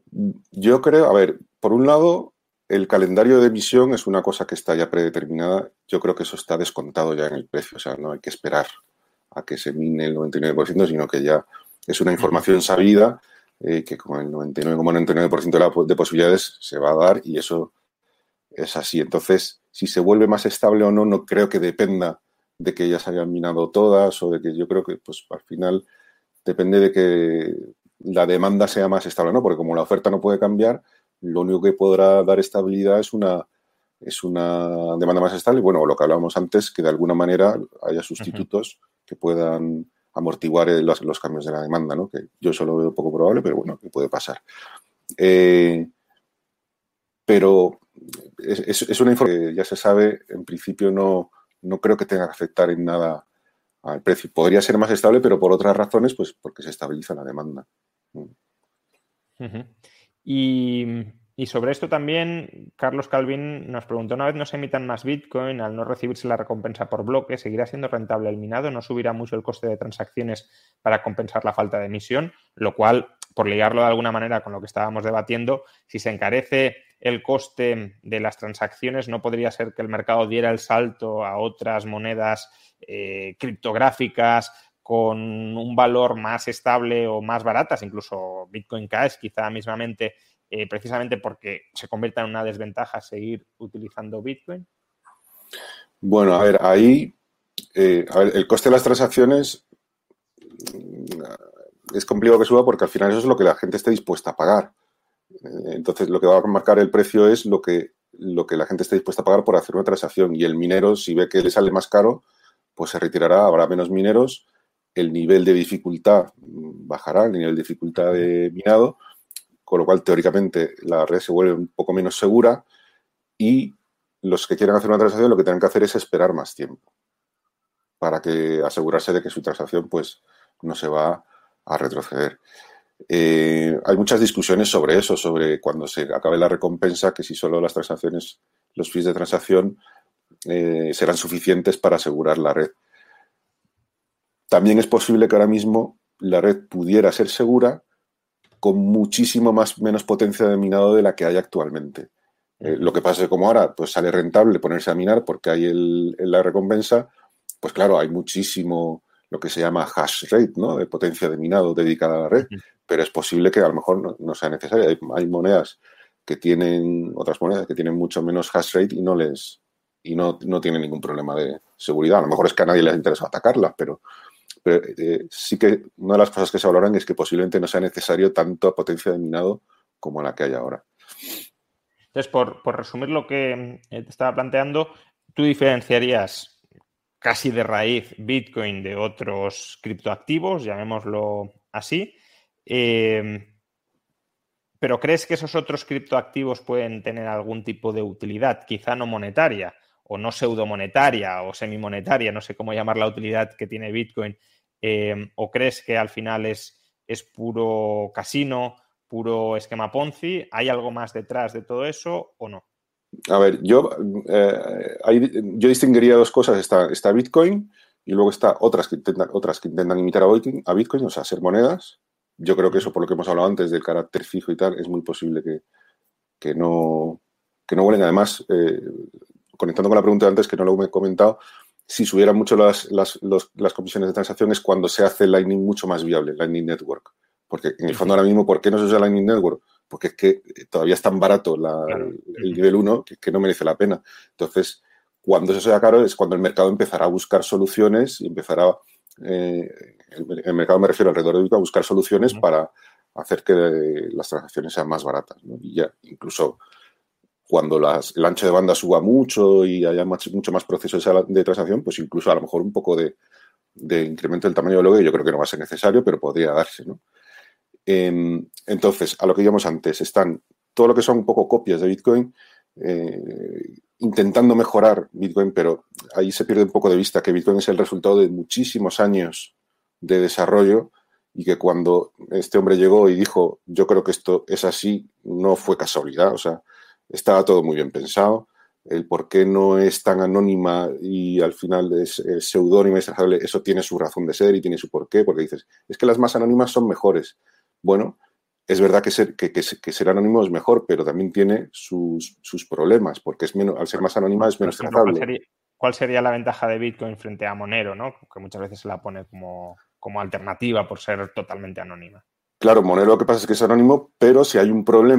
[SPEAKER 7] Yo creo, a ver, por un lado, el calendario de emisión es una cosa que está ya predeterminada. Yo creo que eso está descontado ya en el precio, o sea, no hay que esperar a que se mine el noventa y nueve por ciento, sino que ya es una información sabida eh, que con el noventa y nueve coma noventa y nueve por ciento de, la, de posibilidades se va a dar, y eso es así. Entonces, si se vuelve más estable o no, no creo que dependa de que ya se hayan minado todas o de que yo creo que pues al final depende de que la demanda sea más estable, ¿no? Porque como la oferta no puede cambiar, lo único que podrá dar estabilidad es una, es una demanda más estable. Bueno, lo que hablábamos antes, que de alguna manera haya sustitutos uh-huh. que puedan amortiguar los, los cambios de la demanda, ¿no? Que yo eso lo veo poco probable, pero bueno, que puede pasar. Eh, pero es, es, es una información que ya se sabe, en principio no, no creo que tenga que afectar en nada al precio. Podría ser más estable, pero por otras razones, pues porque se estabiliza la demanda.
[SPEAKER 6] Uh-huh. Y, y sobre esto también, Carlos Calvin nos preguntó: una vez no se emitan más Bitcoin, al no recibirse la recompensa por bloque, ¿seguirá siendo rentable el minado? ¿No subirá mucho el coste de transacciones para compensar la falta de emisión? Lo cual, por ligarlo de alguna manera con lo que estábamos debatiendo, si se encarece el coste de las transacciones, ¿no podría ser que el mercado diera el salto a otras monedas eh, criptográficas con un valor más estable o más baratas, incluso Bitcoin Cash, quizá mismamente, eh, precisamente porque se convierta en una desventaja seguir utilizando Bitcoin?
[SPEAKER 7] Bueno, a ver, ahí eh, a ver, el coste de las transacciones es complicado que suba porque al final eso es lo que la gente esté dispuesta a pagar. Entonces, lo que va a marcar el precio es lo que, lo que la gente esté dispuesta a pagar por hacer una transacción. Y el minero, si ve que le sale más caro, pues se retirará, habrá menos mineros, el nivel de dificultad bajará, el nivel de dificultad de minado, con lo cual, teóricamente, la red se vuelve un poco menos segura y los que quieran hacer una transacción lo que tienen que hacer es esperar más tiempo para que asegurarse de que su transacción pues, no se va a retroceder. Eh, hay muchas discusiones sobre eso, sobre cuando se acabe la recompensa, que si solo las transacciones, los fees de transacción eh, serán suficientes para asegurar la red. También es posible que ahora mismo la red pudiera ser segura con muchísimo más, menos potencia de minado de la que hay actualmente. Eh, lo que pasa es que como ahora pues sale rentable ponerse a minar porque hay el, la recompensa, pues claro, hay muchísimo lo que se llama hash rate, ¿no? De potencia de minado dedicada a la red, uh-huh. pero es posible que a lo mejor no, no sea necesaria. Hay, hay monedas que tienen, otras monedas que tienen mucho menos hash rate y no les y no, no tienen ningún problema de seguridad. A lo mejor es que a nadie les interesa atacarlas, pero, pero eh, sí que una de las cosas que se valoran es que posiblemente no sea necesario tanta potencia de minado como la que hay ahora.
[SPEAKER 6] Entonces, por, por resumir lo que te estaba planteando, tú diferenciarías casi de raíz Bitcoin de otros criptoactivos, llamémoslo así, eh, pero ¿crees que esos otros criptoactivos pueden tener algún tipo de utilidad, quizá no monetaria, o no pseudomonetaria, o semimonetaria, no sé cómo llamar la utilidad que tiene Bitcoin, eh, o crees que al final es, es puro casino, puro esquema Ponzi? ¿Hay algo más detrás de todo eso o no?
[SPEAKER 7] A ver, yo, eh, hay, yo distinguiría dos cosas. Está, está Bitcoin y luego está otras que, intentan, otras que intentan imitar a Bitcoin, a Bitcoin, o sea, ser monedas. Yo creo que eso, por lo que hemos hablado antes del carácter fijo y tal, es muy posible que, que, no, que no vuelen. Además, eh, conectando con la pregunta de antes, que no lo he comentado, si subieran mucho las, las, los, las comisiones de transacción es cuando se hace Lightning mucho más viable, Lightning Network. Porque en el fondo ahora mismo, ¿por qué no se usa Lightning Network? Porque es que todavía es tan barato la, claro. el, el nivel uno que, que no merece la pena. Entonces, cuando eso sea caro es cuando el mercado empezará a buscar soluciones y empezará, eh, el, el mercado me refiero alrededor de Bitcoin, a buscar soluciones uh-huh. para hacer que las transacciones sean más baratas, ¿no? Y ya, incluso cuando las, el ancho de banda suba mucho y haya más, mucho más procesos de transacción, pues incluso a lo mejor un poco de, de incremento del tamaño del bloque, yo creo que no va a ser necesario, pero podría darse, ¿no? Eh, entonces, a lo que íbamos antes, están todo lo que son un poco copias de Bitcoin, eh, intentando mejorar Bitcoin, pero ahí se pierde un poco de vista que Bitcoin es el resultado de muchísimos años de desarrollo y que cuando este hombre llegó y dijo, yo creo que esto es así, no fue casualidad, o sea, estaba todo muy bien pensado. El por qué no es tan anónima y al final es, es seudónima y desarrollable, eso tiene su razón de ser y tiene su porqué, porque dices, es que las más anónimas son mejores. Bueno, es verdad que ser, que, que, que ser anónimo es mejor, pero también tiene sus, sus problemas, porque es menos, al ser más anónima es menos trazable.
[SPEAKER 6] ¿Cuál sería, ¿Cuál sería la ventaja de Bitcoin frente a Monero, ¿no? Que muchas veces se la pone como, como alternativa por ser totalmente anónima.
[SPEAKER 7] Claro, Monero lo que pasa es que es anónimo, pero si hay un problema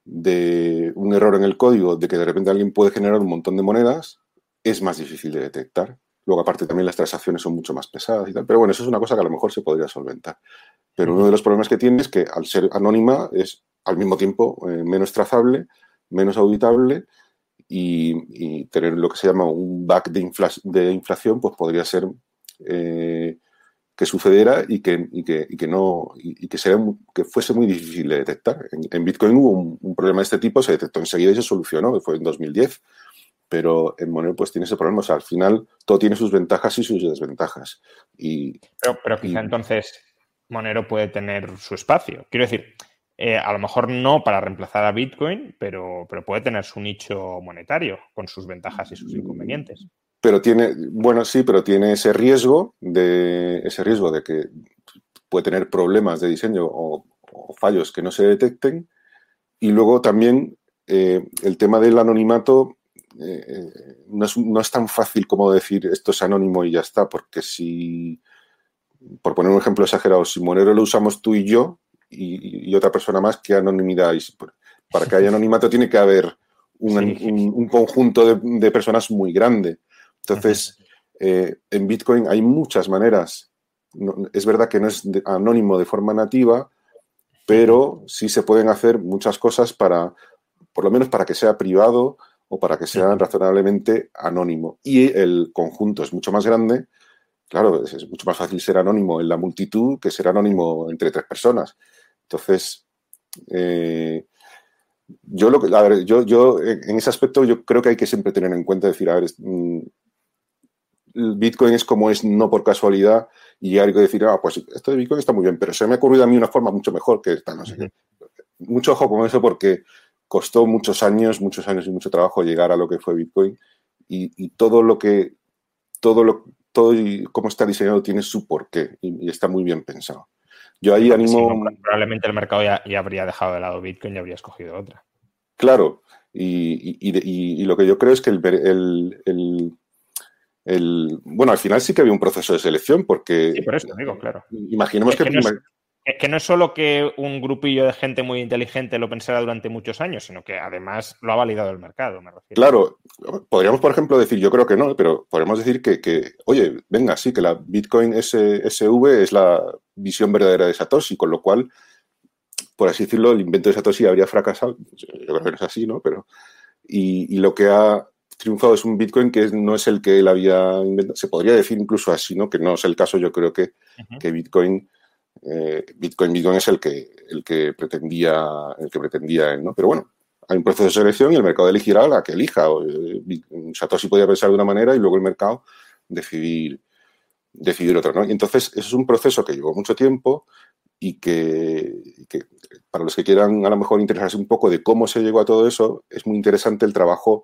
[SPEAKER 7] de un error en el código, de que de repente alguien puede generar un montón de monedas, es más difícil de detectar. Luego, aparte, también las transacciones son mucho más pesadas y tal. Pero bueno, eso es una cosa que a lo mejor se podría solventar. Pero uno de los problemas que tiene es que al ser anónima es al mismo tiempo eh, menos trazable, menos auditable y, y tener lo que se llama un bug de, infla de inflación, pues podría ser eh, que sucediera y que, y que, y que no y, y que, sería, que fuese muy difícil de detectar. En, en Bitcoin hubo un, un problema de este tipo, se detectó enseguida y se solucionó, que fue en dos mil diez. Pero en Monero pues tiene ese problema. O sea, al final todo tiene sus ventajas y sus desventajas. Y,
[SPEAKER 6] pero, pero quizá
[SPEAKER 7] y,
[SPEAKER 6] entonces Monero puede tener su espacio. Quiero decir, eh, a lo mejor no para reemplazar a Bitcoin, pero, pero puede tener su nicho monetario con sus ventajas y sus inconvenientes.
[SPEAKER 7] Pero tiene, bueno, sí, pero tiene ese riesgo de ese riesgo de que puede tener problemas de diseño o, o fallos que no se detecten. Y luego también eh, el tema del anonimato. Eh, no, es, no es tan fácil como decir esto es anónimo y ya está, porque si, por poner un ejemplo exagerado, si Monero lo usamos tú y yo y, y otra persona más, ¿qué anonimidad hay? Para que haya anonimato tiene que haber un, sí. un, un conjunto de, de personas muy grande. Entonces, eh, en Bitcoin hay muchas maneras. No, es verdad que no es de, anónimo de forma nativa, pero sí se pueden hacer muchas cosas para, por lo menos para que sea privado o para que sea razonablemente anónimo. Y el conjunto es mucho más grande. Claro, es, es mucho más fácil ser anónimo en la multitud que ser anónimo entre tres personas. Entonces, eh, yo, lo que, a ver, yo, yo en ese aspecto yo creo que hay que siempre tener en cuenta, decir, a ver, es, mm, el Bitcoin es como es, no por casualidad, y hay que decir, ah, pues esto de Bitcoin está muy bien, pero se me ha ocurrido a mí una forma mucho mejor que esta, no sé qué. Mucho ojo con eso porque costó muchos años, muchos años y mucho trabajo llegar a lo que fue Bitcoin y, y todo lo que, todo lo, todo y cómo está diseñado tiene su porqué y, y está muy bien pensado. Yo ahí
[SPEAKER 6] Porque
[SPEAKER 7] animo...
[SPEAKER 6] si no, probablemente el mercado ya, ya habría dejado de lado Bitcoin y habría escogido otra.
[SPEAKER 7] Claro, y, y, y, y lo que yo creo es que el, el, el, el... Bueno, al final sí que había un proceso de selección porque...
[SPEAKER 6] Sí, por eso digo, claro.
[SPEAKER 7] Imaginemos
[SPEAKER 6] es que...
[SPEAKER 7] que,
[SPEAKER 6] que no es... Que no es solo que un grupillo de gente muy inteligente lo pensara durante muchos años, sino que además lo ha validado el mercado, me refiero.
[SPEAKER 7] Claro, podríamos, por ejemplo, decir, yo creo que no, pero podríamos decir que, que oye, venga, sí, que la Bitcoin S V es la visión verdadera de Satoshi, con lo cual, por así decirlo, el invento de Satoshi habría fracasado. Yo creo que no es así, ¿no? Pero, y, y lo que ha triunfado es un Bitcoin que no es el que él había inventado. Se podría decir incluso así, ¿no? Que no es el caso, yo creo que, uh-huh. que Bitcoin... Eh, Bitcoin, Bitcoin es el que, el que pretendía, el que pretendía él, ¿no? Pero bueno, hay un proceso de selección y el mercado elegirá la que elija. Satoshi podía pensar de una manera y luego el mercado decidir, decidir otra, ¿no? Y entonces, eso es un proceso que llevó mucho tiempo y que, y que para los que quieran a lo mejor interesarse un poco de cómo se llegó a todo eso, es muy interesante el trabajo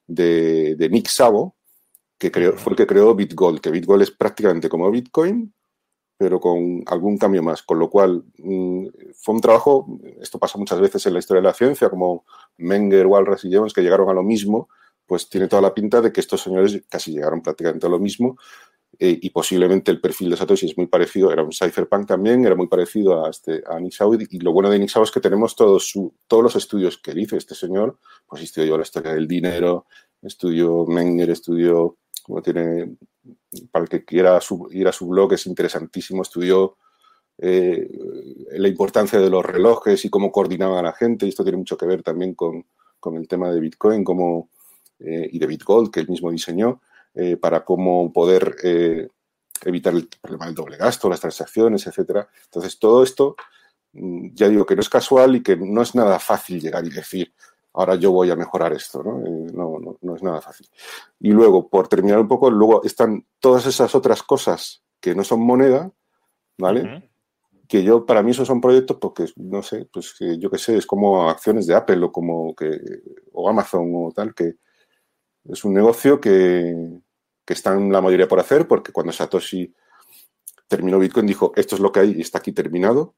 [SPEAKER 7] de, de Nick Szabo, que creó, fue el que creó BitGold, que BitGold es prácticamente como Bitcoin, pero con algún cambio más, con lo cual mmm, fue un trabajo, esto pasa muchas veces en la historia de la ciencia, como Menger, Walras y Jones, que llegaron a lo mismo, pues tiene toda la pinta de que estos señores casi llegaron prácticamente a lo mismo eh, y posiblemente el perfil de Satoshi es muy parecido, era un cypherpunk también, era muy parecido a, este, a Nick Szabo, y lo bueno de Nick Szabo es que tenemos todos, su, todos los estudios que él hizo este señor, pues estudió la historia del dinero, estudió Menger, estudió, como tiene... Para el que quiera su, ir a su blog es interesantísimo, estudió eh, la importancia de los relojes y cómo coordinaban a la gente, y esto tiene mucho que ver también con, con el tema de Bitcoin cómo, eh, y de BitGold, que él mismo diseñó, eh, para cómo poder eh, evitar el problema del doble gasto, las transacciones, etcétera. Entonces, todo esto, ya digo que no es casual y que no es nada fácil llegar y decir, ahora yo voy a mejorar esto, ¿no? Eh, no, no, no es nada fácil. Y luego, por terminar un poco, luego están todas esas otras cosas que no son moneda, ¿vale? Uh-huh. Que yo, para mí, esos son proyectos porque, no sé, pues que yo qué sé, es como acciones de Apple o como que, o Amazon o tal, que es un negocio que, que están la mayoría por hacer, porque cuando Satoshi terminó Bitcoin dijo, esto es lo que hay y está aquí terminado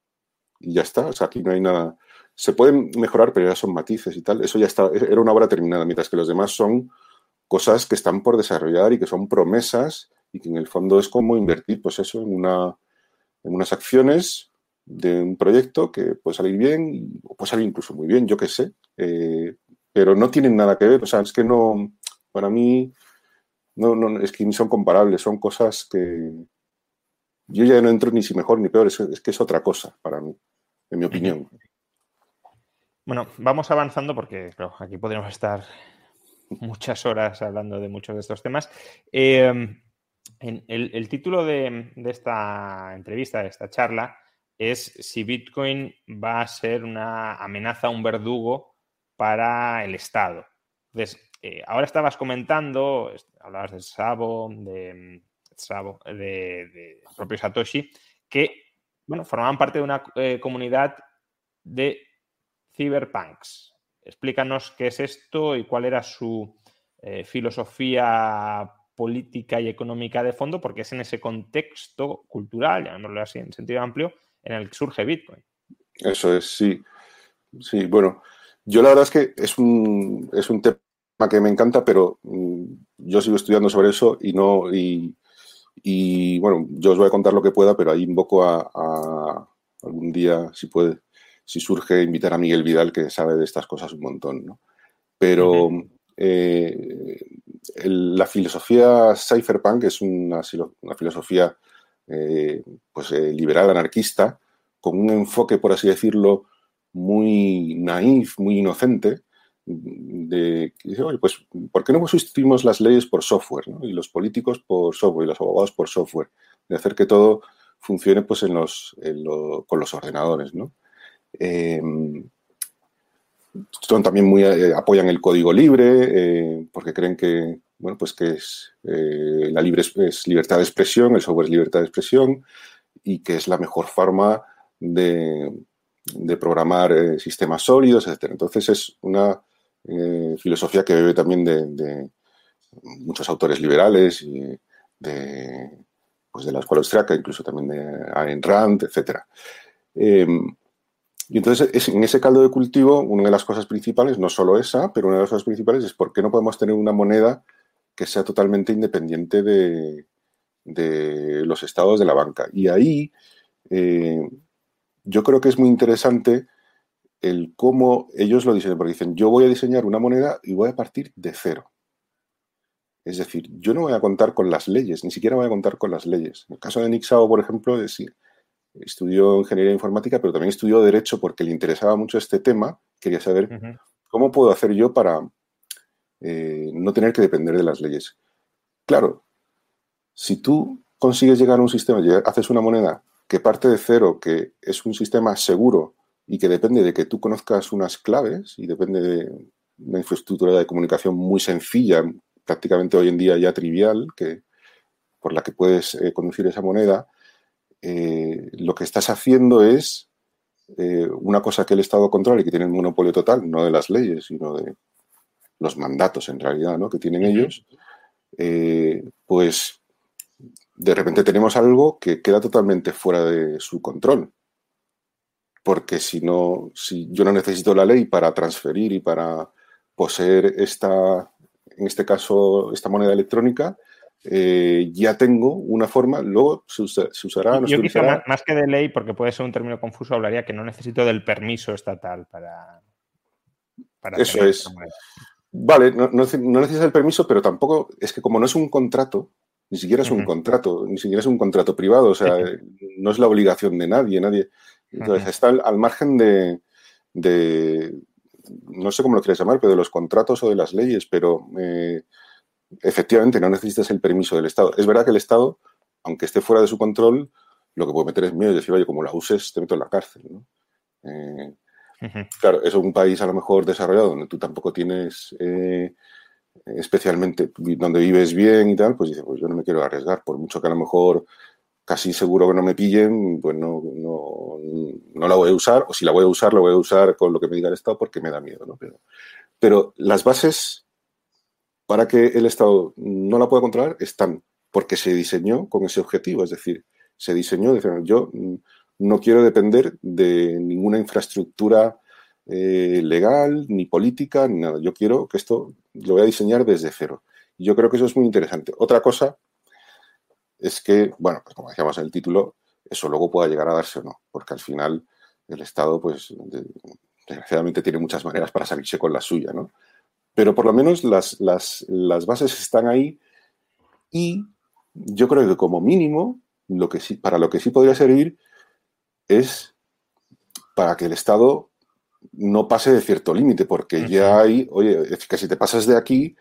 [SPEAKER 7] y ya está, o sea, aquí no hay nada... Se pueden mejorar, pero ya son matices y tal. Eso ya está, era una obra terminada, mientras que los demás son cosas que están por desarrollar y que son promesas y que en el fondo es como invertir, pues eso, en, una, en unas acciones de un proyecto que puede salir bien, o puede salir incluso muy bien, yo qué sé, eh, pero no tienen nada que ver. O sea, es que no, para mí, no, no, es que ni son comparables, son cosas que yo ya no entro ni si mejor ni peor, es, es que es otra cosa para mí, en mi opinión.
[SPEAKER 6] Bueno, vamos avanzando porque claro, aquí podríamos estar muchas horas hablando de muchos de estos temas. Eh, en el, el título de, de esta entrevista, de esta charla, es si Bitcoin va a ser una amenaza, un verdugo para el Estado. Entonces, eh, ahora estabas comentando, hablabas del Szabo, de, Szabo, de, de propio Satoshi, que bueno, formaban parte de una eh, comunidad de cyberpunks. Explícanos qué es esto y cuál era su eh, filosofía política y económica de fondo, porque es en ese contexto cultural, llamémoslo así, en sentido amplio, en el que surge Bitcoin.
[SPEAKER 7] Eso es, sí. Sí, bueno, yo la verdad es que es un, es un tema que me encanta, pero mm, yo sigo estudiando sobre eso y no... Y, y bueno, yo os voy a contar lo que pueda, pero ahí invoco a, a algún día, si puede, si surge, invitar a Miguel Vidal, que sabe de estas cosas un montón, ¿no? Pero uh-huh. eh, el, la filosofía cypherpunk es una, una filosofía eh, pues, eh, liberal anarquista, con un enfoque, por así decirlo, muy naif, muy inocente, de que dice, oye, pues, ¿por qué no sustituimos las leyes por software, ¿no? Y los políticos por software y los abogados por software? De hacer que todo funcione pues, en los, en lo, con los ordenadores, ¿no? Eh, son también muy eh, apoyan el código libre eh, porque creen que bueno pues que es eh, la libre es libertad de expresión, el software es libertad de expresión y que es la mejor forma de, de programar eh, sistemas sólidos, etcétera. Entonces es una eh, filosofía que bebe también de, de muchos autores liberales y de pues de la escuela austríaca, incluso también de Ayn Rand, etcétera. Eh, Y entonces, es, en ese caldo de cultivo, una de las cosas principales, no solo esa, pero una de las cosas principales es por qué no podemos tener una moneda que sea totalmente independiente de, de los estados de la banca. Y ahí eh, yo creo que es muy interesante el cómo ellos lo diseñan, porque dicen, yo voy a diseñar una moneda y voy a partir de cero. Es decir, yo no voy a contar con las leyes, ni siquiera voy a contar con las leyes. En el caso de Nick Szabo, por ejemplo, es sí, estudió ingeniería informática, pero también estudió derecho porque le interesaba mucho este tema. Quería saber uh-huh. cómo puedo hacer yo para eh, no tener que depender de las leyes. Claro, si tú consigues llegar a un sistema, haces una moneda que parte de cero, que es un sistema seguro y que depende de que tú conozcas unas claves y depende de una infraestructura de comunicación muy sencilla, prácticamente hoy en día ya trivial, que, por la que puedes eh, conducir esa moneda, Eh, lo que estás haciendo es eh, una cosa que el Estado controla y que tiene el monopolio total, no de las leyes, sino de los mandatos en realidad, ¿no? que tienen ellos, eh, pues de repente tenemos algo que queda totalmente fuera de su control. Porque si no, si yo no necesito la ley para transferir y para poseer esta, en este caso, esta moneda electrónica, Eh, ya tengo una forma, luego se, usa, se usará, no
[SPEAKER 6] Yo
[SPEAKER 7] se
[SPEAKER 6] quizá
[SPEAKER 7] utilizará.
[SPEAKER 6] Más, más que de ley, porque puede ser un término confuso, hablaría que no necesito del permiso estatal para, para
[SPEAKER 7] Eso
[SPEAKER 6] tener
[SPEAKER 7] es. Vale, no, no, no necesitas el permiso, pero tampoco, es que como no es un contrato, ni siquiera es un uh-huh. contrato, ni siquiera es un contrato privado, o sea, uh-huh. no es la obligación de nadie, nadie. Entonces, uh-huh. está al, al margen de, de, no sé cómo lo quieres llamar, pero de los contratos o de las leyes, pero... Eh, efectivamente, no necesitas el permiso del Estado. Es verdad que el Estado, aunque esté fuera de su control, lo que puede meter es miedo y decir, oye, como la uses, te meto en la cárcel, ¿no? Eh, uh-huh. Claro, eso es un país a lo mejor desarrollado donde tú tampoco tienes eh, especialmente, donde vives bien y tal, pues dices, pues yo no me quiero arriesgar, por mucho que a lo mejor casi seguro que no me pillen, pues no, no, no la voy a usar, o si la voy a usar, la voy a usar con lo que me diga el Estado porque me da miedo, ¿no? Pero, pero las bases para que el Estado no la pueda controlar están, porque se diseñó con ese objetivo, es decir, se diseñó, decir, yo no quiero depender de ninguna infraestructura eh, legal, ni política, ni nada. Yo quiero que esto lo voy a diseñar desde cero. Y yo creo que eso es muy interesante. Otra cosa es que, bueno, pues como decíamos en el título, eso luego pueda llegar a darse o no, porque al final el Estado, pues, de, desgraciadamente tiene muchas maneras para salirse con la suya, ¿no? Pero por lo menos las, las, las bases están ahí y yo creo que como mínimo, lo que sí, para lo que sí podría servir es para que el Estado no pase de cierto límite, porque uh-huh. ya hay, oye, es que si te pasas de aquí,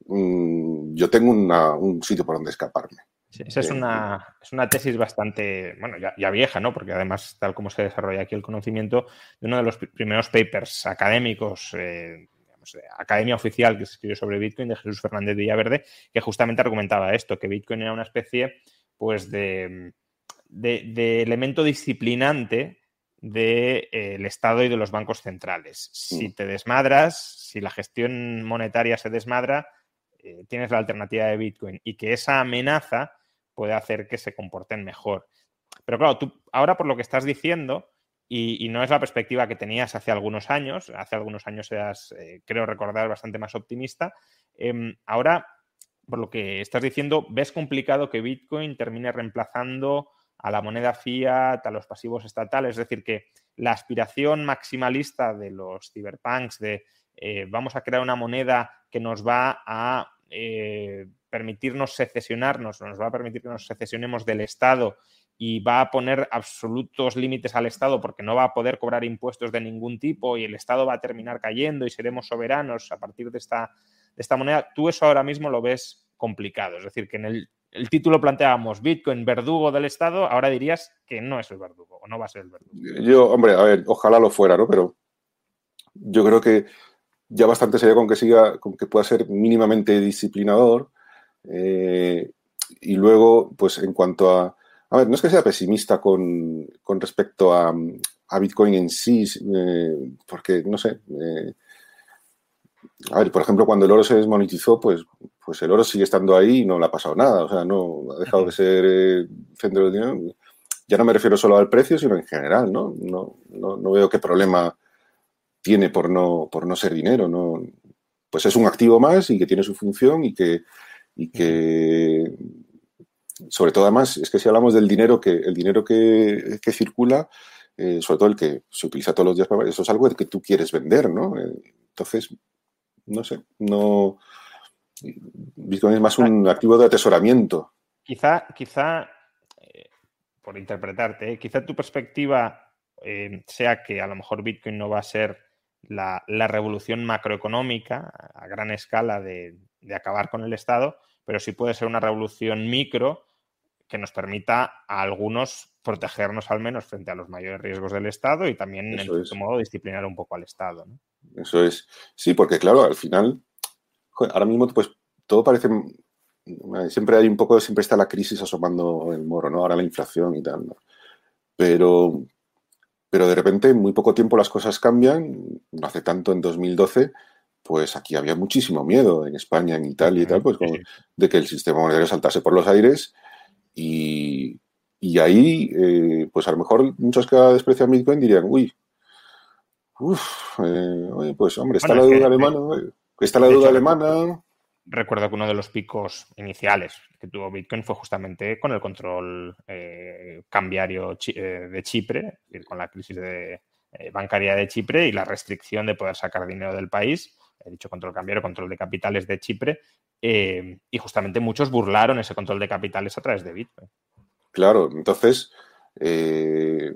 [SPEAKER 7] mmm, yo tengo una, un sitio por donde escaparme.
[SPEAKER 6] Sí, esa es una, es una tesis bastante, bueno, ya, ya vieja, ¿no? Porque además, tal como se desarrolla aquí el conocimiento, de uno de los primeros papers académicos, eh, digamos, de academia oficial que se escribió sobre Bitcoin, de Jesús Fernández Villaverde, que justamente argumentaba esto, que Bitcoin era una especie, pues, de, de, de elemento disciplinante del de, eh, Estado y de los bancos centrales. Si te desmadras, si la gestión monetaria se desmadra, eh, tienes la alternativa de Bitcoin y que esa amenaza puede hacer que se comporten mejor. Pero claro, tú ahora por lo que estás diciendo, y, y no es la perspectiva que tenías hace algunos años, hace algunos años eras, eh, creo recordar, bastante más optimista, eh, ahora, por lo que estás diciendo, ves complicado que Bitcoin termine reemplazando a la moneda fiat, a los pasivos estatales, es decir, que la aspiración maximalista de los cyberpunks de eh, vamos a crear una moneda que nos va a eh, permitirnos secesionarnos, nos va a permitir que nos secesionemos del Estado y va a poner absolutos límites al Estado porque no va a poder cobrar impuestos de ningún tipo y el Estado va a terminar cayendo y seremos soberanos a partir de esta, de esta moneda. Tú eso ahora mismo lo ves complicado, es decir, que en el El título planteábamos Bitcoin, verdugo del Estado, ahora dirías que no es el verdugo o no va a ser el verdugo.
[SPEAKER 7] Yo, hombre, a ver, ojalá lo fuera, ¿no? Pero yo creo que ya bastante sería con que siga, con que pueda ser mínimamente disciplinador. Eh, y luego, pues en cuanto a... A ver, no es que sea pesimista con, con respecto a, a Bitcoin en sí, eh, porque, no sé... Eh, a ver, por ejemplo, cuando el oro se desmonetizó, pues, pues el oro sigue estando ahí y no le ha pasado nada. O sea, no ha dejado de ser eh, centro del dinero. Ya no me refiero solo al precio, sino en general, ¿no? No, no, no veo qué problema tiene por no, por no ser dinero, ¿no? Pues es un activo más y que tiene su función y que, y que sobre todo, además, es que si hablamos del dinero que, el dinero que, que circula, eh, sobre todo el que se utiliza todos los días, para, eso es algo que tú quieres vender, ¿no? Entonces... No sé, no... Bitcoin es más un activo de atesoramiento.
[SPEAKER 6] Quizá, quizá eh, por interpretarte, eh, quizá tu perspectiva eh, sea que a lo mejor Bitcoin no va a ser la, la revolución macroeconómica a gran escala de, de acabar con el Estado, pero sí puede ser una revolución micro que nos permita a algunos protegernos al menos frente a los mayores riesgos del Estado y también, Eso en cierto modo, disciplinar un poco al Estado, ¿no?
[SPEAKER 7] Eso es. Sí, porque claro, al final, joder, ahora mismo pues todo parece... Siempre hay un poco, siempre está la crisis asomando el moro, ¿no? Ahora la inflación y tal, ¿no? Pero, pero de repente en muy poco tiempo las cosas cambian. No hace tanto, en dos mil doce, pues aquí había muchísimo miedo en España, en Italia y tal, pues como de que el sistema monetario saltase por los aires y, y ahí, eh, pues a lo mejor muchos que desprecian Bitcoin dirían, uy, Uf, eh, oye, pues hombre, está bueno, la deuda alemana, eh, está la deuda hecho, alemana.
[SPEAKER 6] Recuerdo que uno de los picos iniciales que tuvo Bitcoin fue justamente con el control eh, cambiario chi eh, de Chipre, es decir, con la crisis de, eh, bancaria de Chipre y la restricción de poder sacar dinero del país, he dicho control cambiario, control de capitales de Chipre, eh, y justamente muchos burlaron ese control de capitales a través de Bitcoin.
[SPEAKER 7] Claro, entonces... Eh...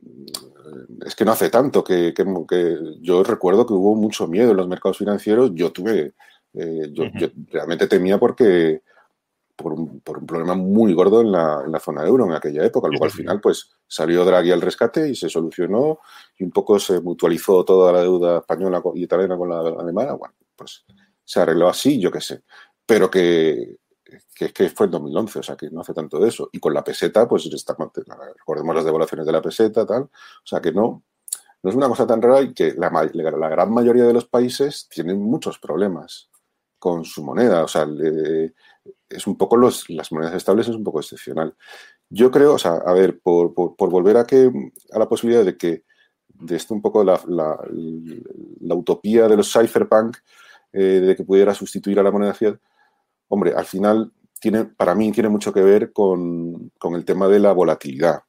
[SPEAKER 7] Es que no hace tanto que, que, que yo recuerdo que hubo mucho miedo en los mercados financieros. Yo tuve, eh, yo, uh-huh. yo realmente temía porque por un, por un problema muy gordo en la, en la zona euro en aquella época. Luego sí, sí, al final pues salió Draghi al rescate y se solucionó y un poco se mutualizó toda la deuda española y italiana con la alemana. Bueno, pues se arregló así, yo qué sé. Pero que... que, que fue en dos mil once, o sea, que no hace tanto de eso. Y con la peseta, pues estamos, recordemos las devaluaciones de la peseta, tal. O sea, que no, no es una cosa tan rara y que la, la gran mayoría de los países tienen muchos problemas con su moneda. O sea, le, es un poco los, las monedas estables es un poco excepcional. Yo creo, o sea, a ver, por, por, por volver a que a la posibilidad de que de esto un poco la, la, la utopía de los cypherpunk, eh, de que pudiera sustituir a la moneda fiat. Hombre, al final, tiene, para mí tiene mucho que ver con, con el tema de la volatilidad.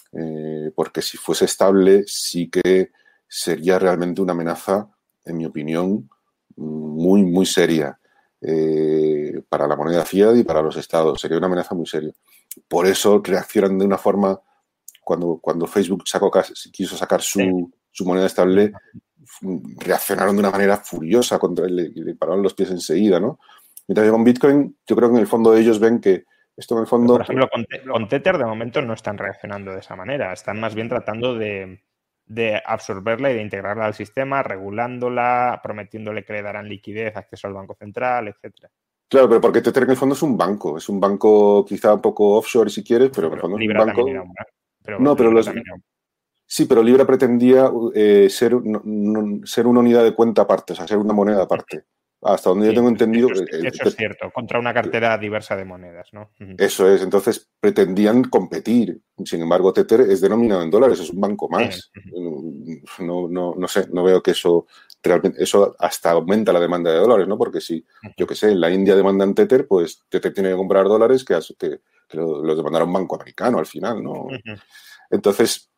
[SPEAKER 7] eh, porque si fuese estable sí que sería realmente una amenaza, en mi opinión, muy, muy seria eh, para la moneda fiat y para los estados. Sería una amenaza muy seria. Por eso reaccionan de una forma, cuando, cuando Facebook sacó, quiso sacar su, sí. su moneda estable, reaccionaron de una manera furiosa contra él, le, le pararon los pies enseguida, ¿no? Mientras que con Bitcoin, yo creo que en el fondo ellos ven que esto en el fondo...
[SPEAKER 6] Por ejemplo, con, con Tether de momento no están reaccionando de esa manera, están más bien tratando de, de absorberla y de integrarla al sistema, regulándola, prometiéndole que le darán liquidez, acceso al Banco Central, etcétera.
[SPEAKER 7] Claro, pero porque Tether en el fondo es un banco, es un banco quizá un poco offshore si quieres, pero, pero en el fondo
[SPEAKER 6] Libra
[SPEAKER 7] es un banco...
[SPEAKER 6] Era una, pero
[SPEAKER 7] no, pero los... Sí, pero Libra pretendía eh, ser, no, no, ser una unidad de cuenta aparte, o sea, ser una moneda aparte. Hasta donde sí, yo tengo entendido...
[SPEAKER 6] Eso, es, el, eso es cierto, contra una cartera diversa de monedas, ¿no?
[SPEAKER 7] Eso es, entonces pretendían competir. Sin embargo, Tether es denominado en dólares, es un banco más. Sí. No, no, no sé, no veo que eso realmente... Eso hasta aumenta la demanda de dólares, ¿no? Porque si, yo qué sé, en la India demandan Tether, pues Tether tiene que comprar dólares que, que, que los demandará un banco americano al final, ¿no? Entonces,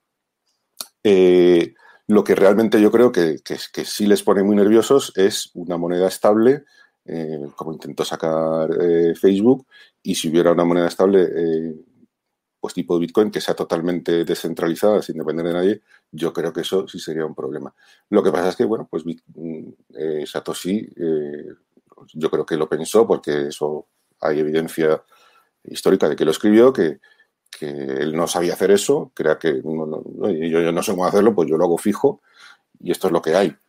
[SPEAKER 7] eh, lo que realmente yo creo que, que, que sí les pone muy nerviosos es una moneda estable, eh, como intentó sacar eh, Facebook, y si hubiera una moneda estable, eh, pues tipo Bitcoin, que sea totalmente descentralizada, sin depender de nadie, yo creo que eso sí sería un problema. Lo que pasa es que, bueno, pues eh, Satoshi, eh, yo creo que lo pensó, porque eso hay evidencia histórica de que lo escribió, que que él no sabía hacer eso, crea que no, no, yo, yo no sé cómo hacerlo, pues yo lo hago fijo y esto es lo que hay.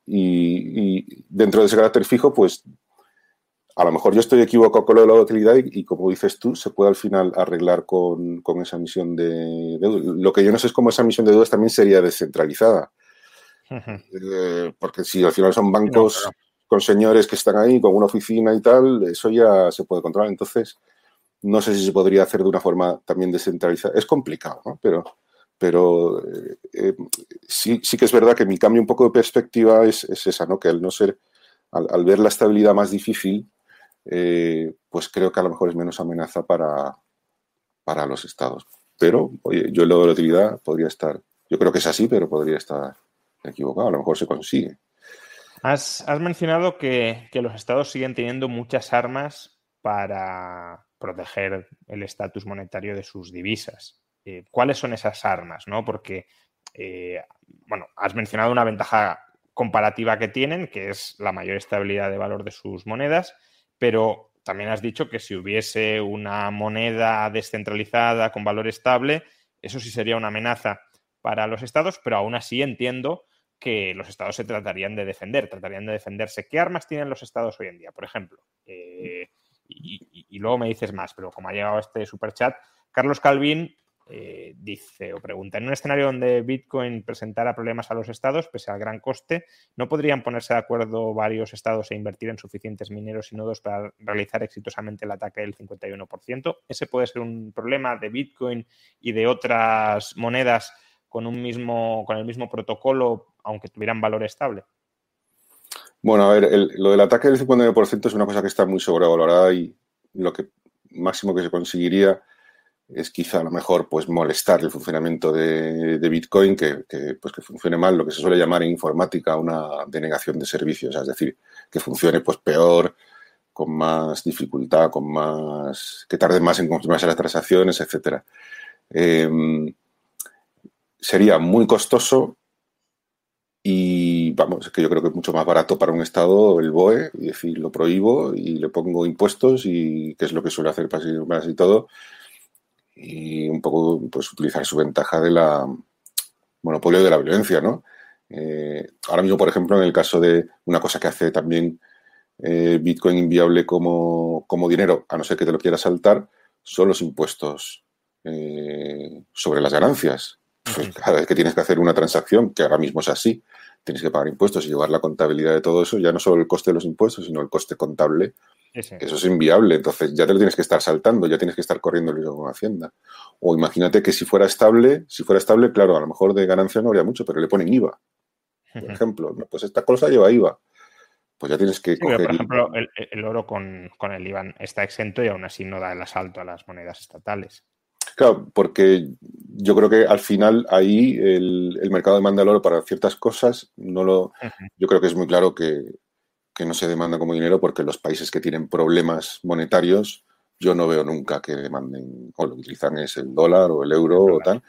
[SPEAKER 7] Y, y dentro de ese carácter fijo, pues a lo mejor yo estoy equivocado con lo de la utilidad y, y como dices tú, se puede al final arreglar con, con esa emisión de, de dudas. Lo que yo no sé es cómo esa emisión de dudas también sería descentralizada. Uh-huh. Eh, porque si al final son bancos no, no. con señores que están ahí, con una oficina y tal, eso ya se puede controlar. Entonces... No sé si se podría hacer de una forma también descentralizada. Es complicado, ¿no? Pero, pero eh, eh, sí, sí que es verdad que mi cambio un poco de perspectiva es, es esa, ¿no? Que al no ser, al, al ver la estabilidad más difícil, eh, pues creo que a lo mejor es menos amenaza para, para los estados. Pero, oye, yo lo de la utilidad podría estar, yo creo que es así, pero podría estar equivocado. A lo mejor se consigue.
[SPEAKER 6] Has, has mencionado que, que los estados siguen teniendo muchas armas para proteger el estatus monetario de sus divisas. Eh, ¿Cuáles son esas armas? ¿No? Porque, eh, bueno, has mencionado una ventaja comparativa que tienen, que es la mayor estabilidad de valor de sus monedas, pero también has dicho que si hubiese una moneda descentralizada con valor estable, eso sí sería una amenaza para los estados, pero aún así entiendo que los estados se tratarían de defender, tratarían de defenderse. ¿Qué armas tienen los estados hoy en día? Por ejemplo, eh, Y, y, y luego me dices más, pero como ha llegado este superchat, Carlos Calvin eh, dice o pregunta, en un escenario donde Bitcoin presentara problemas a los estados, pese al gran coste, ¿no podrían ponerse de acuerdo varios estados e invertir en suficientes mineros y nodos para realizar exitosamente el ataque del cincuenta y uno por ciento? ¿Ese puede ser un problema de Bitcoin y de otras monedas con, un mismo, con el mismo protocolo, aunque tuvieran valor estable?
[SPEAKER 7] Bueno, a ver, el, lo del ataque del cincuenta y nueve por ciento es una cosa que está muy sobrevalorada y lo que máximo que se conseguiría es quizá a lo mejor pues molestar el funcionamiento de, de Bitcoin, que, que, pues, que funcione mal, lo que se suele llamar en informática una denegación de servicios, es decir, que funcione pues peor, con más dificultad, con más que tarde más en confirmarse las transacciones, etcétera. Eh, sería muy costoso. Y vamos, es que yo creo que es mucho más barato para un Estado el B O E y decir, lo prohíbo y le pongo impuestos y que es lo que suele hacer casi y todo. Y un poco pues utilizar su ventaja de la monopolio de la violencia, ¿no? Eh, ahora mismo, por ejemplo, en el caso de una cosa que hace también eh, Bitcoin inviable como, como dinero, a no ser que te lo quieras saltar, son los impuestos eh, sobre las ganancias. Pues cada vez que tienes que hacer una transacción, que ahora mismo es así, tienes que pagar impuestos y llevar la contabilidad de todo eso, ya no solo el coste de los impuestos, sino el coste contable. Sí. Eso es inviable, entonces ya te lo tienes que estar saltando, ya tienes que estar corriendo el riesgo con Hacienda. O imagínate que si fuera estable, si fuera estable, claro, a lo mejor de ganancia no habría mucho, pero le ponen I V A, por ejemplo. No, pues esta cosa lleva I V A. Pues ya tienes que
[SPEAKER 6] sí,
[SPEAKER 7] coger...
[SPEAKER 6] Pero, por ejemplo, el, el oro con, con el I V A está exento y aún así no da el asalto a las monedas estatales.
[SPEAKER 7] Claro, porque yo creo que al final ahí el, el mercado demanda el oro para ciertas cosas. No lo, uh-huh. Yo creo que es muy claro que, que no se demanda como dinero porque los países que tienen problemas monetarios yo no veo nunca que demanden o lo que utilizan es el dólar o el euro o tal.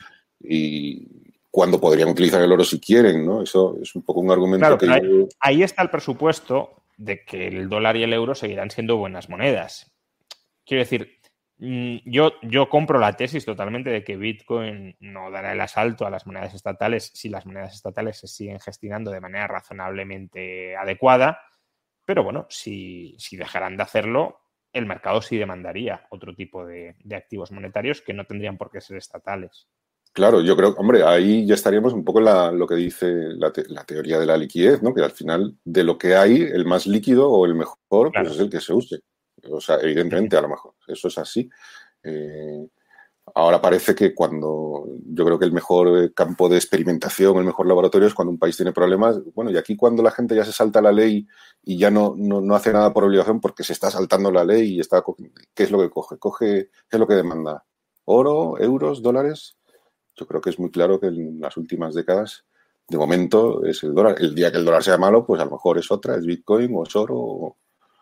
[SPEAKER 7] Y cuando podrían utilizar el oro si quieren, ¿no? Eso es un poco un argumento
[SPEAKER 6] claro,
[SPEAKER 7] que
[SPEAKER 6] yo...
[SPEAKER 7] ahí,
[SPEAKER 6] ahí está el presupuesto de que el dólar y el euro seguirán siendo buenas monedas. Quiero decir, yo, yo compro la tesis totalmente de que Bitcoin no dará el asalto a las monedas estatales si las monedas estatales se siguen gestionando de manera razonablemente adecuada, pero bueno, si, si dejaran de hacerlo, el mercado sí demandaría otro tipo de, de activos monetarios que no tendrían por qué ser estatales.
[SPEAKER 7] Claro, yo creo, hombre, ahí ya estaríamos un poco en la, lo que dice la, te, la teoría de la liquidez, ¿no? Que al final de lo que hay, el más líquido o el mejor, claro, pues es el que se use. O sea, evidentemente, a lo mejor, eso es así. Eh, ahora parece que cuando, yo creo que el mejor campo de experimentación, el mejor laboratorio es cuando un país tiene problemas. Bueno, y aquí cuando la gente ya se salta la ley y ya no, no, no hace nada por obligación porque se está saltando la ley y está, ¿qué es lo que coge? Coge, ¿qué es lo que demanda? ¿Oro, euros, dólares? Yo creo que es muy claro que en las últimas décadas, de momento, es el dólar. El día que el dólar sea malo, pues a lo mejor es otra, es Bitcoin o es oro o,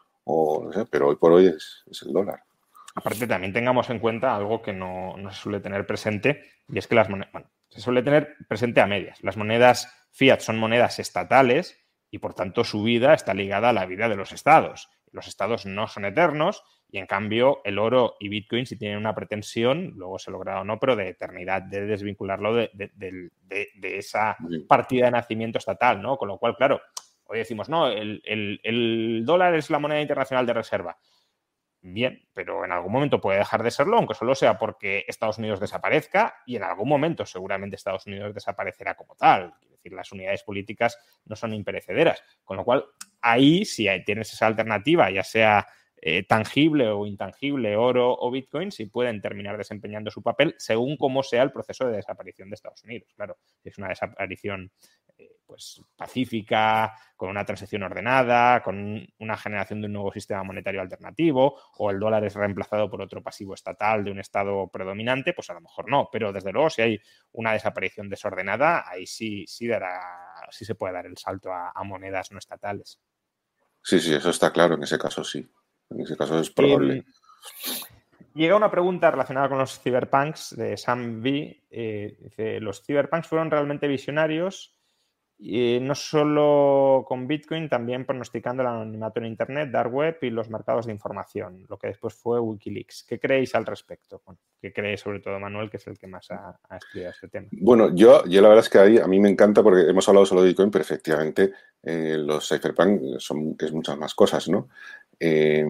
[SPEAKER 7] o no sé, pero hoy por hoy es, es el dólar.
[SPEAKER 6] Aparte, también tengamos en cuenta algo que no, no se suele tener presente, y es que las monedas, bueno, se suele tener presente a medias. Las monedas fiat son monedas estatales y, por tanto, su vida está ligada a la vida de los estados. Los estados no son eternos y, en cambio, el oro y Bitcoin sí tienen una pretensión, luego se logra o no, pero de eternidad, de desvincularlo de, de, de, de, de esa partida de nacimiento estatal, ¿no? Con lo cual, claro, hoy decimos, no, el, el, el dólar es la moneda internacional de reserva. Bien, pero en algún momento puede dejar de serlo, aunque solo sea porque Estados Unidos desaparezca, y en algún momento seguramente Estados Unidos desaparecerá como tal. Es decir, las unidades políticas no son imperecederas. Con lo cual, ahí si tienes esa alternativa, ya sea eh, tangible o intangible, oro o Bitcoin, sí pueden terminar desempeñando su papel según cómo sea el proceso de desaparición de Estados Unidos. Claro, si es una desaparición eh, pues pacífica, con una transición ordenada, con una generación de un nuevo sistema monetario alternativo, o el dólar es reemplazado por otro pasivo estatal de un estado predominante, pues a lo mejor no. Pero desde luego, si hay una desaparición desordenada, ahí sí, sí, dará, sí se puede dar el salto a, a monedas no estatales.
[SPEAKER 7] Sí, sí, eso está claro, en ese caso sí. En ese caso es probable.
[SPEAKER 6] Eh, llega una pregunta relacionada con los cyberpunks de Sam V. Eh, dice, los cyberpunks fueron realmente visionarios, y no solo con Bitcoin, también pronosticando el anonimato en Internet, Dark Web y los mercados de información, lo que después fue Wikileaks. ¿Qué creéis al respecto? Bueno, ¿qué cree sobre todo Manuel, que es el que más ha, ha estudiado este tema?
[SPEAKER 7] Bueno, yo, yo la verdad es que ahí a mí me encanta porque hemos hablado solo de Bitcoin, pero efectivamente eh, los cyberpunks son es muchas más cosas, ¿no? Eh,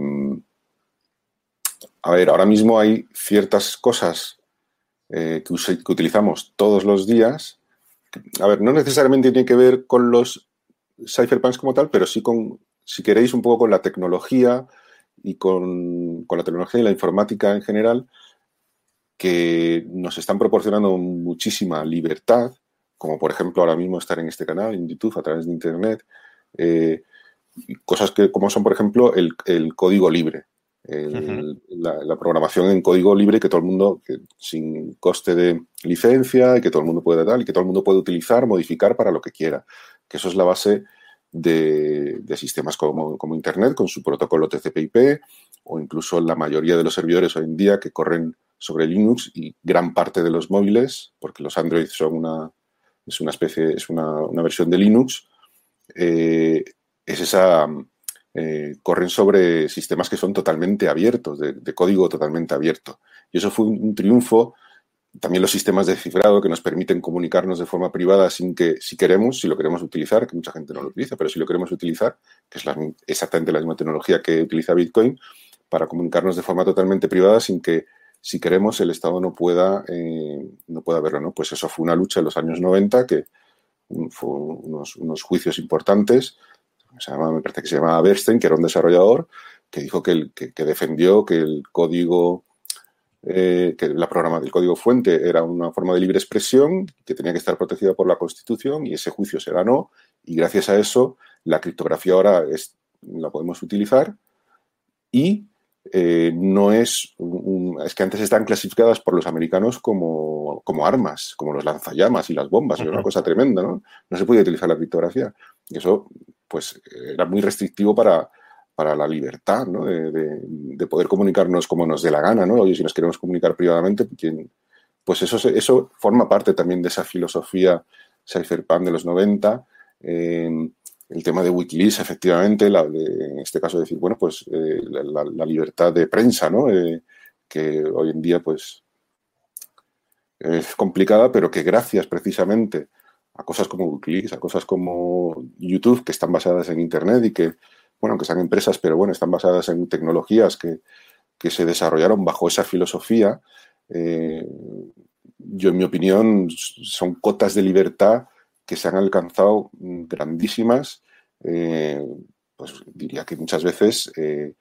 [SPEAKER 7] a ver, ahora mismo hay ciertas cosas eh, que, us- que utilizamos todos los días. A ver, no necesariamente tiene que ver con los cyberpunks como tal, pero sí con, si queréis, un poco con la tecnología y con, con la tecnología y la informática en general, que nos están proporcionando muchísima libertad, como por ejemplo ahora mismo estar en este canal, en YouTube, a través de Internet, eh, cosas que como son, por ejemplo, el, el código libre. El, uh-huh. la, la programación en código libre que todo el mundo, que, sin coste de licencia, y que todo el mundo puede dar y que todo el mundo puede utilizar, modificar para lo que quiera. Que eso es la base de, de sistemas como, como Internet, con su protocolo T C P I P, o incluso la mayoría de los servidores hoy en día que corren sobre Linux, y gran parte de los móviles, porque los Android son una, es una especie, es una, una versión de Linux, eh, es esa... Eh, corren sobre sistemas que son totalmente abiertos, de, de código totalmente abierto. Y eso fue un, un triunfo. También los sistemas de cifrado que nos permiten comunicarnos de forma privada sin que, si queremos, si lo queremos utilizar, que mucha gente no lo utiliza, pero si lo queremos utilizar, que es la, exactamente la misma tecnología que utiliza Bitcoin, para comunicarnos de forma totalmente privada sin que, si queremos, el Estado no pueda, eh, no pueda verlo, ¿no? Pues eso fue una lucha en los años noventa, que fue unos, unos juicios importantes. Se llama, me parece que se llamaba Bernstein, que era un desarrollador, que dijo que, el, que, que defendió que el código, eh, que la programa del código fuente era una forma de libre expresión, que tenía que estar protegida por la Constitución, y ese juicio se ganó, y gracias a eso la criptografía ahora es, la podemos utilizar, y eh, no es... Un, es que antes estaban clasificadas por los americanos como, como armas, como los lanzallamas y las bombas. Uh-huh. Era una cosa tremenda, ¿no? No se podía utilizar la criptografía. Y eso, pues, era muy restrictivo para, para la libertad, ¿no? De, de, de poder comunicarnos como nos dé la gana, ¿no? Oye, si nos queremos comunicar privadamente, ¿quién? Pues eso, eso forma parte también de esa filosofía cypherpunk de los noventa. Eh, el tema de Wikileaks, efectivamente, la, de, en este caso decir, bueno, pues eh, la, la libertad de prensa, ¿no? Eh, que hoy en día, pues, es complicada, pero que gracias precisamente a cosas como Wikileaks, a cosas como YouTube, que están basadas en Internet y que, bueno, que sean empresas, pero bueno, están basadas en tecnologías que, que se desarrollaron bajo esa filosofía. Eh, yo, en mi opinión, son cotas de libertad que se han alcanzado grandísimas, eh, pues diría que muchas veces eh,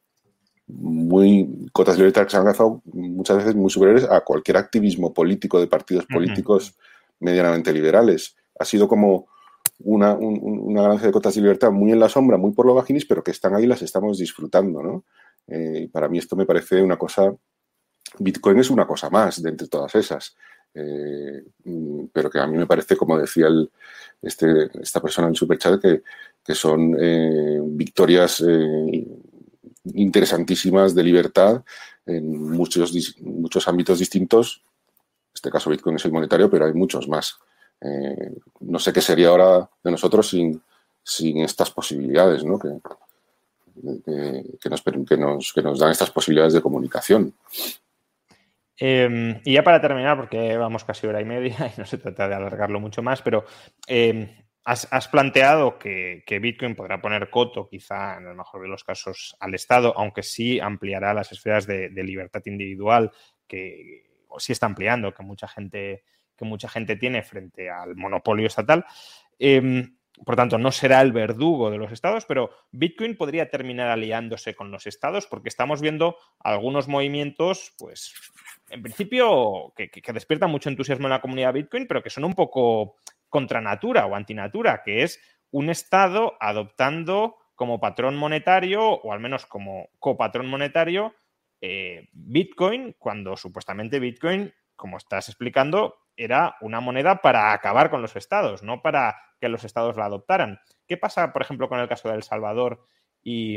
[SPEAKER 7] muy cotas de libertad que se han alcanzado muchas veces muy superiores a cualquier activismo político de partidos políticos uh-huh. medianamente liberales. Ha sido como una, un, una ganancia de cotas de libertad muy en la sombra, muy por lo bajinis, pero que están ahí, las estamos disfrutando, ¿no? Eh, para mí esto me parece una cosa... Bitcoin es una cosa más de entre todas esas. Eh, pero que a mí me parece, como decía el, este, esta persona en el superchat, que, que son eh, victorias eh, interesantísimas de libertad en muchos, muchos ámbitos distintos. En este caso Bitcoin es el monetario, pero hay muchos más. Eh, no sé qué sería ahora de nosotros sin, sin estas posibilidades, ¿no? que, que, que, nos, que, nos, que nos dan estas posibilidades de comunicación.
[SPEAKER 6] Eh, y ya para terminar, porque vamos casi hora y media y no se trata de alargarlo mucho más, pero eh, has, has planteado que, que Bitcoin podrá poner coto, quizá en el mejor de los casos, al Estado, aunque sí ampliará las esferas de, de libertad individual que o sí está ampliando, que mucha gente, que mucha gente tiene frente al monopolio estatal. Eh, Por tanto, no será el verdugo de los estados, pero Bitcoin podría terminar aliándose con los estados porque estamos viendo algunos movimientos, pues, en principio, que, que, que despiertan mucho entusiasmo en la comunidad Bitcoin, pero que son un poco contra natura o antinatura, que es un estado adoptando como patrón monetario, o al menos como copatrón monetario, eh, Bitcoin, cuando supuestamente Bitcoin, como estás explicando, era una moneda para acabar con los estados, no para que los estados la adoptaran. ¿Qué pasa, por ejemplo, con el caso de El Salvador y,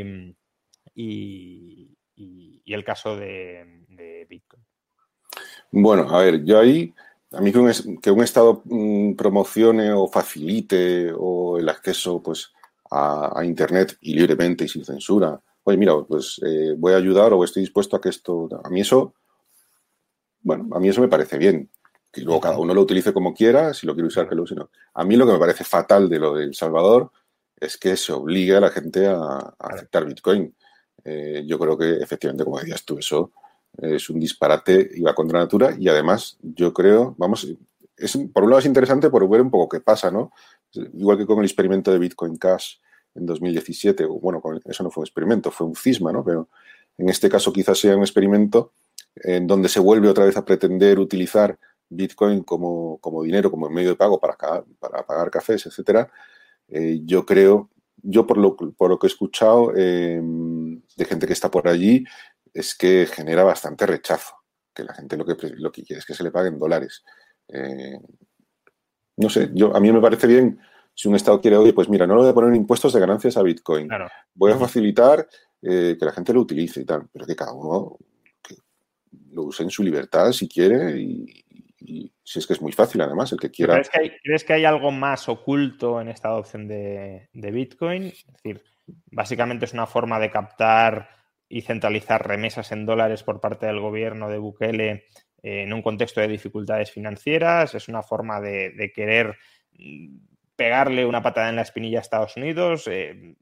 [SPEAKER 6] y, y, y el caso de, de Bitcoin?
[SPEAKER 7] Bueno, a ver, yo ahí, a mí que un, que un estado mmm, promocione o facilite o el acceso pues a, a Internet y libremente y sin censura, oye, mira, pues eh, voy a ayudar o estoy dispuesto a que esto... A mí eso, bueno, a mí eso me parece bien. Que luego cada uno lo utilice como quiera, si lo quiere usar, que lo use. No. A mí lo que me parece fatal de lo de El Salvador es que se obligue a la gente a, a aceptar Bitcoin. Eh, yo creo que, efectivamente, como decías tú, eso es un disparate y va contra natura. Y además, yo creo, vamos, es, por un lado es interesante por ver un poco qué pasa, ¿no? Igual que con el experimento de Bitcoin Cash en dos mil diecisiete, o bueno, eso no fue un experimento, fue un cisma, ¿no? Pero en este caso quizás sea un experimento en donde se vuelve otra vez a pretender utilizar Bitcoin como, como dinero, como medio de pago para, para pagar cafés, etcétera. Eh, yo creo, yo por lo, por lo que he escuchado eh, de gente que está por allí, es que genera bastante rechazo, que la gente lo que, lo que quiere es que se le paguen dólares. Eh, no sé, yo a mí me parece bien si un Estado quiere, oye, pues mira, no le voy a poner impuestos de ganancias a Bitcoin. Claro. Voy a facilitar eh, que la gente lo utilice y tal, pero que cada uno que lo use en su libertad si quiere y, y si es que es muy fácil, además, el que quiera...
[SPEAKER 6] ¿Crees que hay, ¿crees que hay algo más oculto en esta adopción de, de Bitcoin? Es decir, básicamente es una forma de captar y centralizar remesas en dólares por parte del gobierno de Bukele eh, en un contexto de dificultades financieras. Es una forma de, de querer pegarle una patada en la espinilla a Estados Unidos. Eh,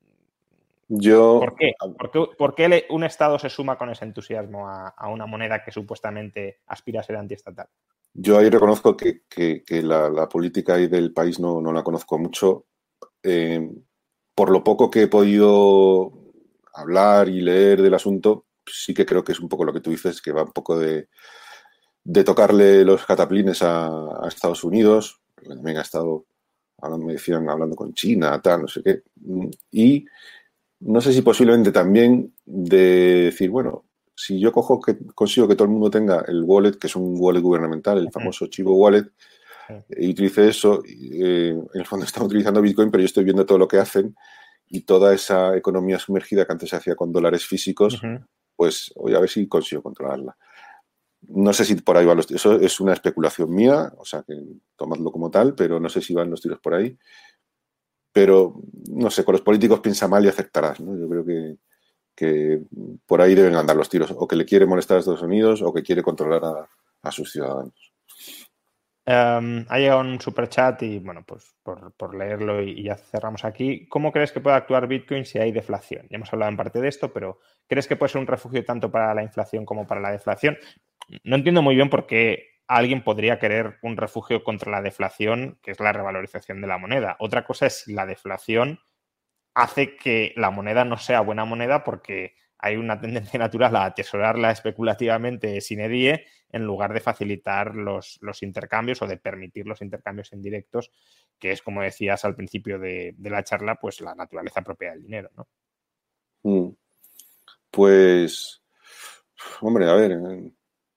[SPEAKER 7] Yo...
[SPEAKER 6] ¿Por qué? ¿Por qué, por qué un Estado se suma con ese entusiasmo a, a una moneda que supuestamente aspira a ser antiestatal?
[SPEAKER 7] Yo ahí reconozco que, que, que la, la política ahí del país no, no la conozco mucho. Eh, por lo poco que he podido hablar y leer del asunto, sí que creo que es un poco lo que tú dices, que va un poco de, de tocarle los cataplines a, a Estados Unidos. También ha estado, ahora me decían, hablando con China, tal, no sé qué. Y no sé si posiblemente también de decir, bueno, si yo cojo que consigo que todo el mundo tenga el wallet, que es un wallet gubernamental, el famoso Chivo Wallet, y utilice eso, eh, en el fondo están utilizando Bitcoin, pero yo estoy viendo todo lo que hacen y toda esa economía sumergida que antes se hacía con dólares físicos, uh-huh. pues voy a ver si consigo controlarla. No sé si por ahí van los tiros. Eso es una especulación mía, o sea, que tomadlo como tal, pero no sé si van los tiros por ahí. Pero, no sé, con los políticos piensa mal y aceptarás, ¿no? Yo creo que, que por ahí deben andar los tiros. O que le quiere molestar a Estados Unidos o que quiere controlar a, a sus ciudadanos.
[SPEAKER 6] Um, ha llegado un superchat y, bueno, pues por, por leerlo y, y ya cerramos aquí. ¿Cómo crees que puede actuar Bitcoin si hay deflación? Ya hemos hablado en parte de esto, pero ¿crees que puede ser un refugio tanto para la inflación como para la deflación? No entiendo muy bien por qué alguien podría querer un refugio contra la deflación, que es la revalorización de la moneda. Otra cosa es si la deflación hace que la moneda no sea buena moneda porque hay una tendencia natural a atesorarla especulativamente sin edie en lugar de facilitar los, los intercambios o de permitir los intercambios indirectos, que es, como decías al principio de, de la charla, pues la naturaleza propia del dinero, ¿no?
[SPEAKER 7] Mm. Pues, hombre, a ver... Eh...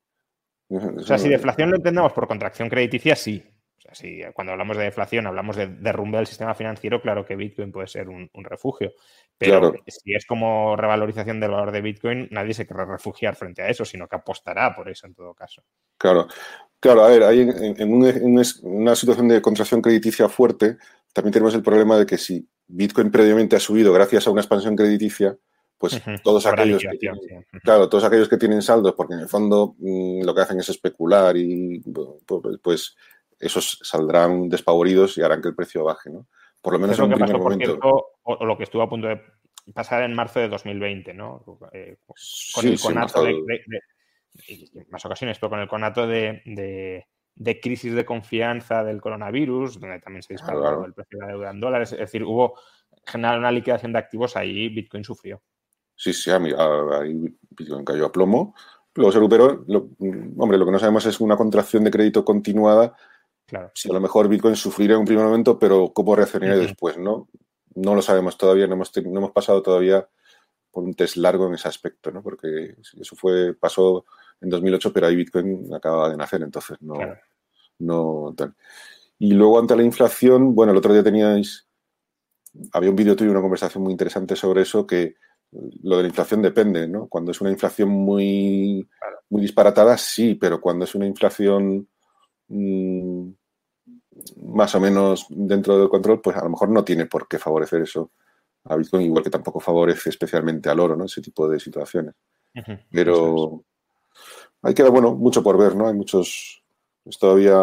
[SPEAKER 6] O sea, si deflación lo entendemos por contracción crediticia, sí. O sea, si cuando hablamos de deflación hablamos de derrumbe del sistema financiero, claro que Bitcoin puede ser un, un refugio. Pero claro, si es como revalorización del valor de Bitcoin, nadie se querrá refugiar frente a eso, sino que apostará por eso en todo caso.
[SPEAKER 7] Claro, claro. A ver, hay en, en, un, en una situación de contracción crediticia fuerte, también tenemos el problema de que si Bitcoin previamente ha subido gracias a una expansión crediticia, pues uh-huh. todos aquellos que tienen, sí. uh-huh. claro, todos aquellos que tienen saldos, porque en el fondo mmm, lo que hacen es especular y pues, pues esos saldrán despavoridos y harán que el precio baje, ¿no? Por lo menos
[SPEAKER 6] es lo
[SPEAKER 7] en un
[SPEAKER 6] que
[SPEAKER 7] primer
[SPEAKER 6] pasó,
[SPEAKER 7] momento.
[SPEAKER 6] Por cierto, o, o lo que estuvo a punto de pasar en marzo de dos mil veinte, ¿no? Eh, con
[SPEAKER 7] sí,
[SPEAKER 6] el conato
[SPEAKER 7] sí,
[SPEAKER 6] de, de, de, de, en más ocasiones, pero con el conato de, de, de crisis de confianza del coronavirus, donde también se disparó claro. el precio de la deuda en dólares, es decir, hubo generar una liquidación de activos, ahí Bitcoin sufrió.
[SPEAKER 7] Sí, sí, a mí, a, ahí Bitcoin cayó a plomo. Luego se recuperó. Lo, hombre, lo que no sabemos es una contracción de crédito continuada.
[SPEAKER 6] Claro.
[SPEAKER 7] Si a lo mejor Bitcoin sufrirá en un primer momento, pero cómo reaccionaría uh-huh. después, ¿no? No lo sabemos todavía, no hemos, no hemos pasado todavía por un test largo en ese aspecto, ¿no? Porque eso fue pasó en dos mil ocho, pero ahí Bitcoin acaba de nacer, entonces no... Claro. no tal. Y luego ante la inflación, bueno, el otro día teníais... Había un vídeo tuyo, una conversación muy interesante sobre eso, que lo de la inflación depende, ¿no? Cuando es una inflación muy, muy disparatada, sí, pero cuando es una inflación mmm, más o menos dentro del control, pues a lo mejor no tiene por qué favorecer eso a Bitcoin, igual que tampoco favorece especialmente al oro, ¿no? Ese tipo de situaciones. Uh-huh. Pero hay que dar, bueno, mucho por ver, ¿no? Hay muchos... Es todavía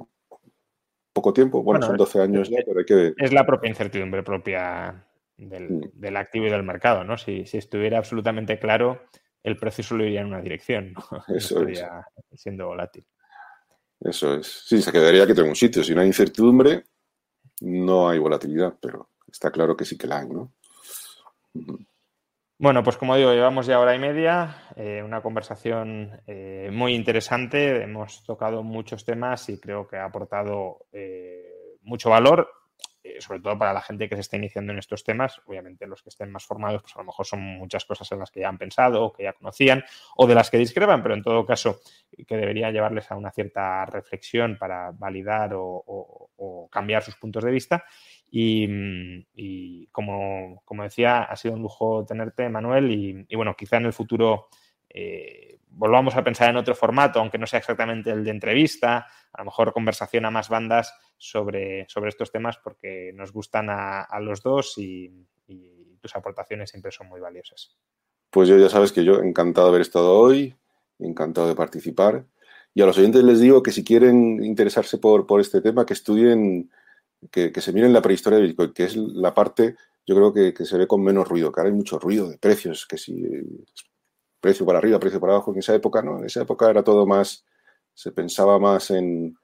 [SPEAKER 7] poco tiempo, bueno, bueno son doce años ya, pero hay que ver.
[SPEAKER 6] Es la propia incertidumbre propia... Del, mm. del activo y del mercado, ¿no? Si, si estuviera absolutamente claro, el precio solo iría en una dirección, ¿no?
[SPEAKER 7] Eso
[SPEAKER 6] no estaría es. siendo volátil.
[SPEAKER 7] Eso es. Sí, se quedaría quieto en un sitio. Si no hay incertidumbre, no hay volatilidad, pero está claro que sí que la hay, ¿no?
[SPEAKER 6] Uh-huh. Bueno, pues como digo, llevamos ya hora y media, eh, una conversación eh, muy interesante. Hemos tocado muchos temas y creo que ha aportado eh, mucho valor. Sobre todo para la gente que se está iniciando en estos temas. Obviamente los que estén más formados, pues a lo mejor son muchas cosas en las que ya han pensado o que ya conocían o de las que discrepan, pero en todo caso que debería llevarles a una cierta reflexión para validar o, o, o cambiar sus puntos de vista. Y, y como, como decía, ha sido un lujo tenerte, Manuel, y, y bueno, quizá en el futuro eh, volvamos a pensar en otro formato, aunque no sea exactamente el de entrevista, a lo mejor conversación a más bandas sobre, sobre estos temas, porque nos gustan a, a los dos y, y tus aportaciones siempre son muy valiosas.
[SPEAKER 7] Pues yo ya sabes que yo encantado de haber estado hoy, encantado de participar. Y a los oyentes les digo que si quieren interesarse por, por este tema, que estudien, que, que se miren la prehistoria de Bitcoin, que es la parte, yo creo que, que se ve con menos ruido, que ahora hay mucho ruido de precios, que si precio para arriba, precio para abajo, en esa época, ¿no? En esa época era todo más, se pensaba más en,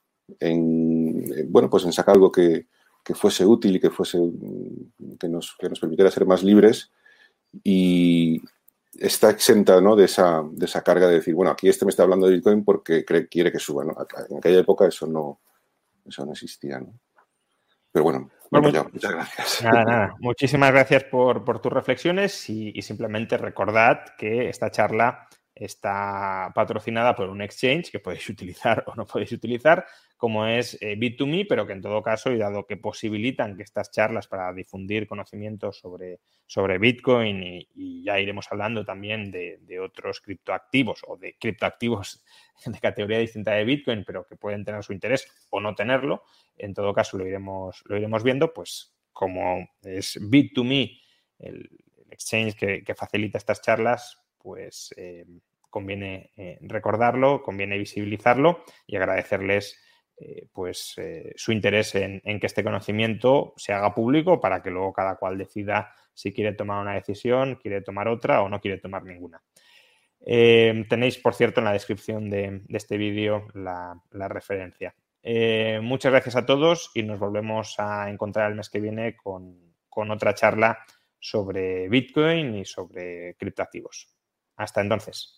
[SPEAKER 7] en bueno, pues en sacar algo que, que fuese útil y que fuese, que nos, que nos permitiera ser más libres, y está exenta, ¿no? de esa, de esa carga de decir, bueno, aquí este me está hablando de Bitcoin porque cree, quiere que suba, ¿no? En aquella época eso no, eso no existía, ¿no? Pero bueno,
[SPEAKER 6] Bueno,
[SPEAKER 7] bueno, muchas gracias.
[SPEAKER 6] Nada, nada. Muchísimas gracias por, por tus reflexiones y, y simplemente recordad que esta charla está patrocinada por un exchange que podéis utilizar o no podéis utilizar, como es eh, Bit to Me, pero que en todo caso, y dado que posibilitan que estas charlas para difundir conocimientos sobre, sobre Bitcoin y, y ya iremos hablando también de, de otros criptoactivos o de criptoactivos de categoría distinta de Bitcoin, pero que pueden tener su interés o no tenerlo, en todo caso lo iremos, lo iremos viendo, pues como es Bit to Me, el, el exchange que, que facilita estas charlas, pues eh, conviene eh, recordarlo, conviene visibilizarlo y agradecerles eh, pues eh, su interés en, en que este conocimiento se haga público para que luego cada cual decida si quiere tomar una decisión, quiere tomar otra o no quiere tomar ninguna. Eh, tenéis, por cierto, en la descripción de, de este vídeo la, la referencia. Eh, muchas gracias a todos y nos volvemos a encontrar el mes que viene con, con otra charla sobre Bitcoin y sobre criptoactivos. Hasta entonces.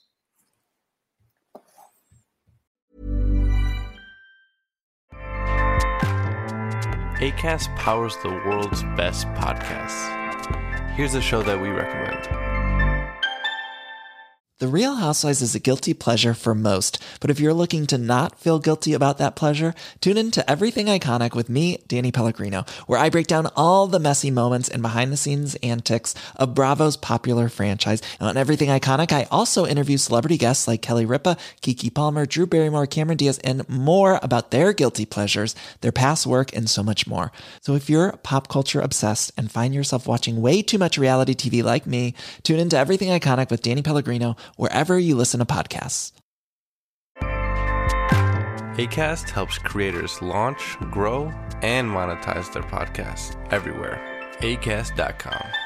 [SPEAKER 16] Acast powers the world's best podcasts. Here's a show that we recommend.
[SPEAKER 17] The Real Housewives is a guilty pleasure for most, but if you're looking to not feel guilty about that pleasure, tune in to Everything Iconic with me, Danny Pellegrino, where I break down all the messy moments and behind-the-scenes antics of Bravo's popular franchise. And on Everything Iconic, I also interview celebrity guests like Kelly Ripa, Keke Palmer, Drew Barrymore, Cameron Diaz, and more about their guilty pleasures, their past work, and so much more. So if you're pop culture obsessed and find yourself watching way too much reality T V like me, tune in to Everything Iconic with Danny Pellegrino, wherever you listen to podcasts.
[SPEAKER 16] Acast helps creators launch, grow, and monetize their podcasts everywhere. acast dot com.